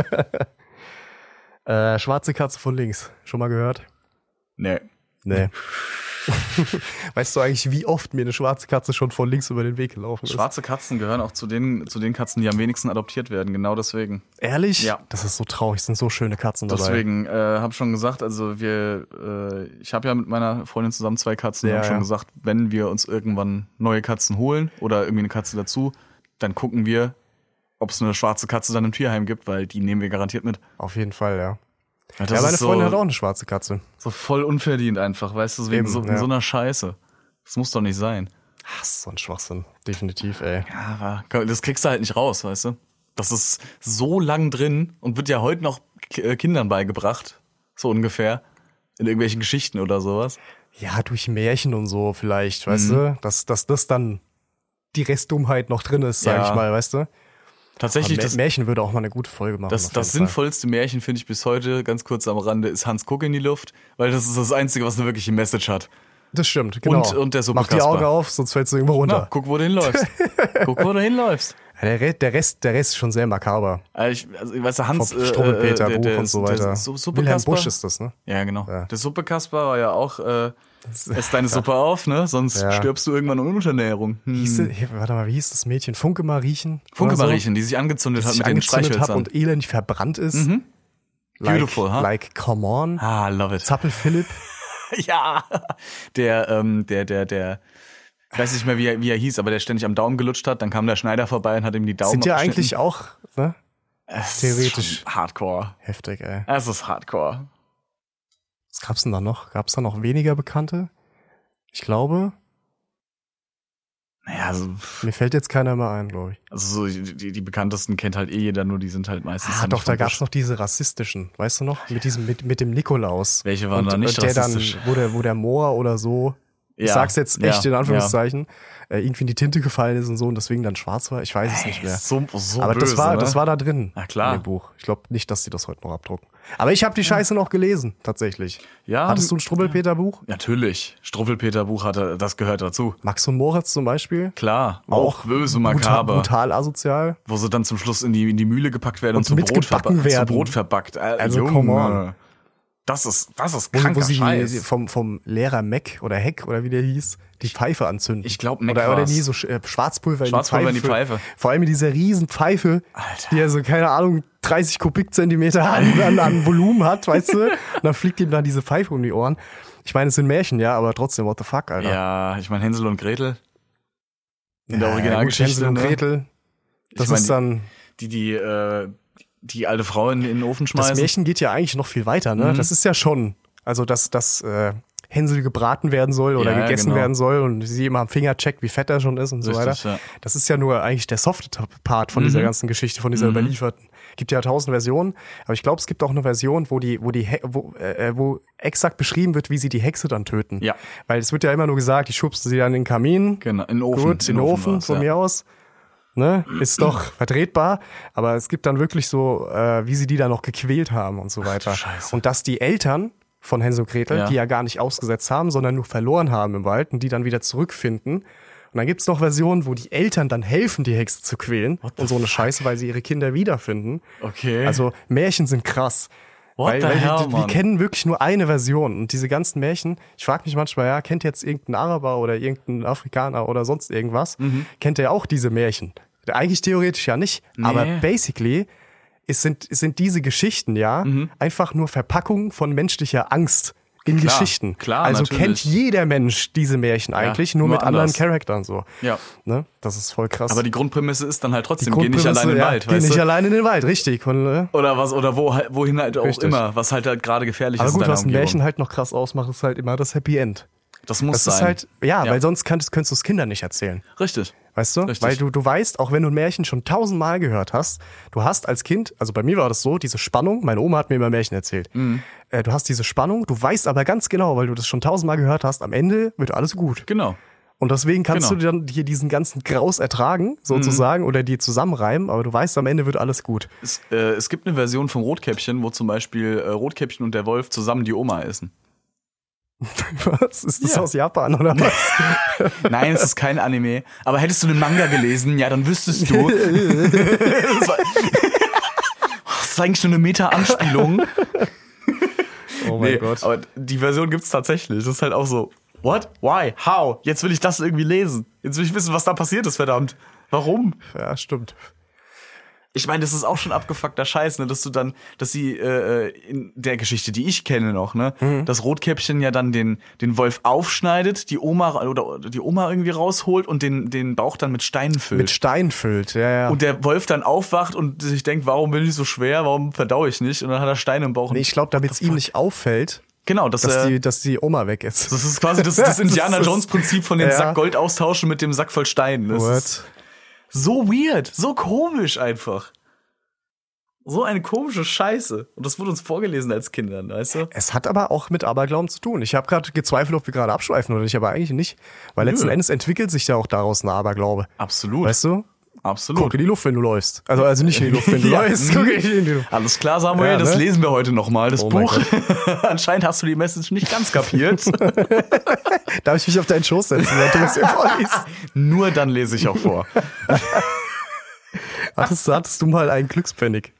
Speaker 4: äh, schwarze Katze von links. Schon mal gehört?
Speaker 3: Nee.
Speaker 4: Nee. Weißt du eigentlich, wie oft mir eine schwarze Katze schon von links über den Weg gelaufen ist?
Speaker 3: Schwarze Katzen gehören auch zu den, zu den Katzen, die am wenigsten adoptiert werden, genau deswegen.
Speaker 4: Ehrlich?
Speaker 3: Ja.
Speaker 4: Das ist so traurig, es sind so schöne Katzen dabei.
Speaker 3: Deswegen, äh, habe schon gesagt, also wir, äh, ich habe ja mit meiner Freundin zusammen zwei Katzen,
Speaker 4: Ja,
Speaker 3: haben schon
Speaker 4: ja.
Speaker 3: gesagt, wenn wir uns irgendwann neue Katzen holen oder irgendwie eine Katze dazu, dann gucken wir, ob es eine schwarze Katze dann im Tierheim gibt, weil die nehmen wir garantiert mit.
Speaker 4: Auf jeden Fall, ja.
Speaker 3: Ja, das
Speaker 4: ja, meine
Speaker 3: ist
Speaker 4: Freundin
Speaker 3: so,
Speaker 4: hat auch eine schwarze Katze.
Speaker 3: so voll unverdient einfach, weißt du, wegen
Speaker 4: Eben,
Speaker 3: so,
Speaker 4: ja.
Speaker 3: so einer Scheiße. Das muss doch nicht sein.
Speaker 4: Ach, so ein Schwachsinn. Definitiv, ey.
Speaker 3: Ja, aber das kriegst du halt nicht raus, weißt du? Das ist so lang drin und wird ja heute noch K- Kindern beigebracht. So ungefähr. In irgendwelchen Geschichten oder sowas.
Speaker 4: Ja, durch Märchen und so vielleicht, weißt mhm. du? Dass, dass das dann die Restdummheit noch drin ist, sag
Speaker 3: Ja.
Speaker 4: ich mal, weißt du?
Speaker 3: Tatsächlich,
Speaker 4: Aber
Speaker 3: das,
Speaker 4: Märchen würde auch mal eine gute Folge machen.
Speaker 3: das,
Speaker 4: auf
Speaker 3: das
Speaker 4: jeden Fall.
Speaker 3: sinnvollste Märchen finde ich bis heute, ganz kurz am Rande, ist Hans Kuck in die Luft, weil das ist das Einzige, was eine wirkliche Message hat.
Speaker 4: Das stimmt, genau.
Speaker 3: Und, und der Suppe
Speaker 4: Mach die
Speaker 3: Kasper.
Speaker 4: Augen auf, sonst fällst du irgendwo runter.
Speaker 3: Na, guck, wo du hinläufst. Guck, wo du hinläufst.
Speaker 4: Ja, der, Re- der, Rest, der Rest ist schon sehr makaber.
Speaker 3: Also, ich, also weißt du, Hans
Speaker 4: Vom Struwwelpeter
Speaker 3: äh, der-
Speaker 4: Buch
Speaker 3: der-
Speaker 4: und so
Speaker 3: der
Speaker 4: weiter.
Speaker 3: Su- Suppe
Speaker 4: Wilhelm
Speaker 3: Kasper.
Speaker 4: Busch ist das, ne?
Speaker 3: Ja, genau.
Speaker 4: Ja.
Speaker 3: Der Suppe Kasper war ja auch, äh, ess deine Suppe auf, ne? Sonst
Speaker 4: Ja.
Speaker 3: stirbst du irgendwann an Unterernährung. Hm.
Speaker 4: Hieß, hier, warte mal, wie hieß das Mädchen? Funke Mariechen?
Speaker 3: Funke
Speaker 4: Oder so?
Speaker 3: Mariechen, die sich angezündet
Speaker 4: Die
Speaker 3: hat
Speaker 4: sich
Speaker 3: mit den
Speaker 4: angezündet hat
Speaker 3: Streichhölzern.
Speaker 4: und elendig verbrannt ist.
Speaker 3: Mhm.
Speaker 4: Like,
Speaker 3: Beautiful, huh?
Speaker 4: Like, come on.
Speaker 3: Ah, love it.
Speaker 4: Zappel Philipp.
Speaker 3: Ja, der, ähm, der, der, der, ich weiß nicht mehr, wie er, wie er hieß, aber der ständig am Daumen gelutscht hat. Dann kam der Schneider vorbei und hat ihm die Daumen
Speaker 4: Sind ja
Speaker 3: abgeschnitten.
Speaker 4: eigentlich auch, ne?
Speaker 3: Es
Speaker 4: theoretisch.
Speaker 3: ist schon Hardcore.
Speaker 4: Heftig, ey.
Speaker 3: Es ist Hardcore.
Speaker 4: Was gab's denn da noch? Gab's da noch weniger Bekannte? Ich glaube,
Speaker 3: Naja, also,
Speaker 4: mir fällt jetzt keiner mehr ein, glaube ich.
Speaker 3: also so die, die, die bekanntesten kennt halt eh jeder, nur die sind halt meistens.
Speaker 4: Ah,
Speaker 3: dann
Speaker 4: doch,
Speaker 3: nicht
Speaker 4: da
Speaker 3: vom
Speaker 4: gab's
Speaker 3: Busch.
Speaker 4: noch diese rassistischen, weißt du noch? Mit diesem, mit, mit dem Nikolaus.
Speaker 3: Welche waren
Speaker 4: und,
Speaker 3: da nicht
Speaker 4: und der
Speaker 3: rassistisch?
Speaker 4: dann, wo der, wo der Moor oder so, ich
Speaker 3: Ja,
Speaker 4: sag's jetzt echt
Speaker 3: ja,
Speaker 4: in Anführungszeichen, äh, irgendwie in die Tinte gefallen ist und so und deswegen dann schwarz war. Ich weiß es nicht mehr.
Speaker 3: So, so
Speaker 4: Aber
Speaker 3: böse,
Speaker 4: das war,
Speaker 3: ne?
Speaker 4: das war da drin.
Speaker 3: Na klar.
Speaker 4: In dem Buch. Ich glaube nicht, dass sie das heute noch abdrucken. Aber ich habe die Scheiße noch gelesen, tatsächlich.
Speaker 3: Ja,
Speaker 4: Hattest du ein Struwwelpeter-Buch?
Speaker 3: Natürlich. Struwwelpeter-Buch hatte, das gehört dazu.
Speaker 4: Max und Moritz zum Beispiel?
Speaker 3: Klar. Auch böse, makaber.
Speaker 4: Brutal, brutal asozial.
Speaker 3: Wo sie dann zum Schluss in die, in die Mühle gepackt werden und,
Speaker 4: Und
Speaker 3: zu, Brot
Speaker 4: mitgebacken
Speaker 3: verba-
Speaker 4: werden.
Speaker 3: zu Brot verbackt. Äh,
Speaker 4: Also,
Speaker 3: Junge.
Speaker 4: come on.
Speaker 3: Das ist, das ist
Speaker 4: Wo,
Speaker 3: kranker
Speaker 4: wo sie
Speaker 3: Scheiß.
Speaker 4: die, vom, vom Lehrer Mac oder Heck oder wie der hieß, die Pfeife anzünden.
Speaker 3: ich glaub, Mac
Speaker 4: Oder, oder
Speaker 3: war's.
Speaker 4: nie so Sch- äh, Schwarzpulver,
Speaker 3: Schwarzpulver
Speaker 4: in
Speaker 3: in die Pfeife.
Speaker 4: Vor allem mit dieser riesen Pfeife,
Speaker 3: Alter.
Speaker 4: die ja so, keine Ahnung, dreißig Kubikzentimeter an, an, an Volumen hat, weißt du? Und dann fliegt ihm dann diese Pfeife um die Ohren. Ich meine, es sind Märchen, ja, aber trotzdem, what the fuck, Alter.
Speaker 3: Ja, ich meine Hänsel und Gretel. In
Speaker 4: Ja,
Speaker 3: der Originalgeschichte.
Speaker 4: Hänsel und
Speaker 3: ne?
Speaker 4: Gretel. Das
Speaker 3: Ich mein,
Speaker 4: ist dann,
Speaker 3: Die, die, äh, die alte Frau in, in den Ofen schmeißen.
Speaker 4: das Märchen geht ja eigentlich noch viel weiter, ne?
Speaker 3: Mhm.
Speaker 4: Das ist ja schon, also dass, dass äh, Hänsel gebraten werden soll oder
Speaker 3: Ja,
Speaker 4: gegessen
Speaker 3: genau.
Speaker 4: werden soll und sie immer am Finger checkt, wie fett er schon ist und so
Speaker 3: Richtig,
Speaker 4: weiter.
Speaker 3: ja.
Speaker 4: Das ist ja nur eigentlich der softe Part von dieser
Speaker 3: Mhm.
Speaker 4: ganzen Geschichte, von dieser
Speaker 3: Mhm.
Speaker 4: überlieferten. Gibt ja tausend Versionen, aber ich glaube, es gibt auch eine Version, wo die, wo die, He wo, äh, wo exakt beschrieben wird, wie sie die Hexe dann töten.
Speaker 3: Ja.
Speaker 4: Weil es wird ja immer nur gesagt, die schubsen sie dann in den Kamin.
Speaker 3: Genau, in den Ofen.
Speaker 4: Gut, in den Ofen,
Speaker 3: war's,
Speaker 4: von
Speaker 3: ja.
Speaker 4: mir aus. Ne? Ist doch vertretbar, aber es gibt dann wirklich so, äh, wie sie die da noch gequält haben und so weiter.
Speaker 3: Scheiße.
Speaker 4: Und dass die Eltern von Hänsel und Gretel,
Speaker 3: Ja.
Speaker 4: die ja gar nicht ausgesetzt haben, sondern nur verloren haben im Wald und die dann wieder zurückfinden. Und dann gibt's noch Versionen, wo die Eltern dann helfen, die Hexe zu quälen
Speaker 3: What the
Speaker 4: und so eine
Speaker 3: fuck?
Speaker 4: Scheiße, weil sie ihre Kinder wiederfinden.
Speaker 3: Okay.
Speaker 4: Also Märchen sind krass.
Speaker 3: What
Speaker 4: weil
Speaker 3: the
Speaker 4: weil
Speaker 3: hell,
Speaker 4: wir, wir
Speaker 3: Mann?
Speaker 4: kennen wirklich nur eine Version. Und diese ganzen Märchen, ich frage mich manchmal, ja, kennt jetzt irgendein Araber oder irgendein Afrikaner oder sonst irgendwas,
Speaker 3: Mhm.
Speaker 4: kennt er auch diese Märchen? Eigentlich theoretisch ja nicht,
Speaker 3: Nee.
Speaker 4: aber basically es sind, es sind diese Geschichten ja einfach nur Verpackungen von menschlicher Angst in
Speaker 3: Mhm. Klar,
Speaker 4: Geschichten.
Speaker 3: klar,
Speaker 4: also
Speaker 3: natürlich.
Speaker 4: kennt jeder Mensch diese Märchen eigentlich, nur,
Speaker 3: nur
Speaker 4: mit anderen
Speaker 3: anders.
Speaker 4: Charaktern so.
Speaker 3: Ja.
Speaker 4: Ne? Das ist voll krass.
Speaker 3: Aber die Grundprämisse ist dann halt
Speaker 4: Die
Speaker 3: trotzdem, geh nicht
Speaker 4: Grundprämisse,
Speaker 3: allein in den
Speaker 4: ja,
Speaker 3: Wald,
Speaker 4: geh
Speaker 3: weißt
Speaker 4: nicht
Speaker 3: du?
Speaker 4: allein in den Wald, richtig. Und, äh,
Speaker 3: Oder was, oder wo, halt- wohin halt auch
Speaker 4: Richtig.
Speaker 3: immer, was halt halt gerade gefährlich
Speaker 4: aber
Speaker 3: ist
Speaker 4: gut,
Speaker 3: in deiner
Speaker 4: was ein
Speaker 3: Umgebung.
Speaker 4: Märchen halt noch krass ausmacht, ist halt immer das Happy End.
Speaker 3: Das muss
Speaker 4: Das
Speaker 3: sein.
Speaker 4: ist halt, ja,
Speaker 3: Ja.
Speaker 4: weil sonst könntest, könntest du es Kindern nicht erzählen.
Speaker 3: Richtig.
Speaker 4: Weißt du?
Speaker 3: Richtig.
Speaker 4: Weil du, du weißt, auch wenn du ein Märchen schon tausendmal gehört hast, du hast als Kind, also bei mir war das so, diese Spannung, meine Oma hat mir immer Märchen erzählt.
Speaker 3: Mhm.
Speaker 4: Äh, du hast diese Spannung, du weißt aber ganz genau, weil du das schon tausendmal gehört hast, am Ende wird alles gut.
Speaker 3: Genau.
Speaker 4: Und deswegen kannst
Speaker 3: Genau.
Speaker 4: du dann hier diesen ganzen Graus ertragen, sozusagen, oder die zusammenreimen, aber du weißt, am Ende wird alles gut.
Speaker 3: Es, äh, es gibt eine Version von Rotkäppchen, wo zum Beispiel äh, Rotkäppchen und der Wolf zusammen die Oma essen.
Speaker 4: Was? Ist das
Speaker 3: Ja.
Speaker 4: aus Japan oder was?
Speaker 3: Nein, es ist kein Anime. Aber hättest du den Manga gelesen, ja, dann wüsstest du. das, war, das ist eigentlich schon eine Meta-Anspielung.
Speaker 4: Oh mein
Speaker 3: Nee,
Speaker 4: Gott.
Speaker 3: aber die Version gibt's tatsächlich. Das ist halt auch so, what? Why? How? Jetzt will ich das irgendwie lesen. Jetzt will ich wissen, was da passiert ist, verdammt. Warum?
Speaker 4: Ja, stimmt.
Speaker 3: Ich meine, das ist auch schon abgefuckter Scheiß, ne, dass du dann, dass sie äh, in der Geschichte, die ich kenne noch, ne,
Speaker 4: Mhm.
Speaker 3: das Rotkäppchen ja dann den den Wolf aufschneidet, die Oma oder die Oma irgendwie rausholt und den den Bauch dann mit Steinen füllt.
Speaker 4: Mit Stein füllt, ja, ja.
Speaker 3: Und der Wolf dann aufwacht und sich denkt, warum bin ich so schwer, warum verdaue ich nicht? Und dann hat er Steine im Bauch.
Speaker 4: Nee, ich glaube, damit es ihm nicht auffällt,
Speaker 3: genau, das,
Speaker 4: dass
Speaker 3: äh,
Speaker 4: die, dass die Oma weg ist.
Speaker 3: das ist quasi das, das
Speaker 4: Das
Speaker 3: Indiana
Speaker 4: ist-
Speaker 3: Jones Prinzip von den
Speaker 4: ja.
Speaker 3: Sack Gold austauschen mit dem Sack voll Steinen. Das ist
Speaker 4: What?
Speaker 3: so weird, so komisch einfach. So eine komische Scheiße. Und das wurde uns vorgelesen als Kindern, weißt du?
Speaker 4: Es hat aber auch mit Aberglauben zu tun. Ich habe gerade gezweifelt, ob wir gerade abschweifen oder nicht, aber eigentlich nicht. Weil
Speaker 3: Nö.
Speaker 4: letzten Endes entwickelt sich ja auch daraus ein Aberglaube.
Speaker 3: Absolut.
Speaker 4: Weißt du?
Speaker 3: Absolut.
Speaker 4: Guck in die Luft, wenn du läufst. Also, also nicht in die Luft, wenn du
Speaker 3: Ja.
Speaker 4: läufst. Guck in die Luft.
Speaker 3: Alles klar, Samuel,
Speaker 4: Ja, ne?
Speaker 3: das lesen wir heute nochmal, das
Speaker 4: Oh mein
Speaker 3: Buch. Anscheinend hast du die Message nicht ganz kapiert.
Speaker 4: Darf ich mich auf deinen Schoß setzen, wenn du das hier vorliest?
Speaker 3: Nur dann lese ich auch vor.
Speaker 4: Hattest, hattest du mal einen Glückspfennig?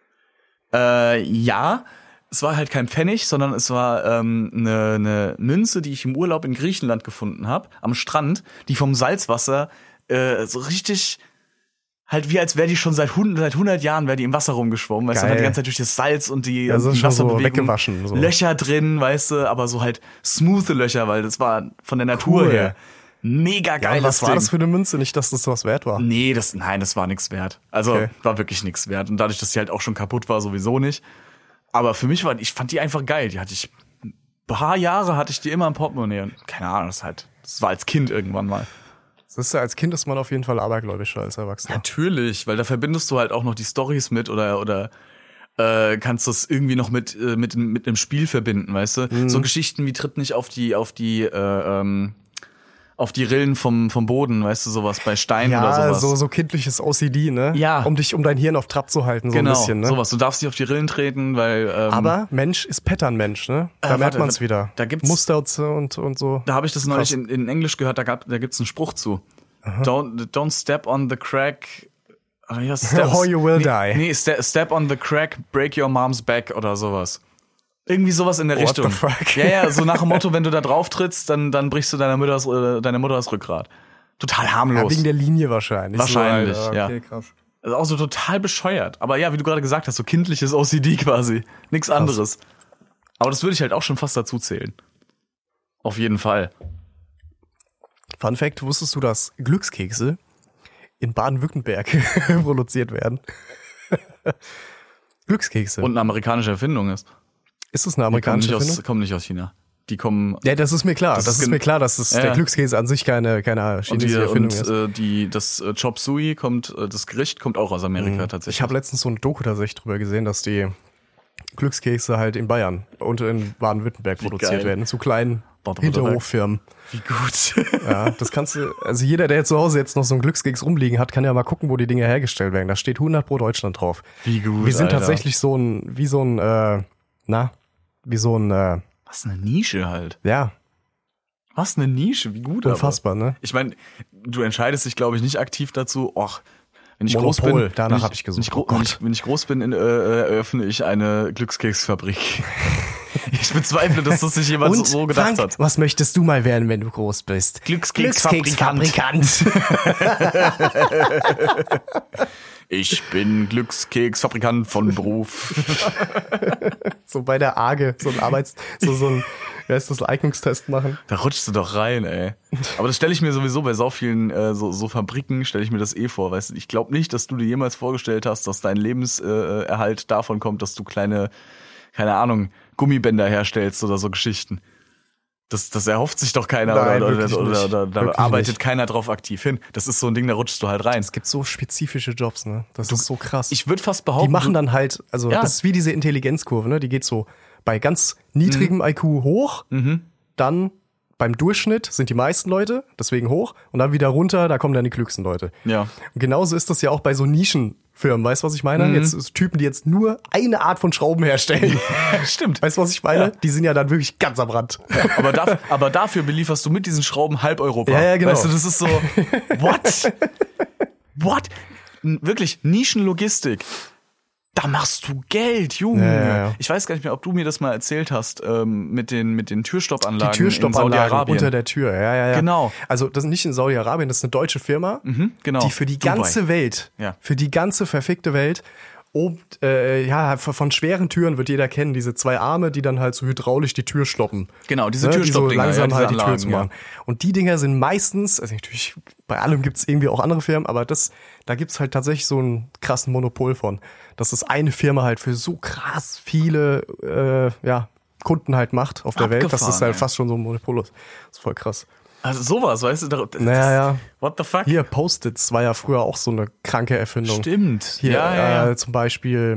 Speaker 3: Äh, ja, es war halt kein Pfennig, sondern es war ähm, eine, eine Münze, die ich im Urlaub in Griechenland gefunden habe, am Strand, die vom Salzwasser äh, so richtig halt wie als wäre die schon seit hundert, seit hundert Jahren wäre die im Wasser rumgeschwommen, weißt du,
Speaker 4: Geil.
Speaker 3: und hat die ganze Zeit durch das Salz und die,
Speaker 4: Ja, das
Speaker 3: und
Speaker 4: ist
Speaker 3: die
Speaker 4: schon so
Speaker 3: Wasserbewegung
Speaker 4: weggewaschen, so.
Speaker 3: Löcher drin, weißt du, aber so halt smooth Löcher, weil das war von der Natur
Speaker 4: Cool.
Speaker 3: her mega
Speaker 4: Ja,
Speaker 3: geil.
Speaker 4: und was war das für eine Münze? Nicht, dass das was wert war.
Speaker 3: Nee, das, nein, das war nichts wert. Also,
Speaker 4: Okay.
Speaker 3: war wirklich nichts wert. Und dadurch, dass die halt auch schon kaputt war, sowieso nicht. Aber für mich war, ich fand die einfach geil. Die hatte ich, ein paar Jahre hatte ich die immer im Portemonnaie. Und keine Ahnung, das halt, das war als Kind irgendwann mal.
Speaker 4: Das ist ja, als Kind ist man auf jeden Fall abergläubischer als Erwachsener.
Speaker 3: Natürlich, weil da verbindest du halt auch noch die Storys mit oder, oder, äh, kannst das irgendwie noch mit, äh, mit, mit einem Spiel verbinden, weißt du?
Speaker 4: Mhm.
Speaker 3: So Geschichten wie tritt nicht auf die, auf die, äh, ähm, auf die Rillen vom, vom Boden, weißt du, sowas bei Steinen oder
Speaker 4: Ja,
Speaker 3: sowas.
Speaker 4: so, so kindliches O C D, ne?
Speaker 3: Ja.
Speaker 4: Um dich, um dein Hirn auf Trab zu halten, so
Speaker 3: genau,
Speaker 4: ein bisschen, ne?
Speaker 3: sowas. Du darfst nicht auf die Rillen treten, weil, ähm,
Speaker 4: Aber Mensch ist Pattern-Mensch, ne? Da
Speaker 3: Äh,
Speaker 4: merkt
Speaker 3: warte,
Speaker 4: man's
Speaker 3: warte.
Speaker 4: wieder.
Speaker 3: Da gibt's-
Speaker 4: Muster und, so und, und so.
Speaker 3: Da habe ich das neulich
Speaker 4: Krass.
Speaker 3: in, in Englisch gehört, da, gab, da gibt's einen Spruch zu. Don't, don't step on the crack. Ah, ja, step,
Speaker 4: Or you will
Speaker 3: nee,
Speaker 4: die.
Speaker 3: Nee, step, step on the crack, break your mom's back oder sowas. Irgendwie sowas in der
Speaker 4: What the
Speaker 3: Richtung.
Speaker 4: fuck?
Speaker 3: Ja, ja, so nach dem Motto, wenn du da drauf trittst, dann, dann brichst du deiner Mutter das, äh, deiner Mutter das Rückgrat. Total
Speaker 4: Ja,
Speaker 3: harmlos.
Speaker 4: wegen der Linie wahrscheinlich.
Speaker 3: Wahrscheinlich,
Speaker 4: so,
Speaker 3: ja.
Speaker 4: Okay, krass.
Speaker 3: Also auch so total bescheuert. Aber ja, wie du gerade gesagt hast, so kindliches O C D quasi. Nichts anderes. Aber das würde ich halt auch schon fast dazu zählen. Auf jeden Fall.
Speaker 4: Fun Fact, wusstest du, dass Glückskekse in Baden-Württemberg produziert werden? Glückskekse.
Speaker 3: Und eine amerikanische Erfindung ist.
Speaker 4: ist das eine
Speaker 3: Die kommen
Speaker 4: amerikanische
Speaker 3: nicht, aus,
Speaker 4: Erfindung?
Speaker 3: kommen nicht aus China. Die kommen.
Speaker 4: Ja, das ist mir klar. Das,
Speaker 3: Das
Speaker 4: ist
Speaker 3: ist
Speaker 4: mir
Speaker 3: gen-
Speaker 4: klar, dass das
Speaker 3: Ja,
Speaker 4: der
Speaker 3: ja.
Speaker 4: Glückskäse an sich keine, keine
Speaker 3: Und,
Speaker 4: chinesische
Speaker 3: die,
Speaker 4: Erfindung
Speaker 3: und
Speaker 4: ist.
Speaker 3: äh, die, das äh, Chop Suey kommt, äh, das Gericht kommt auch aus Amerika
Speaker 4: Ich
Speaker 3: tatsächlich.
Speaker 4: habe letztens so ein Doku tatsächlich drüber gesehen, dass die Glückskekse halt in Bayern und in Baden-Württemberg produziert
Speaker 3: geil.
Speaker 4: werden, zu kleinen
Speaker 3: Warte, warte,
Speaker 4: Hinterhoffirmen.
Speaker 3: Wie gut.
Speaker 4: Ja, das kannst du, also jeder, der zu Hause jetzt noch so einen Glückskeks rumliegen hat, kann ja mal gucken, wo die Dinge hergestellt werden. Da steht hundert pro Deutschland drauf.
Speaker 3: Wie gut.
Speaker 4: Wir sind
Speaker 3: Alter.
Speaker 4: tatsächlich so ein, wie so ein, äh, na, wie so ein, äh,
Speaker 3: Was eine Nische halt.
Speaker 4: ja,
Speaker 3: Was eine Nische, wie gut.
Speaker 4: unfassbar,
Speaker 3: aber.
Speaker 4: ne?
Speaker 3: Ich meine, du entscheidest dich, glaube ich, nicht aktiv dazu, ach, wenn ich
Speaker 4: Monopol,
Speaker 3: groß bin,
Speaker 4: danach
Speaker 3: wenn
Speaker 4: hab ich gesucht.
Speaker 3: Wenn ich, gro-
Speaker 4: Oh Gott.
Speaker 3: wenn ich, wenn ich groß bin, in, äh, eröffne ich eine Glückskeksfabrik. Ich bezweifle, dass das sich jemand so, so gedacht
Speaker 4: Frank,
Speaker 3: hat.
Speaker 4: was möchtest du mal werden, wenn du groß bist?
Speaker 3: Glückskeksfabrikant. Ich bin Glückskeksfabrikant von Beruf.
Speaker 4: So bei der A G E, so ein Arbeits, so, so ein, wie heißt das, Eignungstest machen.
Speaker 3: Da rutschst du doch rein, ey. Aber das stelle ich mir sowieso bei so vielen äh, so, so Fabriken, stelle ich mir das eh vor. Weißt du, ich glaube nicht, dass du dir jemals vorgestellt hast, dass dein Lebenserhalt äh, Erhalt davon kommt, dass du kleine, keine Ahnung, Gummibänder herstellst oder so Geschichten. Das, das erhofft sich doch keiner.
Speaker 4: Nein,
Speaker 3: oder
Speaker 4: wirklich
Speaker 3: oder, oder,
Speaker 4: nicht.
Speaker 3: oder da
Speaker 4: Wirklich
Speaker 3: arbeitet
Speaker 4: nicht.
Speaker 3: keiner drauf aktiv hin. Das ist so ein Ding, da rutschst du halt rein.
Speaker 4: Es gibt so spezifische Jobs, ne? Das ist so krass.
Speaker 3: Ich würde fast behaupten,
Speaker 4: die machen
Speaker 3: du,
Speaker 4: dann halt, also
Speaker 3: Ja.
Speaker 4: das ist wie diese Intelligenzkurve, ne? Die geht so bei ganz niedrigem I Q hoch, dann beim Durchschnitt sind die meisten Leute, deswegen hoch, und dann wieder runter, da kommen dann die klügsten Leute.
Speaker 3: Ja.
Speaker 4: Und genauso ist das ja auch bei so Nischenfirmen, weißt du, was ich meine? Jetzt ist Typen, die jetzt nur eine Art von Schrauben herstellen.
Speaker 3: Stimmt.
Speaker 4: Weißt du, was ich meine?
Speaker 3: Ja.
Speaker 4: Die sind ja dann wirklich ganz am Rand.
Speaker 3: Aber, da, aber dafür belieferst du mit diesen Schrauben halb Europa.
Speaker 4: Ja, ja, genau.
Speaker 3: Weißt du, das ist so, what? What? N- Wirklich, Nischenlogistik. Da machst du Geld, Junge.
Speaker 4: Ja, ja, ja.
Speaker 3: Ich weiß gar nicht mehr, ob du mir das mal erzählt hast, ähm, mit den, mit den
Speaker 4: Die
Speaker 3: Türstoppanlagen in
Speaker 4: Türstoppanlagen
Speaker 3: Saudi-Arabien.
Speaker 4: unter der Tür, ja, ja, ja.
Speaker 3: Genau.
Speaker 4: Also das ist nicht in Saudi-Arabien, das ist eine deutsche Firma,
Speaker 3: Mhm, genau.
Speaker 4: die für die
Speaker 3: Dubai.
Speaker 4: ganze Welt,
Speaker 3: Ja.
Speaker 4: für die ganze verfickte Welt, ob, äh, ja, von schweren Türen wird jeder kennen, diese zwei Arme, die dann halt so hydraulisch die Tür stoppen.
Speaker 3: Genau, diese
Speaker 4: Ne, die so
Speaker 3: Türstoppdinger,
Speaker 4: langsam
Speaker 3: ja, diese
Speaker 4: halt die Tür
Speaker 3: Anlagen,
Speaker 4: zu machen.
Speaker 3: ja.
Speaker 4: Und die Dinger sind meistens, also natürlich, bei allem gibt's irgendwie auch andere Firmen, aber das, da gibt's halt tatsächlich so einen krassen Monopol von, dass es eine Firma halt für so krass viele äh, ja, Kunden halt macht auf der Welt, dass es
Speaker 3: Abgefahren,
Speaker 4: halt
Speaker 3: ey.
Speaker 4: fast schon so ein Monopol ist. Das ist voll krass.
Speaker 3: Also sowas, weißt du? Da- Das,
Speaker 4: Naja, ja.
Speaker 3: What the fuck?
Speaker 4: Hier, Post-its war ja früher auch so eine kranke Erfindung.
Speaker 3: Stimmt.
Speaker 4: Hier,
Speaker 3: ja, ja, ja.
Speaker 4: Äh, zum Beispiel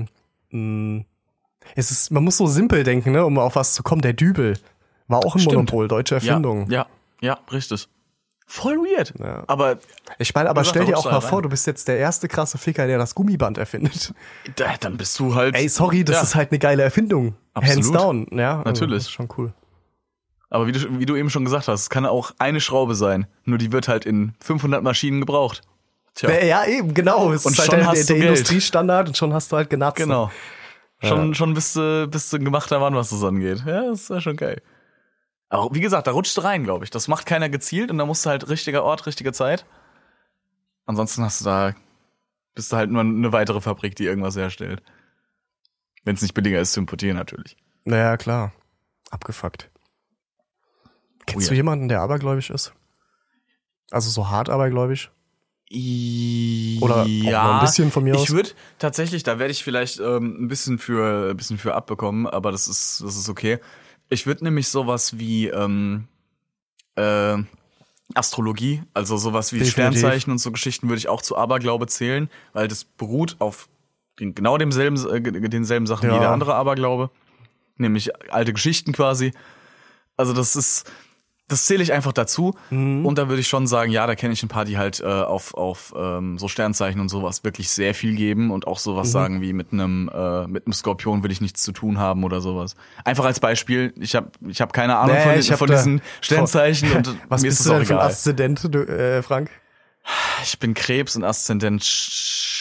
Speaker 4: Mh, es ist, man muss so simpel denken, ne, um auf was zu kommen. Der Dübel war auch ein
Speaker 3: Stimmt.
Speaker 4: Monopol, deutsche Erfindung.
Speaker 3: Ja, ja, ja, richtig. Voll weird.
Speaker 4: Ja.
Speaker 3: Aber
Speaker 4: Ich meine, aber
Speaker 3: Wie gesagt,
Speaker 4: stell dir
Speaker 3: da
Speaker 4: auch
Speaker 3: rutscht
Speaker 4: mal
Speaker 3: er
Speaker 4: vor,
Speaker 3: rein.
Speaker 4: du bist jetzt der erste krasse Ficker, der das Gummiband erfindet.
Speaker 3: da, dann bist du halt.
Speaker 4: Ey, sorry, das
Speaker 3: Ja.
Speaker 4: ist halt eine geile Erfindung.
Speaker 3: Absolut.
Speaker 4: Hands down, ja. Also,
Speaker 3: Natürlich.
Speaker 4: das ist schon cool.
Speaker 3: Aber wie du, wie du eben schon gesagt hast, es kann auch eine Schraube sein. Nur die wird halt in fünfhundert Maschinen gebraucht. Tja,
Speaker 4: Ja, ja, eben, genau. Es
Speaker 3: Und
Speaker 4: ist halt
Speaker 3: schon
Speaker 4: der,
Speaker 3: hast
Speaker 4: der,
Speaker 3: du
Speaker 4: der
Speaker 3: Geld.
Speaker 4: Industriestandard und schon hast du halt genatzt.
Speaker 3: genau. Schon, schon bist du, bist du ein gemachter Mann, was das angeht. Ja, das ist ja schon geil. Aber wie gesagt, da rutschst du rein, glaube ich. Das macht keiner gezielt und da musst du halt richtiger Ort, richtige Zeit. Ansonsten hast du da, bist du halt nur eine weitere Fabrik, die irgendwas herstellt. Wenn es nicht billiger ist zu importieren, natürlich.
Speaker 4: Naja, klar. Abgefuckt. Kennst
Speaker 3: Oh
Speaker 4: du
Speaker 3: ja.
Speaker 4: jemanden, der abergläubisch ist? Also so hart abergläubisch? Oder auch
Speaker 3: ja,
Speaker 4: nur ein bisschen von mir aus?
Speaker 3: Ich würde tatsächlich, da werde ich vielleicht ähm, ein bisschen für ein bisschen für abbekommen, aber das ist das ist okay. Ich würde nämlich sowas wie ähm, äh, Astrologie, also sowas wie
Speaker 4: Definitiv.
Speaker 3: Sternzeichen und so Geschichten würde ich auch zu Aberglaube zählen, weil das beruht auf den, genau demselben äh, denselben Sachen
Speaker 4: Ja.
Speaker 3: wie der andere Aberglaube, nämlich alte Geschichten quasi. Also das ist Das zähle ich einfach dazu.
Speaker 4: Mhm.
Speaker 3: Und da würde ich schon sagen, ja, da kenne ich ein paar, die halt äh, auf, auf ähm, so Sternzeichen und sowas wirklich sehr viel geben und auch sowas
Speaker 4: Mhm.
Speaker 3: sagen wie mit einem äh, mit einem Skorpion will ich nichts zu tun haben oder sowas. Einfach als Beispiel, ich habe ich hab keine Ahnung
Speaker 4: Nee,
Speaker 3: von,
Speaker 4: ich
Speaker 3: den,
Speaker 4: hab
Speaker 3: von
Speaker 4: da-
Speaker 3: diesen Sternzeichen und
Speaker 4: Was
Speaker 3: mir
Speaker 4: bist
Speaker 3: ist
Speaker 4: du
Speaker 3: es auch
Speaker 4: denn für ein
Speaker 3: egal.
Speaker 4: Aszendent, du, äh, Frank?
Speaker 3: Ich bin Krebs und Aszendent Sch-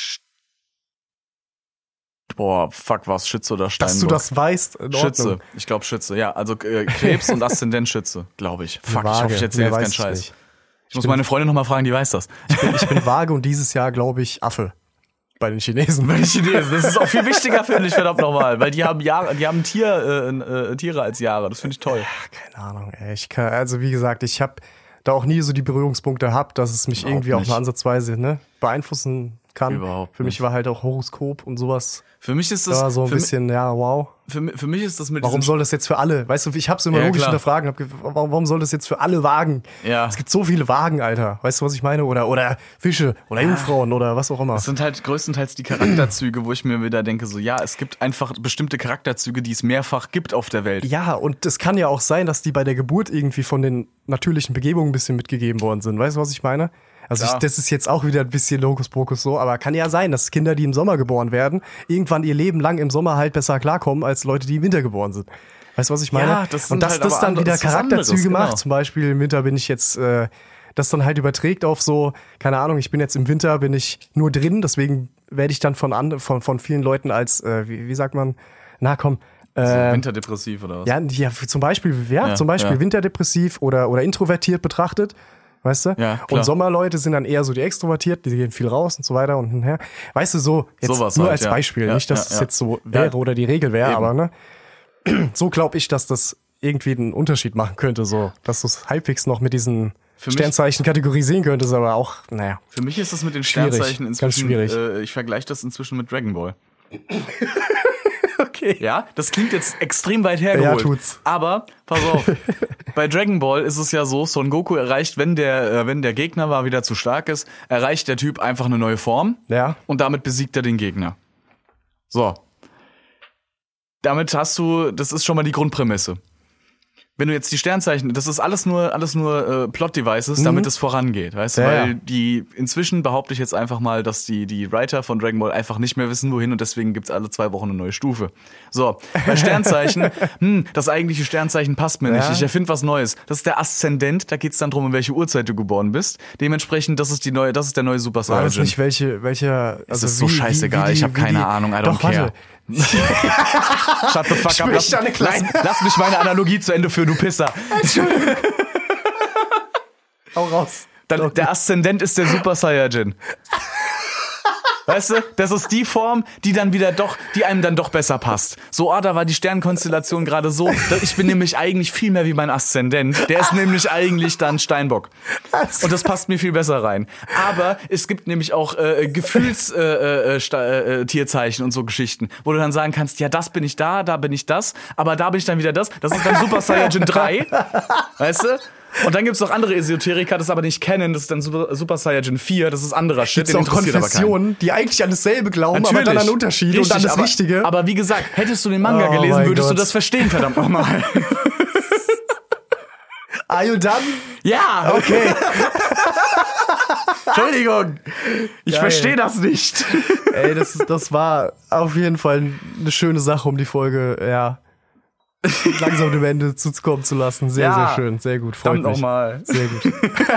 Speaker 3: Boah, fuck, was Schütze oder Steinbock?
Speaker 4: Dass du das weißt, in Ordnung.
Speaker 3: Schütze, ich glaube Schütze, ja, also äh, Krebs und Aszendent Schütze, glaube ich. Fuck, ich hoffe, ich erzähle
Speaker 4: Mehr
Speaker 3: jetzt keinen
Speaker 4: weiß
Speaker 3: Scheiß.
Speaker 4: ich nicht.
Speaker 3: Ich muss meine Freundin noch mal fragen, die weiß das.
Speaker 4: Ich bin, ich bin vage und dieses Jahr, glaube ich, Affe. Bei den Chinesen.
Speaker 3: Bei den Chinesen, das ist auch viel wichtiger, finde ich, verdammt nochmal, weil die haben Jahre, die haben Tier, äh, äh, Tiere als Jahre, das finde ich toll.
Speaker 4: Keine Ahnung, ey. Ich kann, also wie gesagt, ich habe da auch nie so die Berührungspunkte gehabt, dass es mich
Speaker 3: Überhaupt
Speaker 4: irgendwie auch
Speaker 3: nicht.
Speaker 4: nur ansatzweise ne, beeinflussen kann.
Speaker 3: Überhaupt
Speaker 4: Für mich
Speaker 3: nicht.
Speaker 4: war halt auch Horoskop und sowas.
Speaker 3: Für mich ist das,
Speaker 4: Da war so ein
Speaker 3: für, mi-
Speaker 4: bisschen, ja, wow.
Speaker 3: für, mi- für mich ist das mit
Speaker 4: Warum
Speaker 3: diesen-
Speaker 4: soll das jetzt für alle? Weißt du, ich hab's immer
Speaker 3: Ja,
Speaker 4: logisch
Speaker 3: klar.
Speaker 4: hinterfragen. Hab ge- warum, warum soll das jetzt für alle Wagen?
Speaker 3: Ja.
Speaker 4: Es gibt so viele Wagen, Alter. Weißt du, was ich meine? Oder, oder Fische oder Jungfrauen oder was auch immer.
Speaker 3: Das sind halt größtenteils die Charakterzüge, wo ich mir wieder denke, so ja, es gibt einfach bestimmte Charakterzüge, die es mehrfach gibt auf der Welt.
Speaker 4: Ja, und es kann ja auch sein, dass die bei der Geburt irgendwie von den natürlichen Begebungen ein bisschen mitgegeben worden sind. Weißt du, was ich meine? Also ich,
Speaker 3: Klar.
Speaker 4: das ist jetzt auch wieder ein bisschen Hokuspokus so, aber kann ja sein, dass Kinder, die im Sommer geboren werden, irgendwann ihr Leben lang im Sommer halt besser klarkommen als Leute, die im Winter geboren sind. Weißt du, was ich meine?
Speaker 3: Ja, das sind
Speaker 4: und dass
Speaker 3: halt
Speaker 4: das
Speaker 3: aber
Speaker 4: dann
Speaker 3: andere-
Speaker 4: wieder
Speaker 3: das ist was anderes,
Speaker 4: Charakterzüge macht.
Speaker 3: genau.
Speaker 4: Zum Beispiel im Winter bin ich jetzt, äh, das dann halt überträgt auf so, keine Ahnung, ich bin jetzt im Winter, bin ich nur drin, deswegen werde ich dann von, and, von, von vielen Leuten als, äh, wie, wie sagt man, na komm,
Speaker 3: So
Speaker 4: äh,
Speaker 3: winterdepressiv oder was?
Speaker 4: ja, ja, zum Beispiel, ja,
Speaker 3: Ja,
Speaker 4: zum Beispiel
Speaker 3: ja.
Speaker 4: winterdepressiv oder, oder introvertiert betrachtet, weißt du?
Speaker 3: Ja, klar.
Speaker 4: Und Sommerleute sind dann eher so die extrovertiert, die gehen viel raus und so weiter und hinher. Weißt du, so, jetzt
Speaker 3: Sowas
Speaker 4: nur
Speaker 3: halt,
Speaker 4: als
Speaker 3: ja.
Speaker 4: Beispiel,
Speaker 3: Ja,
Speaker 4: nicht, dass
Speaker 3: ja,
Speaker 4: es
Speaker 3: ja.
Speaker 4: jetzt so wäre
Speaker 3: Ja.
Speaker 4: oder die Regel wäre,
Speaker 3: Eben.
Speaker 4: aber ne, so glaube ich, dass das irgendwie einen Unterschied machen könnte, so, dass du es halbwegs noch mit diesen
Speaker 3: Für mich-
Speaker 4: Sternzeichen kategorisieren könntest, aber auch, naja.
Speaker 3: Für mich ist das mit den
Speaker 4: Schwierig,
Speaker 3: Sternzeichen
Speaker 4: ganz
Speaker 3: inzwischen,
Speaker 4: schwierig.
Speaker 3: Äh, ich vergleiche das inzwischen mit Dragon Ball.
Speaker 4: Okay.
Speaker 3: Ja, das klingt jetzt extrem weit hergeholt.
Speaker 4: Ja, tut's.
Speaker 3: Aber, pass auf, bei Dragon Ball ist es ja so, Son Goku erreicht, wenn der, äh, wenn der Gegner mal wieder zu stark ist, erreicht der Typ einfach eine neue Form
Speaker 4: Ja.
Speaker 3: und damit besiegt er den Gegner. So. Damit hast du, das ist schon mal die Grundprämisse. Wenn du jetzt die Sternzeichen, das ist alles nur alles nur äh, Plot-Devices, damit es vorangeht, weißt du?
Speaker 4: Mhm. Ja,
Speaker 3: Weil
Speaker 4: ja.
Speaker 3: die, inzwischen behaupte ich jetzt einfach mal, dass die die Writer von Dragon Ball einfach nicht mehr wissen, wohin und deswegen gibt's alle zwei Wochen eine neue Stufe. So, bei Sternzeichen, hm, das eigentliche Sternzeichen passt mir nicht,
Speaker 4: Ja.
Speaker 3: ich erfinde was Neues. Das ist der Aszendent, da geht's dann drum, in welche Uhrzeit du geboren bist. Dementsprechend, das ist die neue, das ist der neue Super
Speaker 4: War das
Speaker 3: Saiyajin.
Speaker 4: nicht welche, welcher, also
Speaker 3: ist so
Speaker 4: wie,
Speaker 3: scheißegal,
Speaker 4: wie, wie die,
Speaker 3: ich hab
Speaker 4: wie
Speaker 3: keine
Speaker 4: die,
Speaker 3: Ahnung, I don't
Speaker 4: Doch,
Speaker 3: care.
Speaker 4: warte.
Speaker 3: Shut the fuck up,
Speaker 4: Sprich
Speaker 3: lass,
Speaker 4: da eine kleine-
Speaker 3: lass, lass mich meine Analogie zu Ende führen, du Pisser.
Speaker 4: Hau raus.
Speaker 3: Dann, der Aszendent ist der Super Saiyajin. Weißt du, das ist die Form, die dann wieder doch, die einem dann doch besser passt. So, ah, da war die Sternkonstellation gerade so. Ich bin nämlich eigentlich viel mehr wie mein Aszendent. Der ist nämlich eigentlich dann Steinbock. Und das passt mir viel besser rein. Aber es gibt nämlich auch äh, Gefühls äh, äh, Sta- äh, Tierzeichen und so Geschichten, wo du dann sagen kannst, ja, das bin ich da, da bin ich das, aber da bin ich dann wieder das. Das ist dann Super Saiyajin drei. Weißt du? Und dann gibt's noch andere Esoteriker, das aber nicht kennen, das ist dann Super, Super Saiyajin vier, das ist anderer Shit.
Speaker 4: Gibt's auch Konfessionen, die eigentlich an dasselbe glauben,
Speaker 3: Natürlich.
Speaker 4: aber dann an Unterschiede
Speaker 3: Richtig,
Speaker 4: und an das
Speaker 3: aber,
Speaker 4: Richtige.
Speaker 3: Aber wie gesagt, hättest du den Manga
Speaker 4: Oh
Speaker 3: gelesen,
Speaker 4: mein
Speaker 3: würdest
Speaker 4: Gott.
Speaker 3: du das verstehen, verdammt nochmal.
Speaker 4: Are you done?
Speaker 3: Ja,
Speaker 4: Okay.
Speaker 3: Entschuldigung. Ich
Speaker 4: Geil.
Speaker 3: verstehe das nicht.
Speaker 4: Ey, das, das war auf jeden Fall eine schöne Sache, um die Folge, ja, langsam dem Ende zukommen zu lassen. Sehr,
Speaker 3: Ja.
Speaker 4: sehr schön, sehr gut, freut
Speaker 3: Verdammt
Speaker 4: mich.
Speaker 3: nochmal.
Speaker 4: Sehr gut.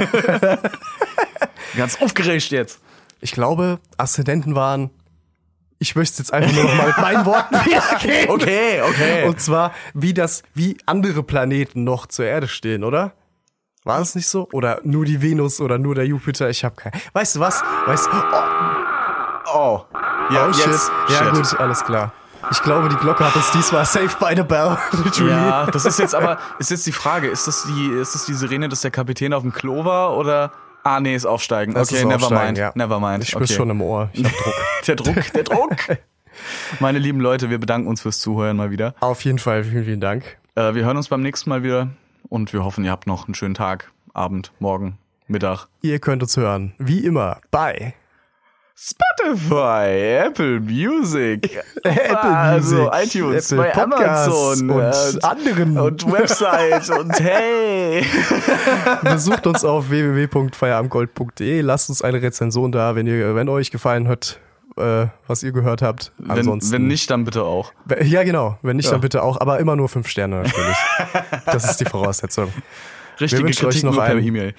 Speaker 3: Ganz aufgeregt jetzt.
Speaker 4: Ich glaube, Aszendenten waren, ich möchte es jetzt einfach nur noch mal mit meinen Worten wiedergeben.
Speaker 3: Okay, okay.
Speaker 4: Und zwar, wie das, wie andere Planeten noch zur Erde stehen, oder? War das nicht so? Oder nur die Venus oder nur der Jupiter? Ich habe kein. Weißt du was? Weißt du? Oh,
Speaker 3: Oh. Ja,
Speaker 4: oh shit.
Speaker 3: jetzt.
Speaker 4: Ja,
Speaker 3: Shit.
Speaker 4: gut, alles klar. Ich glaube, die Glocke hat uns diesmal saved by the bell. Literally.
Speaker 3: Ja, das ist jetzt aber, ist jetzt die Frage, ist das die, ist das die Sirene, dass der Kapitän auf dem Klo war oder? Ah, nee, ist aufsteigen.
Speaker 4: Das
Speaker 3: Okay,
Speaker 4: ist
Speaker 3: never
Speaker 4: aufsteigen,
Speaker 3: mind.
Speaker 4: ja.
Speaker 3: Never mind.
Speaker 4: Ich spür's
Speaker 3: okay.
Speaker 4: schon im Ohr. Ich hab Druck.
Speaker 3: Der Druck, der Druck. Meine lieben Leute, wir bedanken uns fürs Zuhören mal wieder.
Speaker 4: Auf jeden Fall, vielen, vielen Dank.
Speaker 3: Äh, wir hören uns beim nächsten Mal wieder und wir hoffen, ihr habt noch einen schönen Tag, Abend, Morgen, Mittag.
Speaker 4: Ihr könnt uns hören, wie immer, bei
Speaker 3: Spotify, Apple Music,
Speaker 4: Apple
Speaker 3: also
Speaker 4: Music,
Speaker 3: iTunes,
Speaker 4: Apple
Speaker 3: bei
Speaker 4: Podcasts
Speaker 3: Amazon
Speaker 4: und anderen.
Speaker 3: und Website und hey.
Speaker 4: Besucht uns auf w w w punkt feierabendgold punkt de. Lasst uns eine Rezension da, wenn ihr, wenn euch gefallen hat, äh, was ihr gehört habt.
Speaker 3: Wenn,
Speaker 4: Ansonsten,
Speaker 3: wenn nicht, dann bitte auch.
Speaker 4: Ja, genau. Wenn nicht,
Speaker 3: Ja.
Speaker 4: dann bitte auch. Aber immer nur fünf Sterne natürlich. Das ist die Voraussetzung.
Speaker 3: Richtige
Speaker 4: wünschen euch
Speaker 3: Kritik
Speaker 4: noch
Speaker 3: nur per
Speaker 4: einen-
Speaker 3: E-Mail.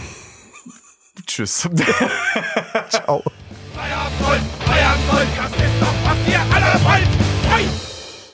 Speaker 3: Tschüss.
Speaker 4: Ciao.
Speaker 1: Feierabend, Gold, Feierabend, Gold, das ist